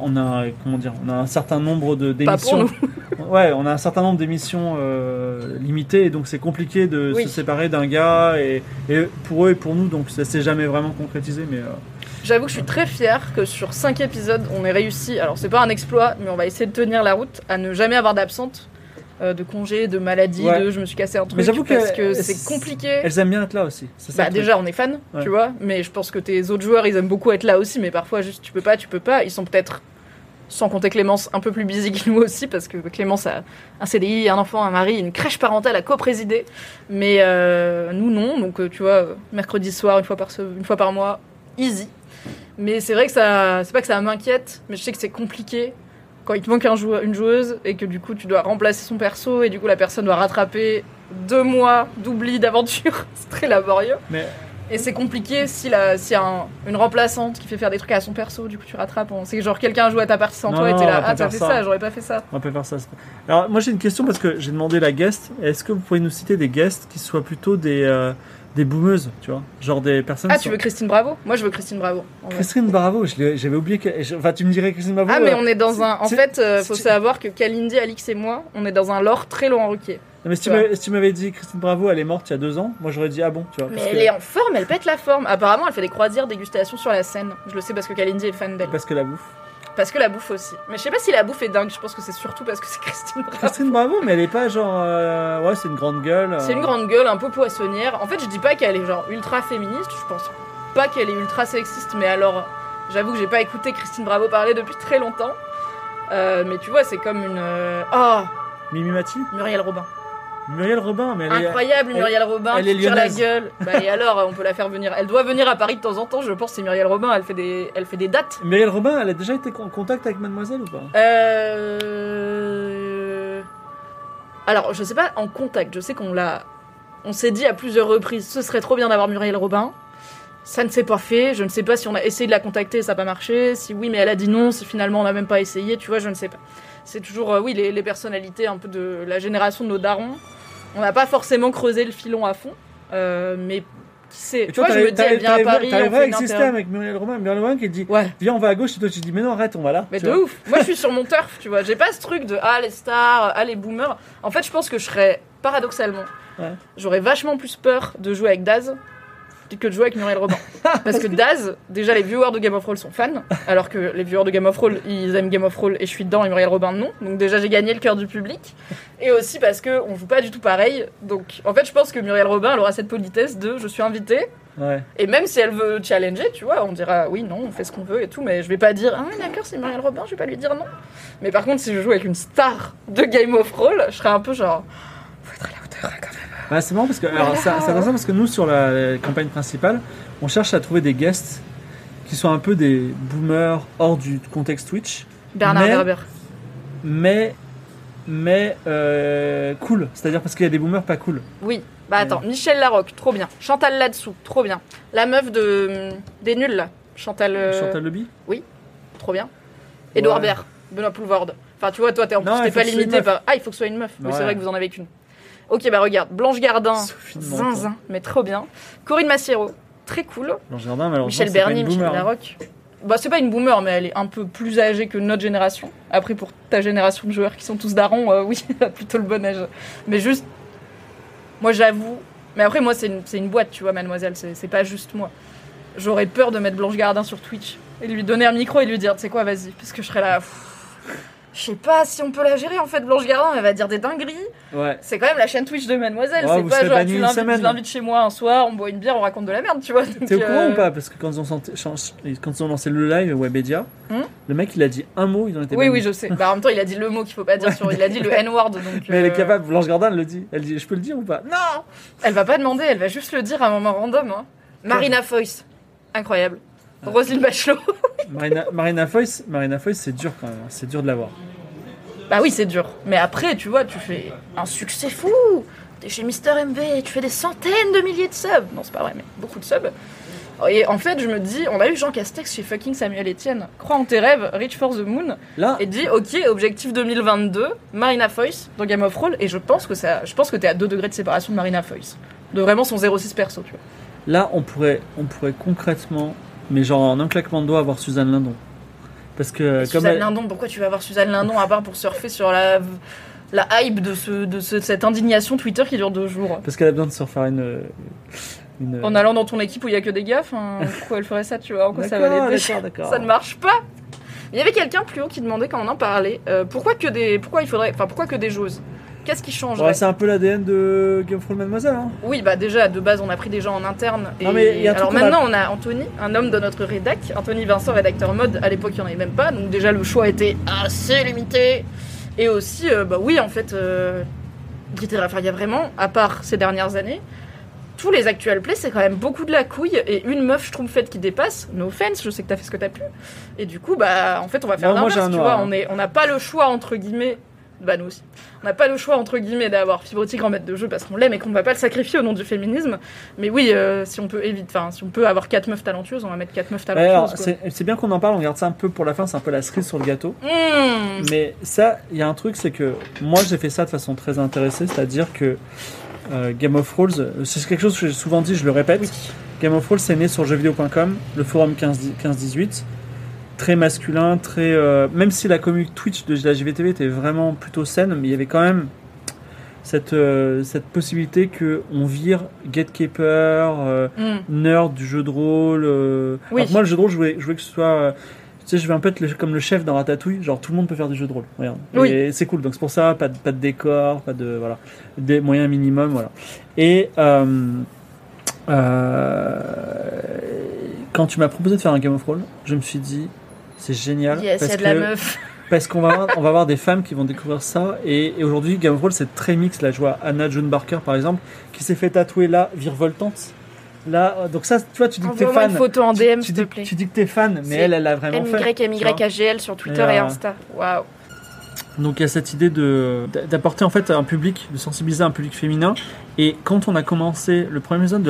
a un certain nombre d'émissions. Pas pour nous. Ouais, on a un certain nombre d'émissions limitées, et donc c'est compliqué de se séparer d'un gars, et pour eux et pour nous, donc ça s'est jamais vraiment concrétisé. Mais j'avoue que je suis très fière que sur 5 épisodes, on ait réussi, alors c'est pas un exploit, mais on va essayer de tenir la route, à ne jamais avoir d'absente. De congés, de maladies, de je me suis cassé un truc, parce que c'est compliqué. Elles aiment bien être là aussi. Déjà on est fan, tu vois, mais je pense que tes autres joueurs ils aiment beaucoup être là aussi, mais parfois juste tu peux pas. Ils sont peut-être, sans compter Clémence, un peu plus busy que nous aussi, parce que Clémence a un CDI, un enfant, un mari, une crèche parentale à co-présider, mais nous non, donc tu vois, mercredi soir, une fois par mois, easy. Mais c'est vrai que c'est pas que ça m'inquiète, mais je sais que c'est compliqué quand il te manque une joueuse et que du coup tu dois remplacer son perso et du coup la personne doit rattraper 2 mois d'oubli d'aventure. C'est très laborieux. Et c'est compliqué s'il y a une remplaçante qui fait faire des trucs à son perso, du coup tu rattrapes. C'est genre quelqu'un joue à ta partie sans toi et t'es là, t'as fait ça, j'aurais pas fait ça. On peut faire ça. Alors moi j'ai une question parce que j'ai demandé la guest. Est-ce que vous pouvez nous citer des guests qui soient plutôt des boomeuses, tu vois, genre des personnes. Ah, tu veux Christine Bravo ? Moi, je veux Christine Bravo. Christine Bravo, j'avais oublié que. Enfin, tu me dirais Christine Bravo. Ah, mais on est dans un. En fait, faut savoir que Kalindi, Alix et moi, on est dans un lore très Laurent Ruquier. Non, mais si tu m'avais dit Christine Bravo, elle est morte il y a 2 ans, moi j'aurais dit ah bon, tu vois. Mais elle est en forme, elle pète la forme. Apparemment, elle fait des croisières, dégustations sur la scène. Je le sais parce que Kalindi est fan d'elle. Parce que la bouffe. Parce que la bouffe aussi. Mais je sais pas si la bouffe est dingue, je pense que c'est surtout parce que c'est Christine Bravo. Christine Bravo, mais elle est pas genre. Ouais, c'est une grande gueule. C'est une grande gueule, un peu poissonnière. En fait, je dis pas qu'elle est genre ultra féministe, je pense pas qu'elle est ultra sexiste, mais alors, j'avoue que j'ai pas écouté Christine Bravo parler depuis très longtemps. Mais tu vois, c'est comme une. Mimi Mati ? Muriel Robin. Muriel Robin, mais incroyable, Muriel Robin, elle qui tire la gueule. Et alors, on peut la faire venir. Elle doit venir à Paris de temps en temps, je pense. C'est Muriel Robin, elle fait des dates. Muriel Robin, elle a déjà été en contact avec Mademoiselle ou pas ? Alors, je sais pas en contact. Je sais on s'est dit à plusieurs reprises, ce serait trop bien d'avoir Muriel Robin. Ça ne s'est pas fait. Je ne sais pas si on a essayé de la contacter, ça n'a pas marché. Si oui, mais elle a dit non. Si finalement on n'a même pas essayé, tu vois, je ne sais pas. C'est toujours, les personnalités un peu de la génération de nos darons. On n'a pas forcément creusé le filon à fond, mais qui sait. Tu vois, je me dis, elle vient à Paris. T'arriverais à exister avec Muriel Robin qui dit viens, on va à gauche, et toi tu dis mais non, arrête, on va là. Mais de ouf. Moi, je suis sur mon turf, tu vois. J'ai pas ce truc de les stars, les boomers. En fait, je pense que je serais, paradoxalement, j'aurais vachement plus peur de jouer avec Daz que de jouer avec Muriel Robin. Parce que Daz, déjà les viewers de Game of Thrones sont fans, alors que les viewers de Game of Thrones, ils aiment Game of Thrones et je suis dedans et Muriel Robin non. Donc déjà j'ai gagné le cœur du public. Et aussi parce qu'on joue pas du tout pareil. Donc en fait je pense que Muriel Robin, elle aura cette politesse de je suis invitée. Ouais. Et même si elle veut challenger, tu vois, on dira oui, non, on fait ce qu'on veut et tout, mais je vais pas dire d'accord, c'est Muriel Robin, je vais pas lui dire non. Mais par contre, si je joue avec une star de Game of Thrones, je serais un peu genre faut être à la hauteur quand même. C'est marrant parce que c'est intéressant parce que nous sur la campagne principale, on cherche à trouver des guests qui soient un peu des boomers hors du contexte Twitch. Bernard Werber. Mais cool, c'est-à-dire parce qu'il y a des boomers pas cool. Oui. Attends, Michel Larocque, trop bien. Chantal Latsou, trop bien. La meuf des nuls là, Chantal Leby. Oui, trop bien. Edouard Baird, Benoît Poulvorde. Enfin, tu vois, toi t'es pas limité par il faut que ce soit une meuf. Oui, c'est vrai que vous en avez qu'une. Ok, regarde, Blanche Gardin, zinzin, mais trop bien. Corinne Massiero, très cool. Blanche Gardin, malheureusement, Michel Bernier, Michel Larocque. C'est pas une boomer, mais elle est un peu plus âgée que notre génération. Après, pour ta génération de joueurs qui sont tous darons, oui, elle a plutôt le bon âge. Mais juste, moi j'avoue, mais après, moi c'est une boîte, tu vois, Mademoiselle, c'est pas juste moi. J'aurais peur de mettre Blanche Gardin sur Twitch et lui donner un micro et lui dire, tu sais quoi, vas-y, parce que je serais là. Je sais pas si on peut la gérer en fait, Blanche Gardin, elle va dire des dingueries. Ouais. C'est quand même la chaîne Twitch de Mademoiselle, c'est pas genre tu l'invites chez moi un soir, on boit une bière, on raconte de la merde, tu vois. T'es au courant ou pas ? Parce que quand ils ont lancé le live Webedia, le mec il a dit un mot, ils en étaient bannis. Oui, je sais. En même temps, il a dit le mot qu'il faut pas dire il a dit le N-word. Donc, mais elle est capable, Blanche Gardin elle le dit. Elle dit je peux le dire ou pas ? Non ! Elle va pas demander, elle va juste le dire à un moment random. Marina Foïs, incroyable. Roselyne Bachelot. Marina Foïs, c'est dur quand même, c'est dur de l'avoir. Bah oui, c'est dur. Mais après, tu vois, tu fais un succès fou. T'es chez Mister MV, tu fais des centaines de milliers de subs. Non, c'est pas vrai, mais beaucoup de subs. Et en fait, je me dis, on a eu Jean Castex chez fucking Samuel Etienne. Crois en tes rêves, reach for the moon. Là. Et dit, ok, objectif 2022, Marina Foïs dans Game of Thrones. Et je pense que t'es à 2 degrés de séparation de Marina Foïs. De vraiment son 06 perso, tu vois. Là, on pourrait concrètement, mais genre en un claquement de doigts, avoir Suzanne Lindon. Parce que comme Suzanne Lindon, pourquoi tu vas avoir Suzanne Lindon à part pour surfer sur la hype de cette indignation Twitter qui dure 2 jours? Parce qu'elle a besoin de se refaire une... En allant dans ton équipe où il n'y a que des gaffes, pourquoi elle ferait ça, tu vois? En quoi ça va l'aider? D'accord. Ça ne marche pas. Il y avait quelqu'un plus haut qui demandait quand on en parlait pourquoi que des joueuses? Qu'est-ce qui changerait? C'est un peu l'ADN de Game of Thrones Mademoiselle. Hein. Oui, bah déjà de base on a pris des gens en interne. Non, mais alors maintenant on a Anthony, un homme de notre rédac, Anthony Vincent, rédacteur mode. À l'époque il n'y en avait même pas, donc déjà le choix était assez limité. Et aussi, oui en fait, il y a vraiment, à part ces dernières années, tous les actual plays, c'est quand même beaucoup de la couille et une meuf schtroumpfette qui dépasse. No offense, je sais que t'as fait ce que t'as pu. Et du coup, en fait, on va faire l'inverse, tu vois. On n'a pas le choix, entre guillemets. Bah, nous aussi. On n'a pas le choix, entre guillemets, d'avoir Fibre Tigre en maître de jeu parce qu'on l'aime et qu'on ne va pas le sacrifier au nom du féminisme. Mais oui, si on peut avoir 4 meufs talentueuses, on va mettre 4 meufs talentueuses. Alors, c'est bien qu'on en parle, on garde ça un peu pour la fin, c'est un peu la cerise sur le gâteau. Mais ça, il y a un truc, c'est que moi, j'ai fait ça de façon très intéressée, c'est-à-dire que Game of Thrones, c'est quelque chose que j'ai souvent dit, je le répète. Oui. Game of Thrones, c'est né sur jeuxvideo.com, le forum 15-18, très masculin, très même si la communauté Twitch de la JVTV était vraiment plutôt saine, mais il y avait quand même cette possibilité que on vire gatekeeper, nerd du jeu de rôle. Oui. Alors moi, le jeu de rôle, je voulais que ce soit tu sais, je vais un peu être comme le chef dans Ratatouille, genre tout le monde peut faire du jeu de rôle. Regarde. Oui. Et c'est cool, donc c'est pour ça, pas de décor, pas de voilà, des moyens minimum, voilà. Et quand tu m'as proposé de faire un Game of Thrones, je me suis dit, c'est génial. Yes, il y a de la meuf. Parce qu'on va avoir des femmes qui vont découvrir ça. Et aujourd'hui, Game of Thrones, c'est très mix. Là, je vois Anna June Barker, par exemple, qui s'est fait tatouer là, virevoltante. Là, donc ça, tu vois, tu dis que t'es fan. Envoie-moi une photo en DM, s'il te plaît. Tu dis que t'es fan, mais elle a vraiment fait. MYAGL sur Twitter et Insta. Waouh. Donc il y a cette idée d'apporter en fait un public, de sensibiliser un public féminin. Et quand on a commencé le premier épisode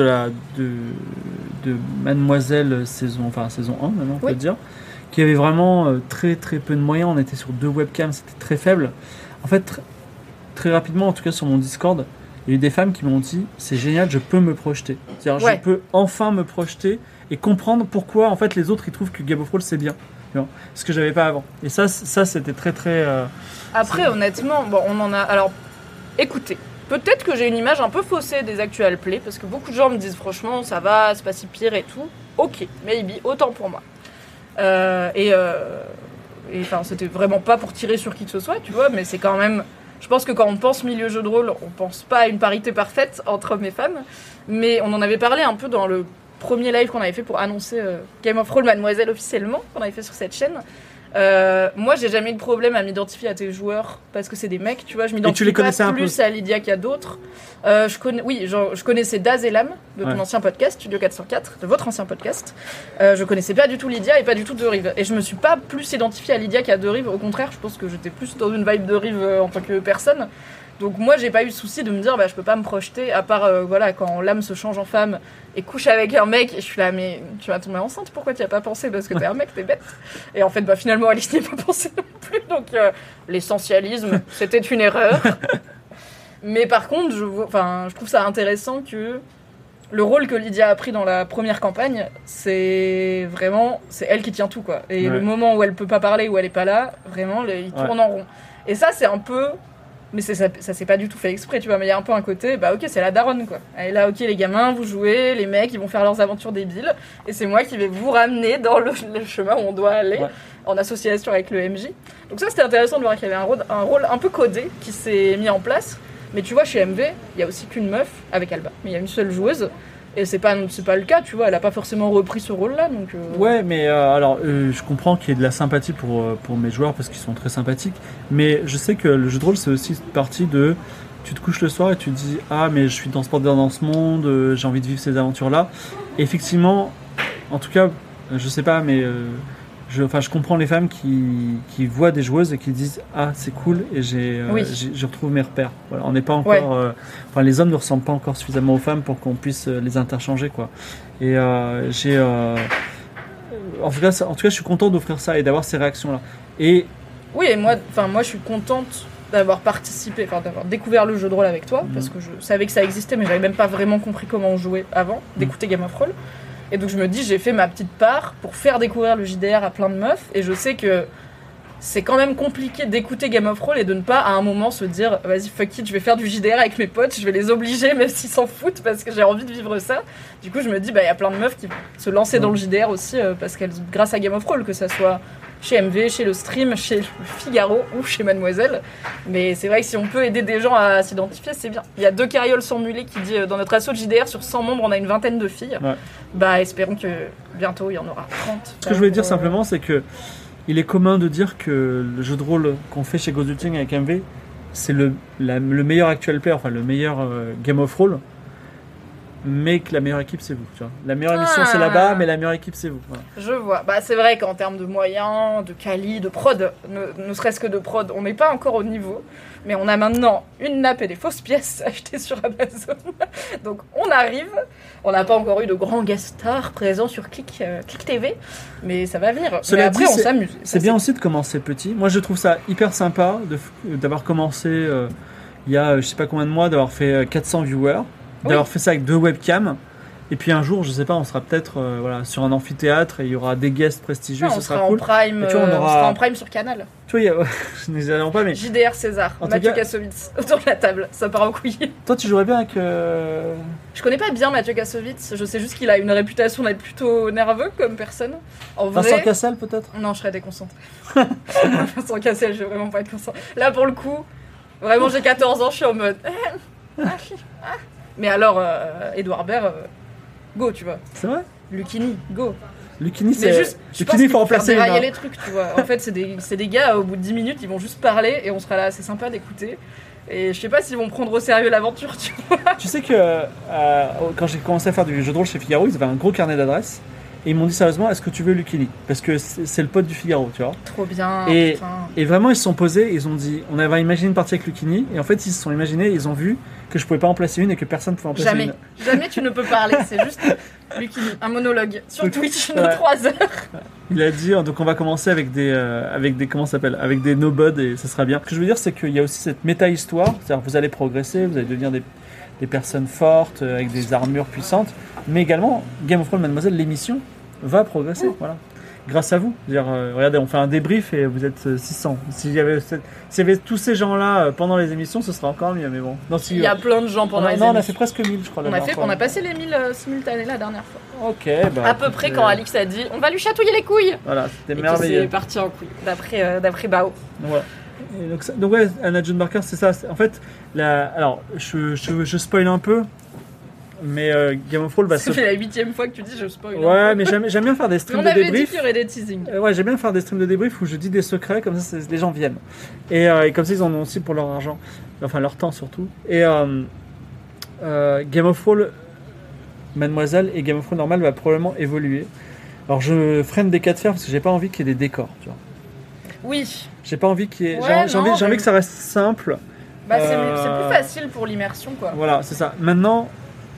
de Mademoiselle saison 1 maintenant, on peut dire, qui avait vraiment très très peu de moyens, on était sur 2 webcams, c'était très faible. En fait, très rapidement, en tout cas sur mon Discord, il y a eu des femmes qui m'ont dit c'est génial, je peux me projeter. C'est-à-dire je peux enfin me projeter et comprendre pourquoi en fait les autres ils trouvent que Game of Thrones c'est bien. Ce que j'avais pas avant. Et ça c'était très très. Après honnêtement, on en a. Alors, écoutez, peut-être que j'ai une image un peu faussée des actual plays parce que beaucoup de gens me disent franchement ça va, c'est pas si pire et tout. Ok, maybe, autant pour moi. Et enfin c'était vraiment pas pour tirer sur qui que ce soit, tu vois, mais c'est quand même. Je pense que quand on pense milieu jeu de rôle, on pense pas à une parité parfaite entre hommes et femmes, mais on en avait parlé un peu dans le premier live qu'on avait fait pour annoncer Game of Thrones Mademoiselle officiellement, qu'on avait fait sur cette chaîne. Moi, j'ai jamais eu de problème à m'identifier à tes joueurs parce que c'est des mecs, tu vois. Je m'identifie pas plus à Lydia qu'à d'autres. Je connaissais Daz et Lam de ton ancien podcast, Studio 404, de votre ancien podcast. Je connaissais pas du tout Lydia et pas du tout De Rive. Et je me suis pas plus identifiée à Lydia qu'à De Rive. Au contraire, je pense que j'étais plus dans une vibe De Rive en tant que personne. Donc moi, j'ai pas eu de souci de me dire, je peux pas me projeter, à part, quand l'âme se change en femme et couche avec un mec, et je suis là, mais tu vas tomber enceinte, pourquoi tu y as pas pensé? Parce que t'es un mec, t'es bête. Et en fait, finalement, Alice n'y a pas pensé non plus, donc l'essentialisme, c'était une erreur. Mais par contre, je trouve ça intéressant que le rôle que Lydia a pris dans la première campagne, c'est elle qui tient tout, quoi. Et le moment où elle peut pas parler, où elle est pas là, vraiment, il tourne en rond. Et ça, c'est un peu... Mais ça c'est pas du tout fait exprès, tu vois, mais il y a un peu un côté, ok, c'est la daronne, quoi. Elle est là, ok, les gamins, vous jouez, les mecs, ils vont faire leurs aventures débiles, et c'est moi qui vais vous ramener dans le chemin où on doit aller, en association avec le MJ. Donc ça, c'était intéressant de voir qu'il y avait un rôle un peu codé qui s'est mis en place, mais tu vois, chez MV, il y a aussi qu'une meuf, avec Alba, mais il y a une seule joueuse, et c'est pas le cas, tu vois, elle a pas forcément repris ce rôle-là, donc... Ouais, mais je comprends qu'il y ait de la sympathie pour mes joueurs, parce qu'ils sont très sympathiques, mais je sais que le jeu de rôle, c'est aussi partie de... Tu te couches le soir et tu te dis « Ah, mais je suis transporté dans ce monde, j'ai envie de vivre ces aventures-là. » Effectivement, en tout cas, je sais pas, mais je comprends les femmes qui voient des joueuses et qui disent ah c'est cool et je retrouve mes repères. Voilà, on n'est pas encore, les hommes ne ressemblent pas encore suffisamment aux femmes pour qu'on puisse les interchanger quoi. Et en tout cas, je suis content d'offrir ça et d'avoir ces réactions là. Et oui, et moi je suis contente d'avoir participé, d'avoir découvert le jeu de rôle avec toi parce que je savais que ça existait, mais j'avais même pas vraiment compris comment on jouait avant d'écouter Game of Roll. Et donc je me dis, j'ai fait ma petite part pour faire découvrir le JDR à plein de meufs. Et je sais que c'est quand même compliqué d'écouter Game of Roll et de ne pas à un moment se dire vas-y fuck it, je vais faire du JDR avec mes potes, je vais les obliger même s'ils s'en foutent parce que j'ai envie de vivre ça. Du coup je me dis, il y a plein de meufs qui vont se lancer dans le JDR aussi parce qu'elles, grâce à Game of Roll, que ça soit chez MV, chez le stream, chez le Figaro ou chez Mademoiselle. Mais c'est vrai que si on peut aider des gens à s'identifier, c'est bien. Il y a 2 carrioles sans mulet qui dit dans notre assaut de JDR, sur 100 membres, on a une 20aine de filles. Ouais. Espérons que bientôt il y en aura 30. Ce que je voulais dire simplement, c'est que il est commun de dire que le jeu de rôle qu'on fait chez Ghosting avec MV, c'est le meilleur actual player, le meilleur Game of Roll. Mais que la meilleure équipe c'est vous, tu vois. La meilleure émission c'est là-bas, mais la meilleure équipe c'est vous. Voilà. Je vois. C'est vrai qu'en termes de moyens, de quali, de prod, ne serait-ce que de prod, on n'est pas encore au niveau. Mais on a maintenant une nappe et des fausses pièces achetées sur Amazon. Donc on arrive. On n'a pas encore eu de grands guest stars présents sur Click TV, mais ça va venir. Cela mais après dit, on s'amuse. C'est bien aussi de commencer petit. Moi je trouve ça hyper sympa d'avoir commencé il y a je sais pas combien de mois, d'avoir fait 400 viewers. D'avoir fait ça avec 2 webcams. Et puis un jour, je sais pas, on sera peut-être sur un amphithéâtre et il y aura des guests prestigieux. Ce sera cool. On sera en prime sur Canal. Tu vois, je n'exagère pas, mais. JDR César, Mathieu Kassovitz autour de la table, ça part en couille. Toi, tu jouerais bien avec. Je connais pas bien Mathieu Kassovitz, je sais juste qu'il a une réputation d'être plutôt nerveux comme personne. En vrai. Vincent Cassel, peut-être ? Non, je serais déconcentrée. Vincent Cassel, je vais vraiment pas être concentrée. Là, pour le coup, vraiment, j'ai 14 ans, je suis en mode. Mais alors, Edouard Baird, go, tu vois. C'est vrai ? Lucchini, go. Lucchini, c'est juste. Lucchini, il faut remplacer une. Dérailler les trucs, tu vois. En fait, c'est des gars, au bout de 10 minutes, ils vont juste parler et on sera là, c'est sympa d'écouter. Et je sais pas s'ils vont prendre au sérieux l'aventure, tu vois. Tu sais que quand j'ai commencé à faire du jeu de rôle chez Figaro, ils avaient un gros carnet d'adresses. Et ils m'ont dit sérieusement, est-ce que tu veux Lucchini ? Parce que c'est le pote du Figaro, tu vois. Trop bien. Et vraiment, ils se sont posés, ils ont dit, on avait imaginé une partie avec Lucchini. Et en fait, ils se sont imaginés, ils ont vu que je pouvais pas en placer une et que personne ne pouvait en placer une. Jamais tu ne peux parler, c'est juste Lucchini, un monologue sur Twitch de 3 heures. Il a dit, donc on va commencer avec des comment ça s'appelle, avec des no-buds et ça sera bien. Ce que je veux dire, c'est qu'il y a aussi cette méta-histoire, c'est-à-dire que vous allez progresser, vous allez devenir des personnes fortes avec des armures puissantes, mais également Game of Thrones Mademoiselle, l'émission va progresser, voilà. Grâce à vous. Regardez, on fait un débrief et vous êtes 600. S'il y avait tous ces gens-là pendant les émissions, ce serait encore mieux, mais bon. Non, il y a plein de gens pendant les émissions. On a fait presque 1000, je crois. On a passé les 1000 simultanés la dernière fois. Ok, à peu près quand Alix a dit on va lui chatouiller les couilles. Voilà, c'était merveilleux. C'est parti en couille, d'après Bao. Voilà. Donc ouais, Anna June Barker, c'est ça. En fait, alors, je spoil un peu. Mais Game of Thrones va se... Ça fait la 8e fois que tu dis je spoil. Ouais, mais j'aime bien faire des streams de débrief. On avait dit qu'il y aurait des teasings. Ouais, j'aime bien faire des streams de débrief où je dis des secrets, comme ça les gens viennent. Et comme ça ils en ont aussi pour leur argent. Enfin leur temps surtout. Et Game of Thrones Mademoiselle et Game of Thrones normal va probablement évoluer. Alors je freine des cas de fer parce que j'ai pas envie qu'il y ait des décors, tu vois. Oui. J'ai pas envie qu'il y ait... j'ai envie que ça reste simple. C'est plus facile pour l'immersion, quoi. Voilà, c'est ça. Maintenant...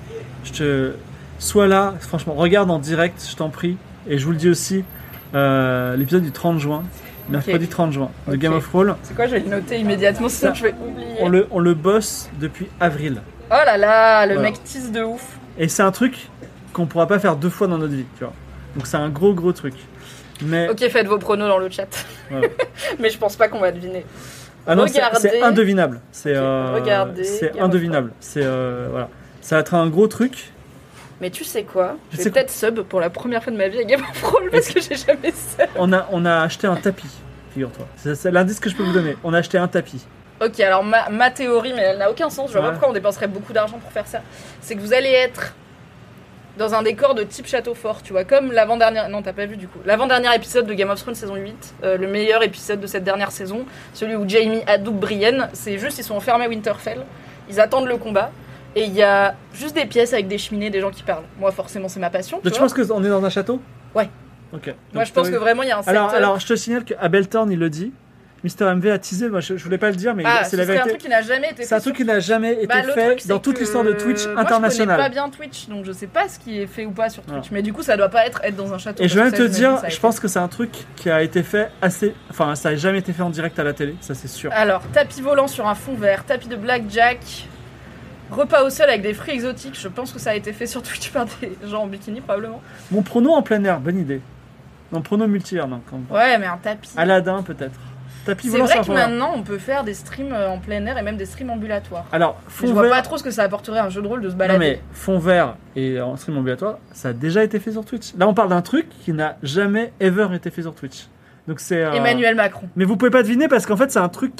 Sois là, franchement, regarde en direct, je t'en prie. Et je vous le dis aussi, l'épisode du 30 juin, mercredi 30 juin, de Game of Thrones. C'est quoi, je vais le noter immédiatement, sinon je vais oublier. On le bosse depuis avril. Oh là là, le mec tease de ouf. Et c'est un truc qu'on pourra pas faire 2 fois dans notre vie, tu vois. Donc c'est un gros truc. Mais... Ok, faites vos pronos dans le chat. Voilà. Mais je pense pas qu'on va deviner. Ah non, c'est indevinable. C'est indevinable. C'est voilà. Ça va être un gros truc. Mais tu sais quoi ? Je vais peut-être sub pour la première fois de ma vie à Game of Thrones parce que j'ai jamais sub. On a acheté un tapis, figure-toi. C'est l'indice que je peux vous donner. On a acheté un tapis. Ok, alors ma théorie, mais elle n'a aucun sens. Je vois pas pourquoi on dépenserait beaucoup d'argent pour faire ça. C'est que vous allez être dans un décor de type château fort, tu vois, comme l'avant-dernière... Non, t'as pas vu du coup. L'avant-dernier épisode de Game of Thrones saison 8, le meilleur épisode de cette dernière saison, celui où Jaime adoube Brienne, c'est juste, ils sont enfermés à Winterfell, ils attendent le combat. Et il y a juste des pièces avec des cheminées, des gens qui parlent. Moi, forcément, c'est ma passion. Tu penses qu'on est dans un château ? Ouais. Ok. Moi, je pense que vraiment, il y a un secteur... Alors, je te signale qu'à Beltorn, il le dit. Mister MV a teasé, moi je voulais pas le dire, mais c'est la vérité. C'est un truc qui n'a jamais été fait. C'est un truc qui n'a jamais été fait dans toute l'histoire de Twitch internationale. Moi je connais pas bien Twitch, donc je sais pas ce qui est fait ou pas sur Twitch. Mais du coup, ça doit pas être dans un château. Et je vais même te dire, je pense que c'est un truc qui a été fait assez. Enfin, ça a jamais été fait en direct à la télé, ça c'est sûr. Alors, tapis volant sur un fond vert, tapis de blackjack, repas au sol avec des fruits exotiques. Je pense que ça a été fait sur Twitch par des gens en bikini, probablement. Mon prono en plein air, bonne idée. Non, prono multi-air, non. Ouais, mais un tapis. Aladdin, peut-être. C'est vrai que maintenant on peut faire des streams en plein air et même des streams ambulatoires. Alors, je vois pas trop ce que ça apporterait à un jeu de rôle de se balader. Non mais fond vert et en stream ambulatoire, ça a déjà été fait sur Twitch. Là on parle d'un truc qui n'a jamais ever été fait sur Twitch. Donc c'est Emmanuel Macron. Mais vous pouvez pas deviner parce qu'en fait c'est un truc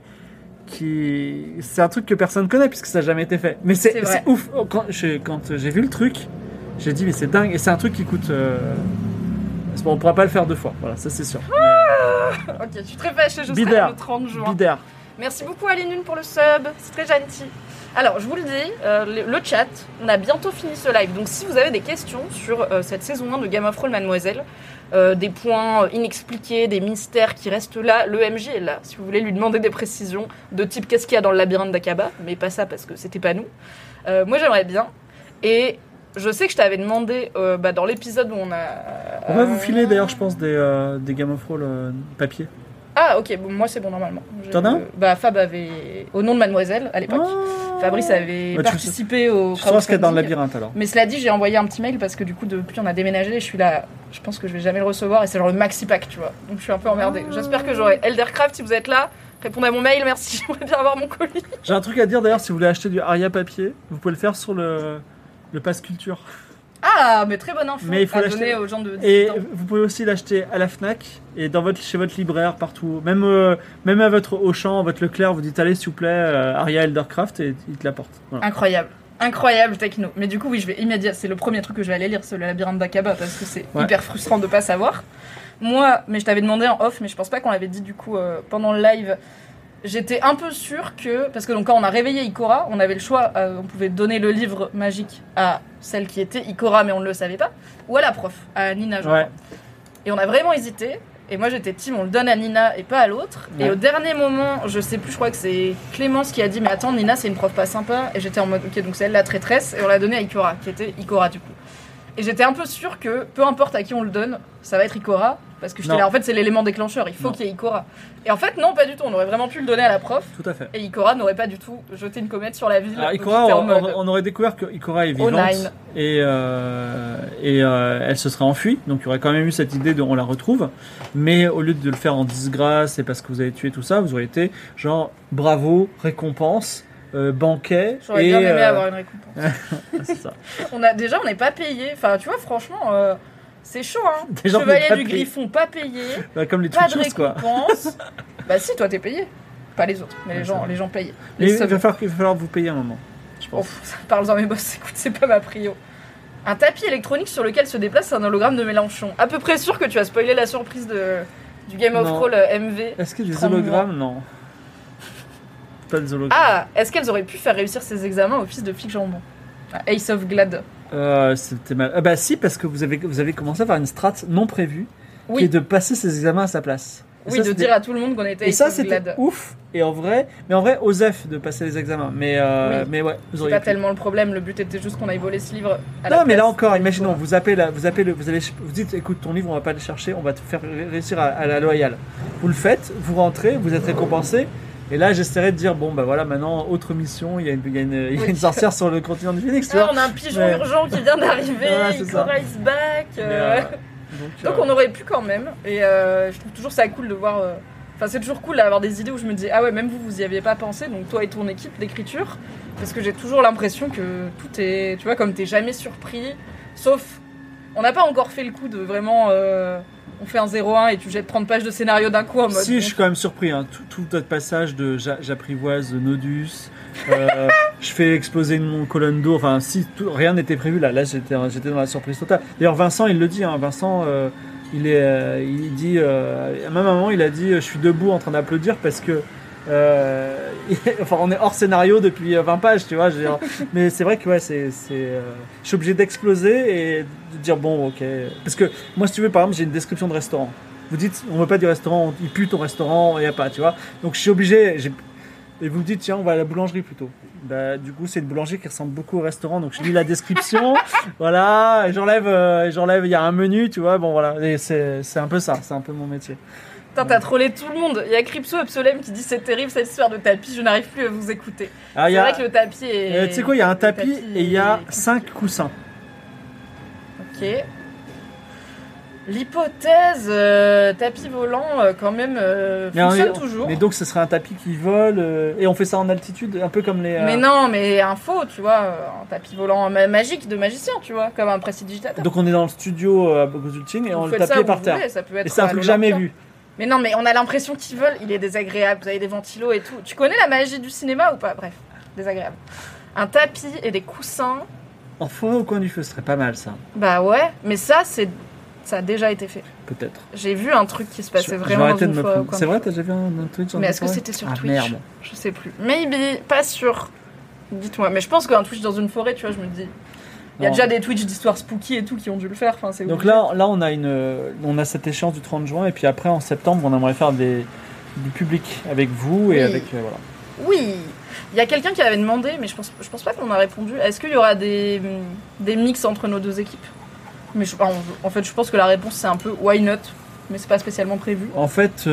c'est un truc que personne connaît puisque ça n'a jamais été fait. Mais c'est ouf. Quand j'ai vu le truc, j'ai dit mais c'est dingue et c'est un truc qui coûte. On pourra pas le faire 2 fois. Voilà, ça c'est sûr. Ok, je suis très fâchée, je serai le 30 juin. Bidère. Merci beaucoup Alinune pour le sub, c'est très gentil. Alors, je vous le dis, le chat, on a bientôt fini ce live. Donc si vous avez des questions sur cette saison 1 de Game of Thrones Mademoiselle, des points inexpliqués, des mystères qui restent là, le MJ est là. Si vous voulez lui demander des précisions de type qu'est-ce qu'il y a dans le labyrinthe d'Aqaba, mais pas ça parce que c'était pas nous. Moi j'aimerais bien. Et je sais que je t'avais demandé dans l'épisode où on a... On va vous filer d'ailleurs, je pense, des Game of Thrones papier. Ah ok, bon, moi c'est bon normalement. T'en as un ? Fab avait, au nom de Mademoiselle à l'époque, Fabrice avait participé au... Tu sauras ce qu'il y a dans le labyrinthe alors. Mais cela dit, j'ai envoyé un petit mail parce que du coup depuis on a déménagé et je suis là, je pense que je vais jamais le recevoir et c'est genre le maxi pack tu vois. Donc je suis un peu emmerdée. J'espère que j'aurai Eldercraft si vous êtes là. Répondez à mon mail, merci, j'aimerais bien avoir mon colis. J'ai un truc à dire d'ailleurs, si vous voulez acheter du Aria papier, vous pouvez le faire sur le pass culture. Ah, mais très bonne info mais il faut à donner aux gens de 18 et ans. vous pouvez aussi l'acheter à la Fnac et chez votre libraire, partout. Même à votre Auchan, votre Leclerc, vous dites allez s'il vous plaît, Aria Eldercraft et il te l'apporte. Voilà. Incroyable techno. Mais du coup, oui, je vais immédiatement. C'est le premier truc que je vais aller lire, c'est le labyrinthe d'Aqaba parce que c'est hyper frustrant de pas savoir. Moi, mais je t'avais demandé en off, mais je pense pas qu'on l'avait dit du coup pendant le live. J'étais un peu sûre que... Parce que donc, quand on a réveillé Ikora, on avait le choix, on pouvait donner le livre magique à celle qui était Ikora, mais on ne le savait pas, ou à la prof, à Nina, je crois. Et on a vraiment hésité, et moi j'étais team, on le donne à Nina et pas à l'autre. Ouais. Et au dernier moment, je sais plus, je crois que c'est Clémence qui a dit « Mais attends, Nina, c'est une prof pas sympa. » Et j'étais en mode « Ok, donc c'est elle la traîtresse. » Et on l'a donné à Ikora, qui était Ikora du coup. Et j'étais un peu sûre que, peu importe à qui on le donne, ça va être Ikora. Parce que j'étais là, en fait, c'est l'élément déclencheur, il faut qu'il y ait Ikora. Et en fait, non, pas du tout, on aurait vraiment pu le donner à la prof. Tout à fait. Et Ikora n'aurait pas du tout jeté une comète sur la ville. Alors, Ikora, on aurait découvert que Ikora est vivante. Et elle se serait enfuie, donc il y aurait quand même eu cette idée de on la retrouve. Mais au lieu de le faire en disgrâce et parce que vous avez tué tout ça, vous auriez été genre bravo, récompense. Banquet. J'aurais bien aimé avoir une récompense. C'est ça. On n'est pas payé. Enfin, tu vois, franchement, c'est chaud, hein. Chevalier du Griffon, pas payé. Bah, comme les pas de récompense. Bah si, toi t'es payé. Pas les autres, mais les gens payent. Mais il va falloir vous payer un moment. Je pense. Ça parle dans mes boss. Écoute, c'est pas ma prio. Un tapis électronique sur lequel se déplace un hologramme de Mélenchon. À peu près sûr que tu as spoilé la surprise du Game of Thrones MV. Est-ce qu'il y a des hologrammes ? Non. Pas des hologrammes. Ah, est-ce qu'elles auraient pu faire réussir ses examens au fils de Flic Jambon ? Ace of Glad. C'était mal. Bah si, parce que vous avez commencé à faire une strat non prévue, qui est de passer ses examens à sa place. Et oui, de dire à tout le monde qu'on était Ace of Glad. Et ça, c'était ouf. Et en vrai, Osef de passer les examens. Mais ouais, vous auriez c'est pas tellement le problème. Le but était juste qu'on aille voler ce livre. Non, mais là encore, imaginons, vous dites, écoute, ton livre, on va pas le chercher, on va te faire réussir à la loyale. Vous le faites, vous rentrez, vous êtes récompensé. Et là, j'essaierai de dire, bon, bah voilà, maintenant, autre mission, il y a une sorcière sur le continent du Phoenix, tu vois. On a un pigeon urgent qui vient d'arriver, Ikora is back. Donc on aurait pu quand même, et je trouve toujours ça cool de voir... Enfin, c'est toujours cool d'avoir des idées où je me dis, ah ouais, même vous y aviez pas pensé, donc toi et ton équipe d'écriture, parce que j'ai toujours l'impression que tout est... Tu vois, comme t'es jamais surpris, sauf... On n'a pas encore fait le coup de vraiment... on fait un 0-1 et tu jettes 30 pages de scénario d'un coup en mode... Si, je suis quand même surpris. Hein. Tout notre passage de j'apprivoise Nodus, je fais exploser mon colonne d'eau. Enfin, si, rien n'était prévu là. Là, j'étais dans la surprise totale. D'ailleurs, Vincent, il le dit. Hein. Vincent, il dit... même à un moment, il a dit « Je suis debout en train d'applaudir parce que Enfin, on est hors scénario depuis 20 pages, tu vois. Mais c'est vrai que ouais, je suis obligé d'exploser et de dire bon, ok. Parce que moi, si tu veux, par exemple, j'ai une description de restaurant. Vous dites, on veut pas du restaurant, il pue ton restaurant, il n'y a pas, tu vois. Donc je suis obligé. Et vous me dites, tiens, on va à la boulangerie plutôt. Bah, du coup, c'est une boulangerie qui ressemble beaucoup au restaurant. Donc, je lis la description. Voilà. Et j'enlève, il y a un menu, tu vois. Bon, voilà. Et c'est un peu ça. C'est un peu mon métier. Putain, t'as trollé tout le monde. Il y a Cripso Absolem qui dit c'est terrible cette histoire de tapis, je n'arrive plus à vous écouter. Alors, c'est vrai que le tapis est. Tu sais quoi, il y a un tapis et il y a 5 coussins. Ok. L'hypothèse tapis volant, quand même, fonctionne toujours. Mais donc, ce serait un tapis qui vole et on fait ça en altitude, un peu comme les. Mais non, mais un faux, tu vois, un tapis volant magique de magicien, tu vois, comme un prestidigitateur. Donc, on est dans le studio à Consulting et le tapis est par terre. Ça peut être et c'est un truc jamais vu. Mais non, mais on a l'impression qu'il vole, il est désagréable, vous avez des ventilos et tout. Tu connais la magie du cinéma ou pas? Bref, désagréable. Un tapis et des coussins. En forêt au coin du feu, ce serait pas mal ça. Bah ouais, mais ça a déjà été fait. Peut-être. J'ai vu un truc qui se passait vraiment dans une forêt. C'est vrai, t'as déjà vu un Twitch? Mais est-ce que c'était sur Twitch? Merde. Je sais plus. Maybe, pas sûr. Dites-moi. Mais je pense qu'un Twitch dans une forêt, tu vois, je me dis. Il y a déjà des Twitch d'histoires spooky et tout qui ont dû le faire. Enfin, c'est donc là, on a cette échéance du 30 juin et puis après en septembre, on aimerait faire du public avec vous et avec voilà. Oui. Il y a quelqu'un qui avait demandé, mais je pense pas qu'on a répondu. Est-ce qu'il y aura des mix entre nos deux équipes? Mais en fait, je pense que la réponse c'est un peu why not, mais c'est pas spécialement prévu. En fait,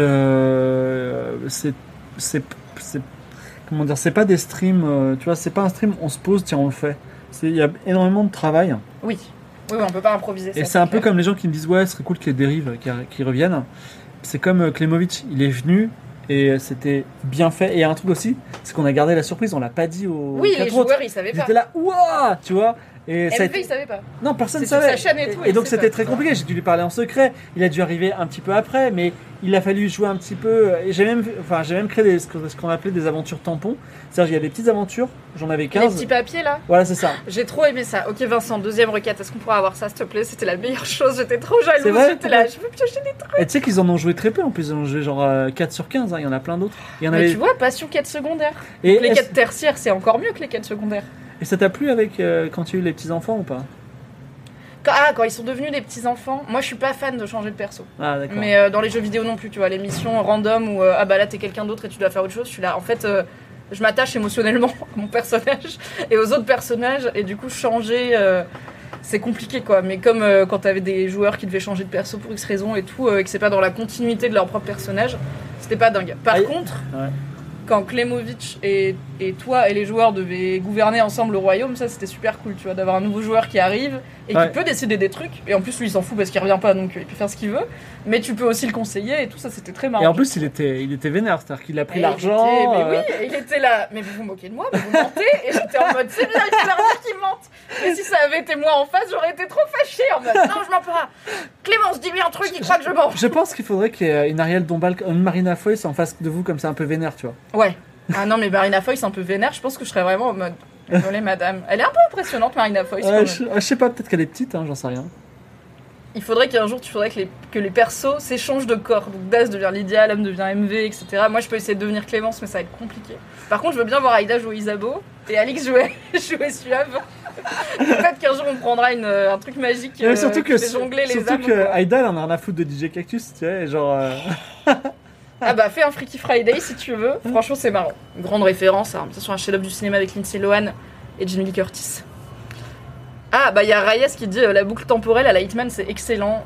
c'est comment dire, c'est pas des streams, tu vois, c'est pas un stream, on se pose, tiens, on le fait. Il y a énormément de travail. Oui, on peut pas improviser ça. Et c'est un peu comme les gens qui me disent ouais, ce serait cool que les dérives qui reviennent. C'est comme Klemovic, il est venu et c'était bien fait. Et il y a un truc aussi, c'est qu'on a gardé la surprise, on l'a pas dit aux oui, quatre les joueurs, autres. Ils savaient pas. Ils étaient là, ouah, tu vois. Et MV, il savait pas. Non, personne ne savait. savait. Sa chaîne et tout. Et donc c'était très compliqué. J'ai dû lui parler en secret. Il a dû arriver un petit peu après, mais il a fallu jouer un petit peu. Et j'ai même créé ce qu'on appelait des aventures tampons. C'est-à-dire il y a des petites aventures. J'en avais 15. Les petits papiers là. Voilà, c'est ça. J'ai trop aimé ça. Ok Vincent, deuxième requête. Est-ce qu'on pourra avoir ça, s'il te plaît? C'était la meilleure chose. J'étais trop jalouse. C'est vrai, j'étais là. Je veux piocher des trucs. Et tu sais qu'ils en ont joué très peu. En plus, ils en ont joué genre 4 sur 15. Hein. Il y en a plein d'autres. Mais tu vois, passion quête secondaire. Et les quêtes tertiaires, c'est encore mieux que les quêtes secondaires. Et ça t'a plu avec quand tu as eu les petits enfants ou pas? Quand ils sont devenus des petits enfants, moi je suis pas fan de changer de perso. Ah d'accord. Mais dans les jeux vidéo non plus, tu vois, les missions random où ah bah là t'es quelqu'un d'autre et tu dois faire autre chose, je suis là. En fait, je m'attache émotionnellement à mon personnage et aux autres personnages et du coup changer, c'est compliqué quoi. Mais comme quand t'avais des joueurs qui devaient changer de perso pour X raison et tout, et que c'est pas dans la continuité de leur propre personnage, c'était pas dingue. Par contre. Ouais. Quand Klemovic et toi et les joueurs devaient gouverner ensemble le royaume, ça c'était super cool, tu vois, d'avoir un nouveau joueur qui arrive et qui peut décider des trucs. Et en plus, lui il s'en fout parce qu'il revient pas, donc il peut faire ce qu'il veut. Mais tu peux aussi le conseiller et tout, ça c'était très marrant. Et en plus, il était vénère, c'est-à-dire qu'il a pris l'argent. Mais oui, il était là. Mais vous vous moquez de moi, mais vous mentez. Et j'étais en mode, c'est bien, il leur dit qu'il mente. Mais si ça avait été moi en face, j'aurais été trop fâchée en mode, non, je mens pas. Clémence, dis-lui un truc, il croit que je mens. Je pense qu'il faudrait qu'il y ait une Ariel Dombal, une Marina Foïs en face de vous, comme ça, un peu vénère, tu vois. Ouais. Ah non, mais Marina Foïs, c'est un peu vénère. Je pense que je serais vraiment en mode. Désolée, madame. Elle est un peu impressionnante, Marina Foïs. Je sais pas, peut-être qu'elle est petite, hein, j'en sais rien. Il faudrait qu'un jour, que les persos s'échangent de corps. Donc Daz devient Lydia, Lame devient MV, etc. Moi, je peux essayer de devenir Clémence, mais ça va être compliqué. Par contre, je veux bien voir Aïda jouer Isabeau et Alix jouer Suave. Peut-être qu'un jour, on prendra un truc magique surtout que jongler les âmes. Surtout que Aïda, elle en a rien à foutre de DJ Cactus, tu vois, genre... Ah bah fais un Freaky Friday si tu veux, franchement c'est marrant. Une grande référence à un chef-d'œuvre du cinéma avec Lindsay Lohan et Jamie Lee Curtis. Ah bah il y a Reyes qui dit la boucle temporelle à la Hitman c'est excellent,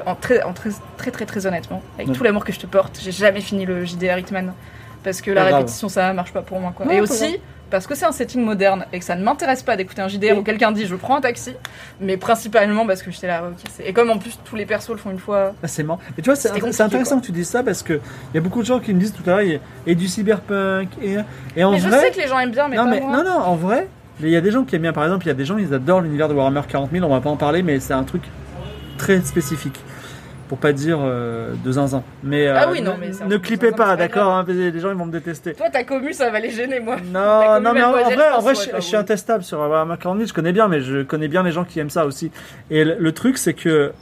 très honnêtement. Avec tout l'amour que je te porte, j'ai jamais fini le JDR Hitman. Parce que la répétition ça marche pas pour moi quoi. Et aussi parce que c'est un setting moderne et que ça ne m'intéresse pas d'écouter un JDR où quelqu'un dit je prends un taxi, mais principalement parce que j'étais là et comme en plus tous les persos le font une fois. Ah, c'est marrant. Mais tu vois c'est intéressant que tu dises ça parce que il y a beaucoup de gens qui me disent tout à l'heure et du cyberpunk et en mais vrai. Je sais que les gens aiment bien mais non en vrai. Il y a des gens qui aiment bien, par exemple, il y a des gens ils adorent l'univers de Warhammer 40 000, on va pas en parler mais c'est un truc très spécifique. Pour pas dire de zinzin. Mais, ne clippez pas, d'accord hein, les gens ils vont me détester. Toi ta commu ça va les gêner moi. Non mais en vrai je suis intestable sur Warhammer 40 000, je connais bien mais je connais bien les gens qui aiment ça aussi. Et le truc c'est que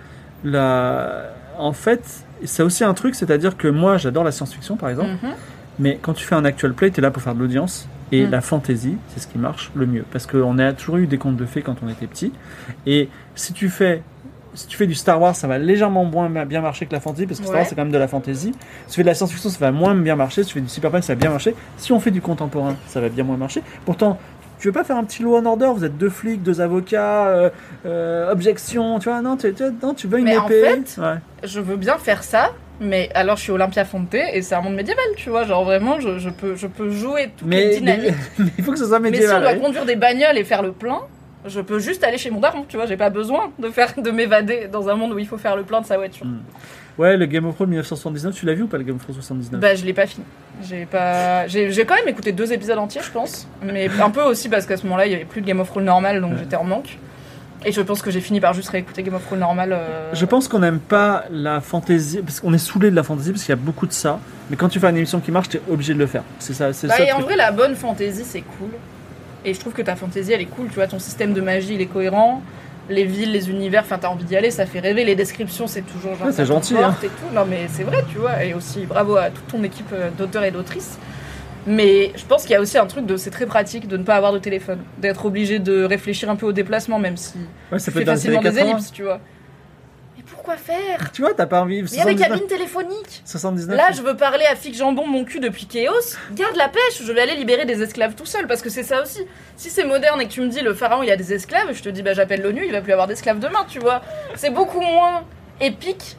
en fait c'est aussi un truc, c'est-à-dire que moi j'adore la science-fiction par exemple, Mais quand tu fais un actual play, t'es là pour faire de l'audience. Et la fantasy, c'est ce qui marche le mieux. Parce qu'on a toujours eu des contes de fées quand on était petit. Et si tu fais du Star Wars, ça va légèrement moins bien marcher que la fantasy, parce que Star Wars, c'est quand même de la fantasy. Si tu fais de la science-fiction, ça va moins bien marcher. Si tu fais du cyberpunk, ça va bien marcher. Si on fait du contemporain, ça va bien moins marcher. Pourtant, tu veux pas faire un petit Law and Order? Vous êtes 2 flics, 2 avocats, objection, tu vois? Non, tu veux une épée. En fait, je veux bien faire ça. Mais alors, je suis Olympia Fonte et c'est un monde médiéval, tu vois. Genre, vraiment, je peux jouer toutes les dynamiques. Mais il faut que ce soit médiéval. Mais si on doit conduire des bagnoles et faire le plein, je peux juste aller chez mon daron, tu vois. J'ai pas besoin de m'évader dans un monde où il faut faire le plein de sa voiture. Ouais, le Game of Thrones 1979, tu l'as vu ou pas, le Game of Thrones 79? Bah, je l'ai pas fini. J'ai quand même écouté 2 épisodes entiers, je pense. Mais un peu aussi parce qu'à ce moment-là, il y avait plus de Game of Thrones normal, donc j'étais en manque. Et je pense que j'ai fini par juste réécouter Game of Thrones normal. Je pense qu'on n'aime pas la fantasy, parce qu'on est saoulé de la fantasy, parce qu'il y a beaucoup de ça. Mais quand tu fais une émission qui marche, t'es obligé de le faire. C'est ça. Et en vrai, la bonne fantasy, c'est cool. Et je trouve que ta fantasy, elle est cool. Tu vois, ton système de magie, il est cohérent. Les villes, les univers, enfin, t'as envie d'y aller, ça fait rêver. Les descriptions, c'est toujours genre. C'est gentil, hein. Et tout. Non, mais c'est vrai, tu vois. Et aussi, bravo à toute ton équipe d'auteurs et d'autrices. Mais je pense qu'il y a aussi un truc c'est très pratique de ne pas avoir de téléphone, d'être obligé de réfléchir un peu au déplacement, même si ça tu fais facilement des ellipses, tu vois. Mais pourquoi faire? Tu vois, t'as pas envie. Il y a des cabines téléphoniques. 79. Là, je veux parler à Fig Jambon, mon cul depuis Chaos. Garde la pêche, je vais aller libérer des esclaves tout seul, parce que c'est ça aussi. Si c'est moderne et que tu me dis le pharaon, il y a des esclaves, je te dis j'appelle l'ONU, il va plus avoir d'esclaves demain, tu vois. C'est beaucoup moins épique.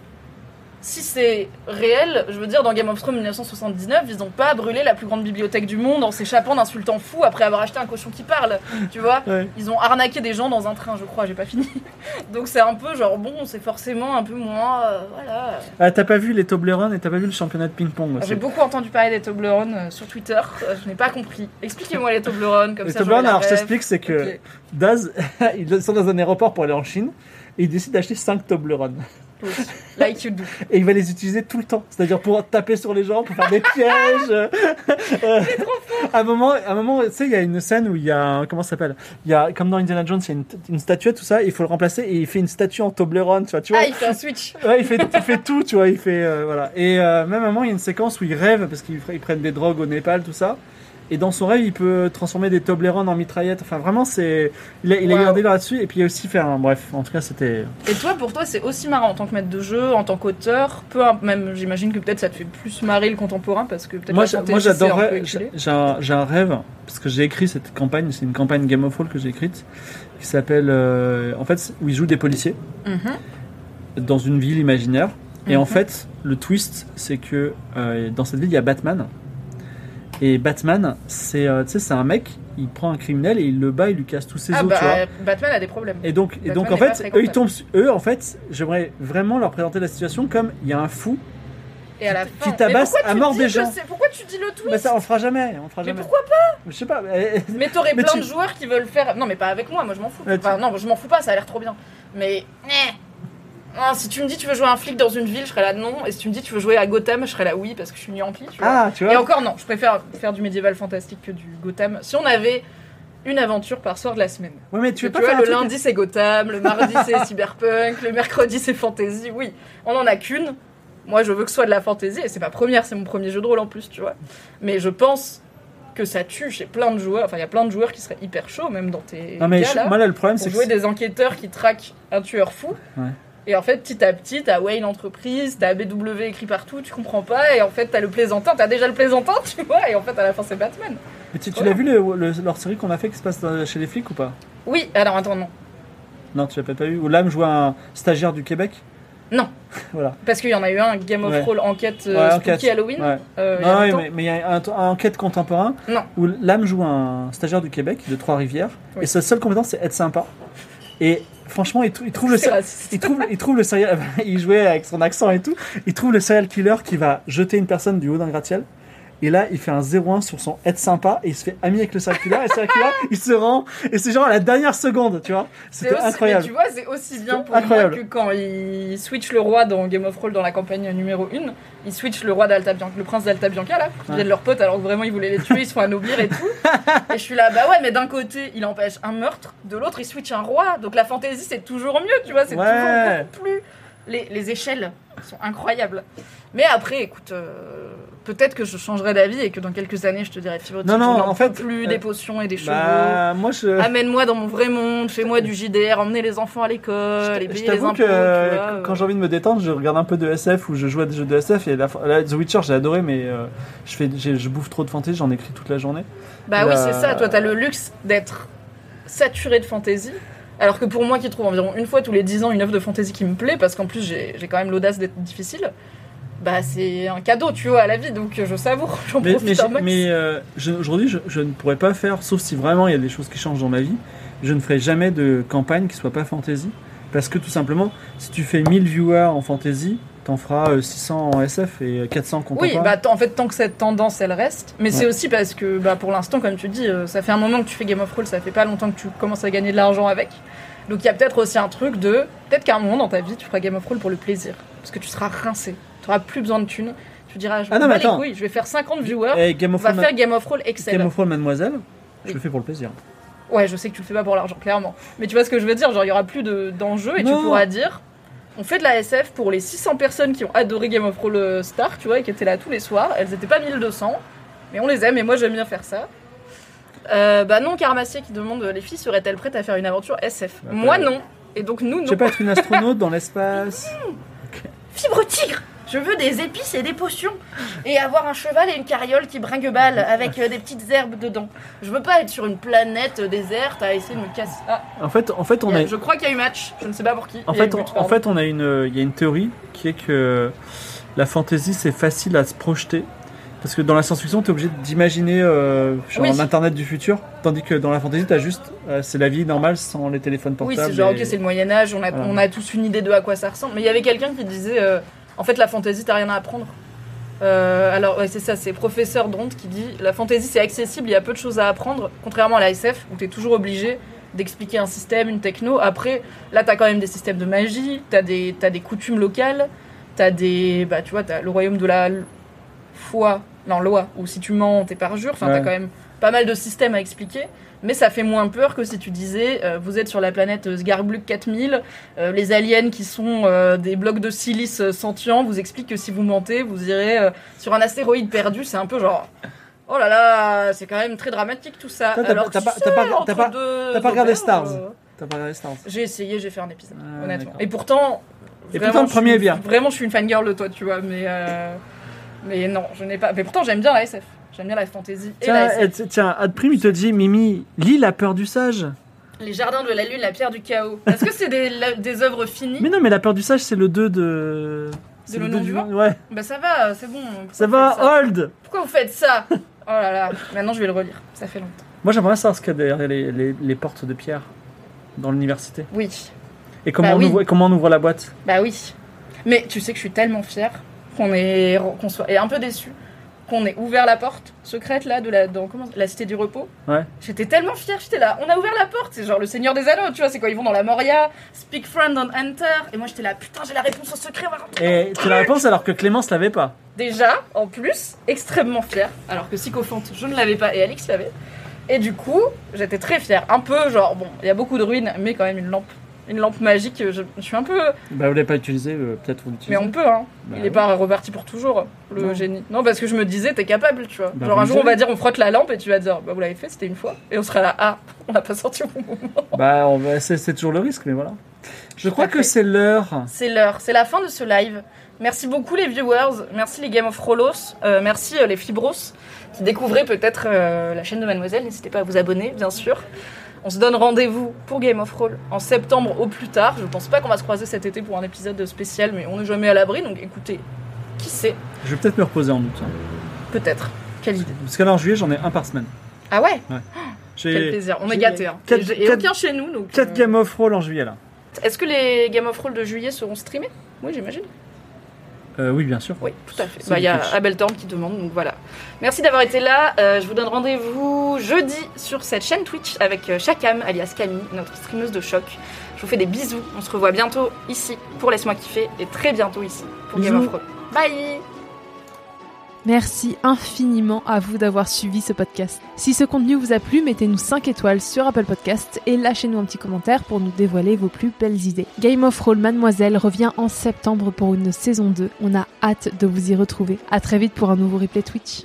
Si c'est réel, je veux dire, dans Game of Thrones 1979, ils n'ont pas brûlé la plus grande bibliothèque du monde en s'échappant d'un sultan fou après avoir acheté un cochon qui parle, tu vois. Ils ont arnaqué des gens dans un train, je crois, j'ai pas fini. Donc c'est un peu genre, bon, c'est forcément un peu moins, voilà. Ah, t'as pas vu les Toblerone et t'as pas vu le championnat de ping-pong aussi. J'ai beaucoup entendu parler des Toblerone sur Twitter, je n'ai pas compris. Expliquez-moi les Toblerone, comme les ça. Les Toblerone, alors je t'explique, c'est que Daz, ils sont dans un aéroport pour aller en Chine, et ils décident d'acheter 5 Toblerone. Like you do. Et il va les utiliser tout le temps, c'est-à-dire pour taper sur les gens, pour faire des pièges. C'est trop fort. À un moment, tu sais, il y a une scène où il y a comment ça s'appelle? Il y a comme dans Indiana Jones, il y a une statuette, tout ça, il faut le remplacer et il fait une statue en Toblerone, tu vois. Ah, il fait un switch. Ouais, il fait tout, tu vois, il fait voilà. Et même à un moment, il y a une séquence où il rêve parce qu'ils prennent des drogues au Népal, tout ça. Et dans son rêve, il peut transformer des Toblerone en mitraillettes. Enfin, vraiment, il a gardé là-dessus. Et puis, il a aussi fait bref, en tout cas, c'était... Et toi, pour toi, c'est aussi marrant en tant que maître de jeu, en tant qu'auteur. Même, j'imagine que peut-être ça te fait plus marrer le contemporain parce que peut-être moi, j'adorerais... J'ai un rêve, parce que j'ai écrit cette campagne. C'est une campagne Game of Thrones que j'ai écrite, qui s'appelle... en fait, où ils jouent des policiers dans une ville imaginaire. Et en fait, le twist, c'est que dans cette ville, il y a Batman. Et Batman, c'est un mec, il prend un criminel et il le bat, il lui casse tous ses os, tu vois. Batman a des problèmes. Et donc en fait, en fait, j'aimerais vraiment leur présenter la situation comme il y a un fou et à la fin, qui tabasse à mort des gens. Pourquoi tu dis le twist? Mais ça, on fera jamais. Mais pourquoi pas? Je sais pas. Mais t'aurais plein de joueurs qui veulent faire... Non, mais pas avec moi je m'en fous. Enfin, non, je m'en fous pas, ça a l'air trop bien. Mais... Non, si tu me dis tu veux jouer un flic dans une ville, je serais là non. Et si tu me dis tu veux jouer à Gotham, je serais là oui parce que je suis Yankee, tu vois. Ah, tu vois. Et encore non, je préfère faire du médiéval fantastique que du Gotham. Si on avait une aventure par soir de la semaine. Ouais, mais tu veux pas faire le lundi c'est Gotham, le mardi c'est cyberpunk, le mercredi c'est fantasy. Oui, on en a qu'une. Moi, je veux que ce soit de la fantasy et c'est ma première, c'est mon premier jeu de rôle en plus, tu vois. Mais je pense que ça tue chez plein de joueurs. Enfin, il y a plein de joueurs qui seraient hyper chauds même dans tes non, mais cas, là, moi là le problème c'est jouer des enquêteurs qui traquent un tueur fou. Ouais. Et en fait, petit à petit, t'as Wayne Entreprise, t'as BW écrit partout, tu comprends pas, et en fait, t'as le plaisantin, t'as déjà le plaisantin, tu vois, et en fait, à la fin, c'est Batman. Mais tu l'as vu leur série qu'on a fait qui se passe chez les flics ou pas? Oui, alors attends, non. Non, tu l'as peut-être pas vu. Où Lame joue un stagiaire du Québec? Non. Voilà. Parce qu'il y en a eu un Game of Thrones enquête Spooky Halloween. Ouais. Non, mais il y a un enquête contemporain où Lame joue un stagiaire du Québec de Trois-Rivières, et sa seule compétence, c'est être sympa. Et franchement, il trouve le serial, il jouait avec son accent et tout. Il trouve le serial killer qui va jeter une personne du haut d'un gratte-ciel. Et là, il fait un 0-1 sur son être sympa et il se fait ami avec le serial killer. Et le serial killer, il se rend. Et c'est genre à la dernière seconde, tu vois. C'était incroyable. Mais tu vois, c'est aussi bien pour moi que quand il switch le roi dans Game of Thrones dans la campagne numéro 1. Il switch le roi d'Alta Bianca, le prince d'Alta Bianca, là, qui viennent leurs potes alors que vraiment ils voulaient les tuer, ils se font anoblir et tout. Et je suis là, bah ouais, mais d'un côté, il empêche un meurtre, de l'autre, il switch un roi. Donc la fantasy, c'est toujours mieux, tu vois, c'est toujours beaucoup plus. Les échelles sont incroyables. Mais après, écoute, peut-être que je changerai d'avis et que dans quelques années, je te dirai Fibrotique, Non, je n'en en fait, peux plus des potions et des chevaux. Moi, Amène-moi dans mon vrai monde, fais-moi du JDR, emmener les enfants à l'école, et je payer les t'avoue impôts. que quand j'ai envie de me détendre, je regarde un peu de SF ou je joue à des jeux de SF. Et là, The Witcher, j'ai adoré, mais je bouffe trop de fantasy, j'en écris toute la journée. Bah oui, c'est ça. Toi, t'as le luxe d'être saturé de fantasy. Alors que pour moi, qui trouve environ une fois tous les 10 ans une œuvre de fantasy qui me plaît, parce qu'en plus, j'ai quand même l'audace d'être difficile, bah c'est un cadeau, tu vois, à la vie, donc je savoure, j'en profite un max. Aujourd'hui, je ne pourrais pas faire, sauf si vraiment il y a des choses qui changent dans ma vie, je ne ferai jamais de campagne qui soit pas fantasy. Parce que tout simplement, si tu fais 1000 viewers en fantasy, t'en feras 600 en SF et 400 contemporains. Oui, bah en fait, tant que cette tendance, elle reste. Mais c'est aussi parce que, bah, pour l'instant, comme tu dis, ça fait un moment que tu fais Game of Thrones, ça fait pas longtemps que tu commences à gagner de l'argent avec. Donc il y a peut-être aussi un truc de... Peut-être qu'à un moment dans ta vie, tu feras Game of Thrones pour le plaisir. Parce que tu seras rincé. Tu n'auras plus besoin de thunes. Tu diras, je les couilles, je vais faire 50 viewers, on va faire Game of Thrones Excel. Game of Thrones Mademoiselle, je le fais pour le plaisir. Ouais, je sais que tu le fais pas pour l'argent, clairement. Mais tu vois ce que je veux dire, genre il y aura plus d'enjeux et tu pourras dire... On fait de la SF pour les 600 personnes qui ont adoré Game of Thrones Star, tu vois, et qui étaient là tous les soirs. Elles étaient pas 1200, mais on les aime et moi j'aime bien faire ça. Bah non, Carmassier qui demande les filles seraient-elles prêtes à faire une aventure SF ? Moi non. Et donc nous non. Je vais pas être une astronaute dans l'espace. Fibre tigre. Je veux des épices et des potions. Et avoir un cheval et une carriole qui bringue-balle avec des petites herbes dedans. Je veux pas être sur une planète déserte à essayer de me casser. Ah. En fait, on a... Je crois qu'il y a eu match. Je ne sais pas pour qui. En fait, il y a une théorie qui est que la fantasy, c'est facile à se projeter. Parce que dans la science-fiction, t'es obligé d'imaginer un internet du futur. Tandis que dans la fantasy, t'as juste... c'est la vie normale sans les téléphones portables. Oui, c'est genre, ok, c'est le Moyen-Âge. On a tous une idée de à quoi ça ressemble. Mais il y avait quelqu'un qui disait... En fait, la fantasy, t'as rien à apprendre. Alors, ouais, c'est ça, c'est Professeur Dronte qui dit la fantasy, c'est accessible, il y a peu de choses à apprendre, contrairement à la SF, où t'es toujours obligé d'expliquer un système, une techno. Après, là, t'as quand même des systèmes de magie, t'as des coutumes locales, t'as des... Bah, tu vois, t'as le royaume de la loi, où si tu mens, t'es parjure. Enfin, t'as quand même pas mal de systèmes à expliquer. Mais ça fait moins peur que si tu disais vous êtes sur la planète Sgarbluck 4000, les aliens qui sont des blocs de silice sentients vous expliquent que si vous mentez, vous irez sur un astéroïde perdu. C'est un peu genre oh là là, c'est quand même très dramatique tout ça. T'as pas regardé Stars. T'as pas regardé Stars. J'ai essayé, j'ai fait un épisode, honnêtement. Et pourtant, le premier est bien. Vraiment, je suis une fangirl de toi, tu vois, mais non, je n'ai pas. Mais pourtant, j'aime bien la SF. J'aime bien la fantasy et la SF. Tiens, Adprime, il te dit, Mimi, lis La peur du sage. Les jardins de la lune, la pierre du chaos. Est-ce que c'est des œuvres finies ? Mais non, mais La peur du sage, c'est le 2 de... De Le nom du vent ? Ouais. Bah ça va, c'est bon. Ça va, Hold. Pourquoi vous faites ça ? Oh là là, maintenant je vais le relire, ça fait longtemps. Moi, j'aimerais savoir ce qu'il y a derrière les portes de pierre dans l'université. Oui. Et comment on ouvre la boîte ? Bah oui. Mais tu sais que je suis tellement fière qu'on soit et un peu déçue qu'on ait ouvert la porte secrète là dans la cité du repos. Ouais. J'étais tellement fière, j'étais là. On a ouvert la porte, c'est genre le Seigneur des Anneaux, tu vois, c'est quand ils vont dans la Moria, speak friend and enter. Et moi j'étais là, putain, j'ai la réponse au secret, on va rentrer. Et tu as la réponse alors que Clémence l'avait pas. Déjà, en plus, extrêmement fière, alors que Sycophante, je ne l'avais pas et Alix l'avait. Et du coup, j'étais très fière. Un peu genre, bon, il y a beaucoup de ruines, mais quand même une lampe magique, je suis un peu... Bah vous l'avez pas utilisé, peut-être vous l'utilisez. Mais on peut, hein. Bah il est pas reparti pour toujours, le génie. Non, parce que je me disais, t'es capable, tu vois. Bah genre un jour, on va dire, on frotte la lampe et tu vas dire, bah vous l'avez fait, c'était une fois. Et on sera là, ah, on l'a pas sorti au bon moment. Bah c'est toujours le risque, mais voilà. Je crois que c'est l'heure. C'est l'heure, c'est la fin de ce live. Merci beaucoup les viewers, merci les Game of Thrones, merci les Fibros qui découvraient peut-être la chaîne de Mademoiselle. N'hésitez pas à vous abonner, bien sûr. On se donne rendez-vous pour Game of Thrones en septembre au plus tard. Je pense pas qu'on va se croiser cet été pour un épisode spécial, mais on n'est jamais à l'abri, donc écoutez, qui sait ? Je vais peut-être me reposer en août. Hein. Peut-être. Quelle idée ? Parce qu'à en juillet, j'en ai un par semaine. Ah ouais ? Ouais. Quel plaisir, on est gâtés. Hein. Et aucun chez nous. Donc, 4 Game of Thrones en juillet là. Est-ce que les Game of Thrones de juillet seront streamés ? Oui, j'imagine. Oui, bien sûr. Oui, tout à fait. Il y a Abel Thorne qui demande, donc voilà. Merci d'avoir été là. Je vous donne rendez-vous jeudi sur cette chaîne Twitch avec Chakam, alias Camille, notre streameuse de choc. Je vous fais des bisous. On se revoit bientôt ici pour Laisse-moi kiffer et très bientôt ici pour Game of Thrones. Bye! Merci infiniment à vous d'avoir suivi ce podcast. Si ce contenu vous a plu, mettez-nous 5 étoiles sur Apple Podcast et lâchez-nous un petit commentaire pour nous dévoiler vos plus belles idées. Game of Roll Mademoiselle revient en septembre pour une saison 2. On a hâte de vous y retrouver. À très vite pour un nouveau replay Twitch.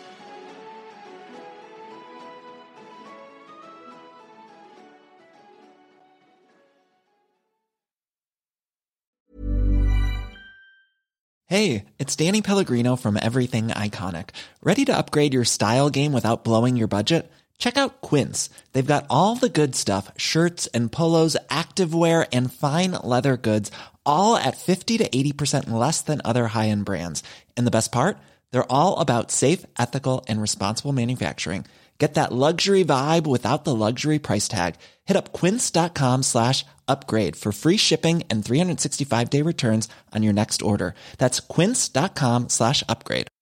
Hey, it's Danny Pellegrino from Everything Iconic. Ready to upgrade your style game without blowing your budget? Check out Quince. They've got all the good stuff, shirts and polos, activewear, and fine leather goods, all at 50 to 80% less than other high-end brands. And the best part? They're all about safe, ethical, and responsible manufacturing. Get that luxury vibe without the luxury price tag. Hit up quince.com/upgrade for free shipping and 365-day returns on your next order. That's quince.com/upgrade.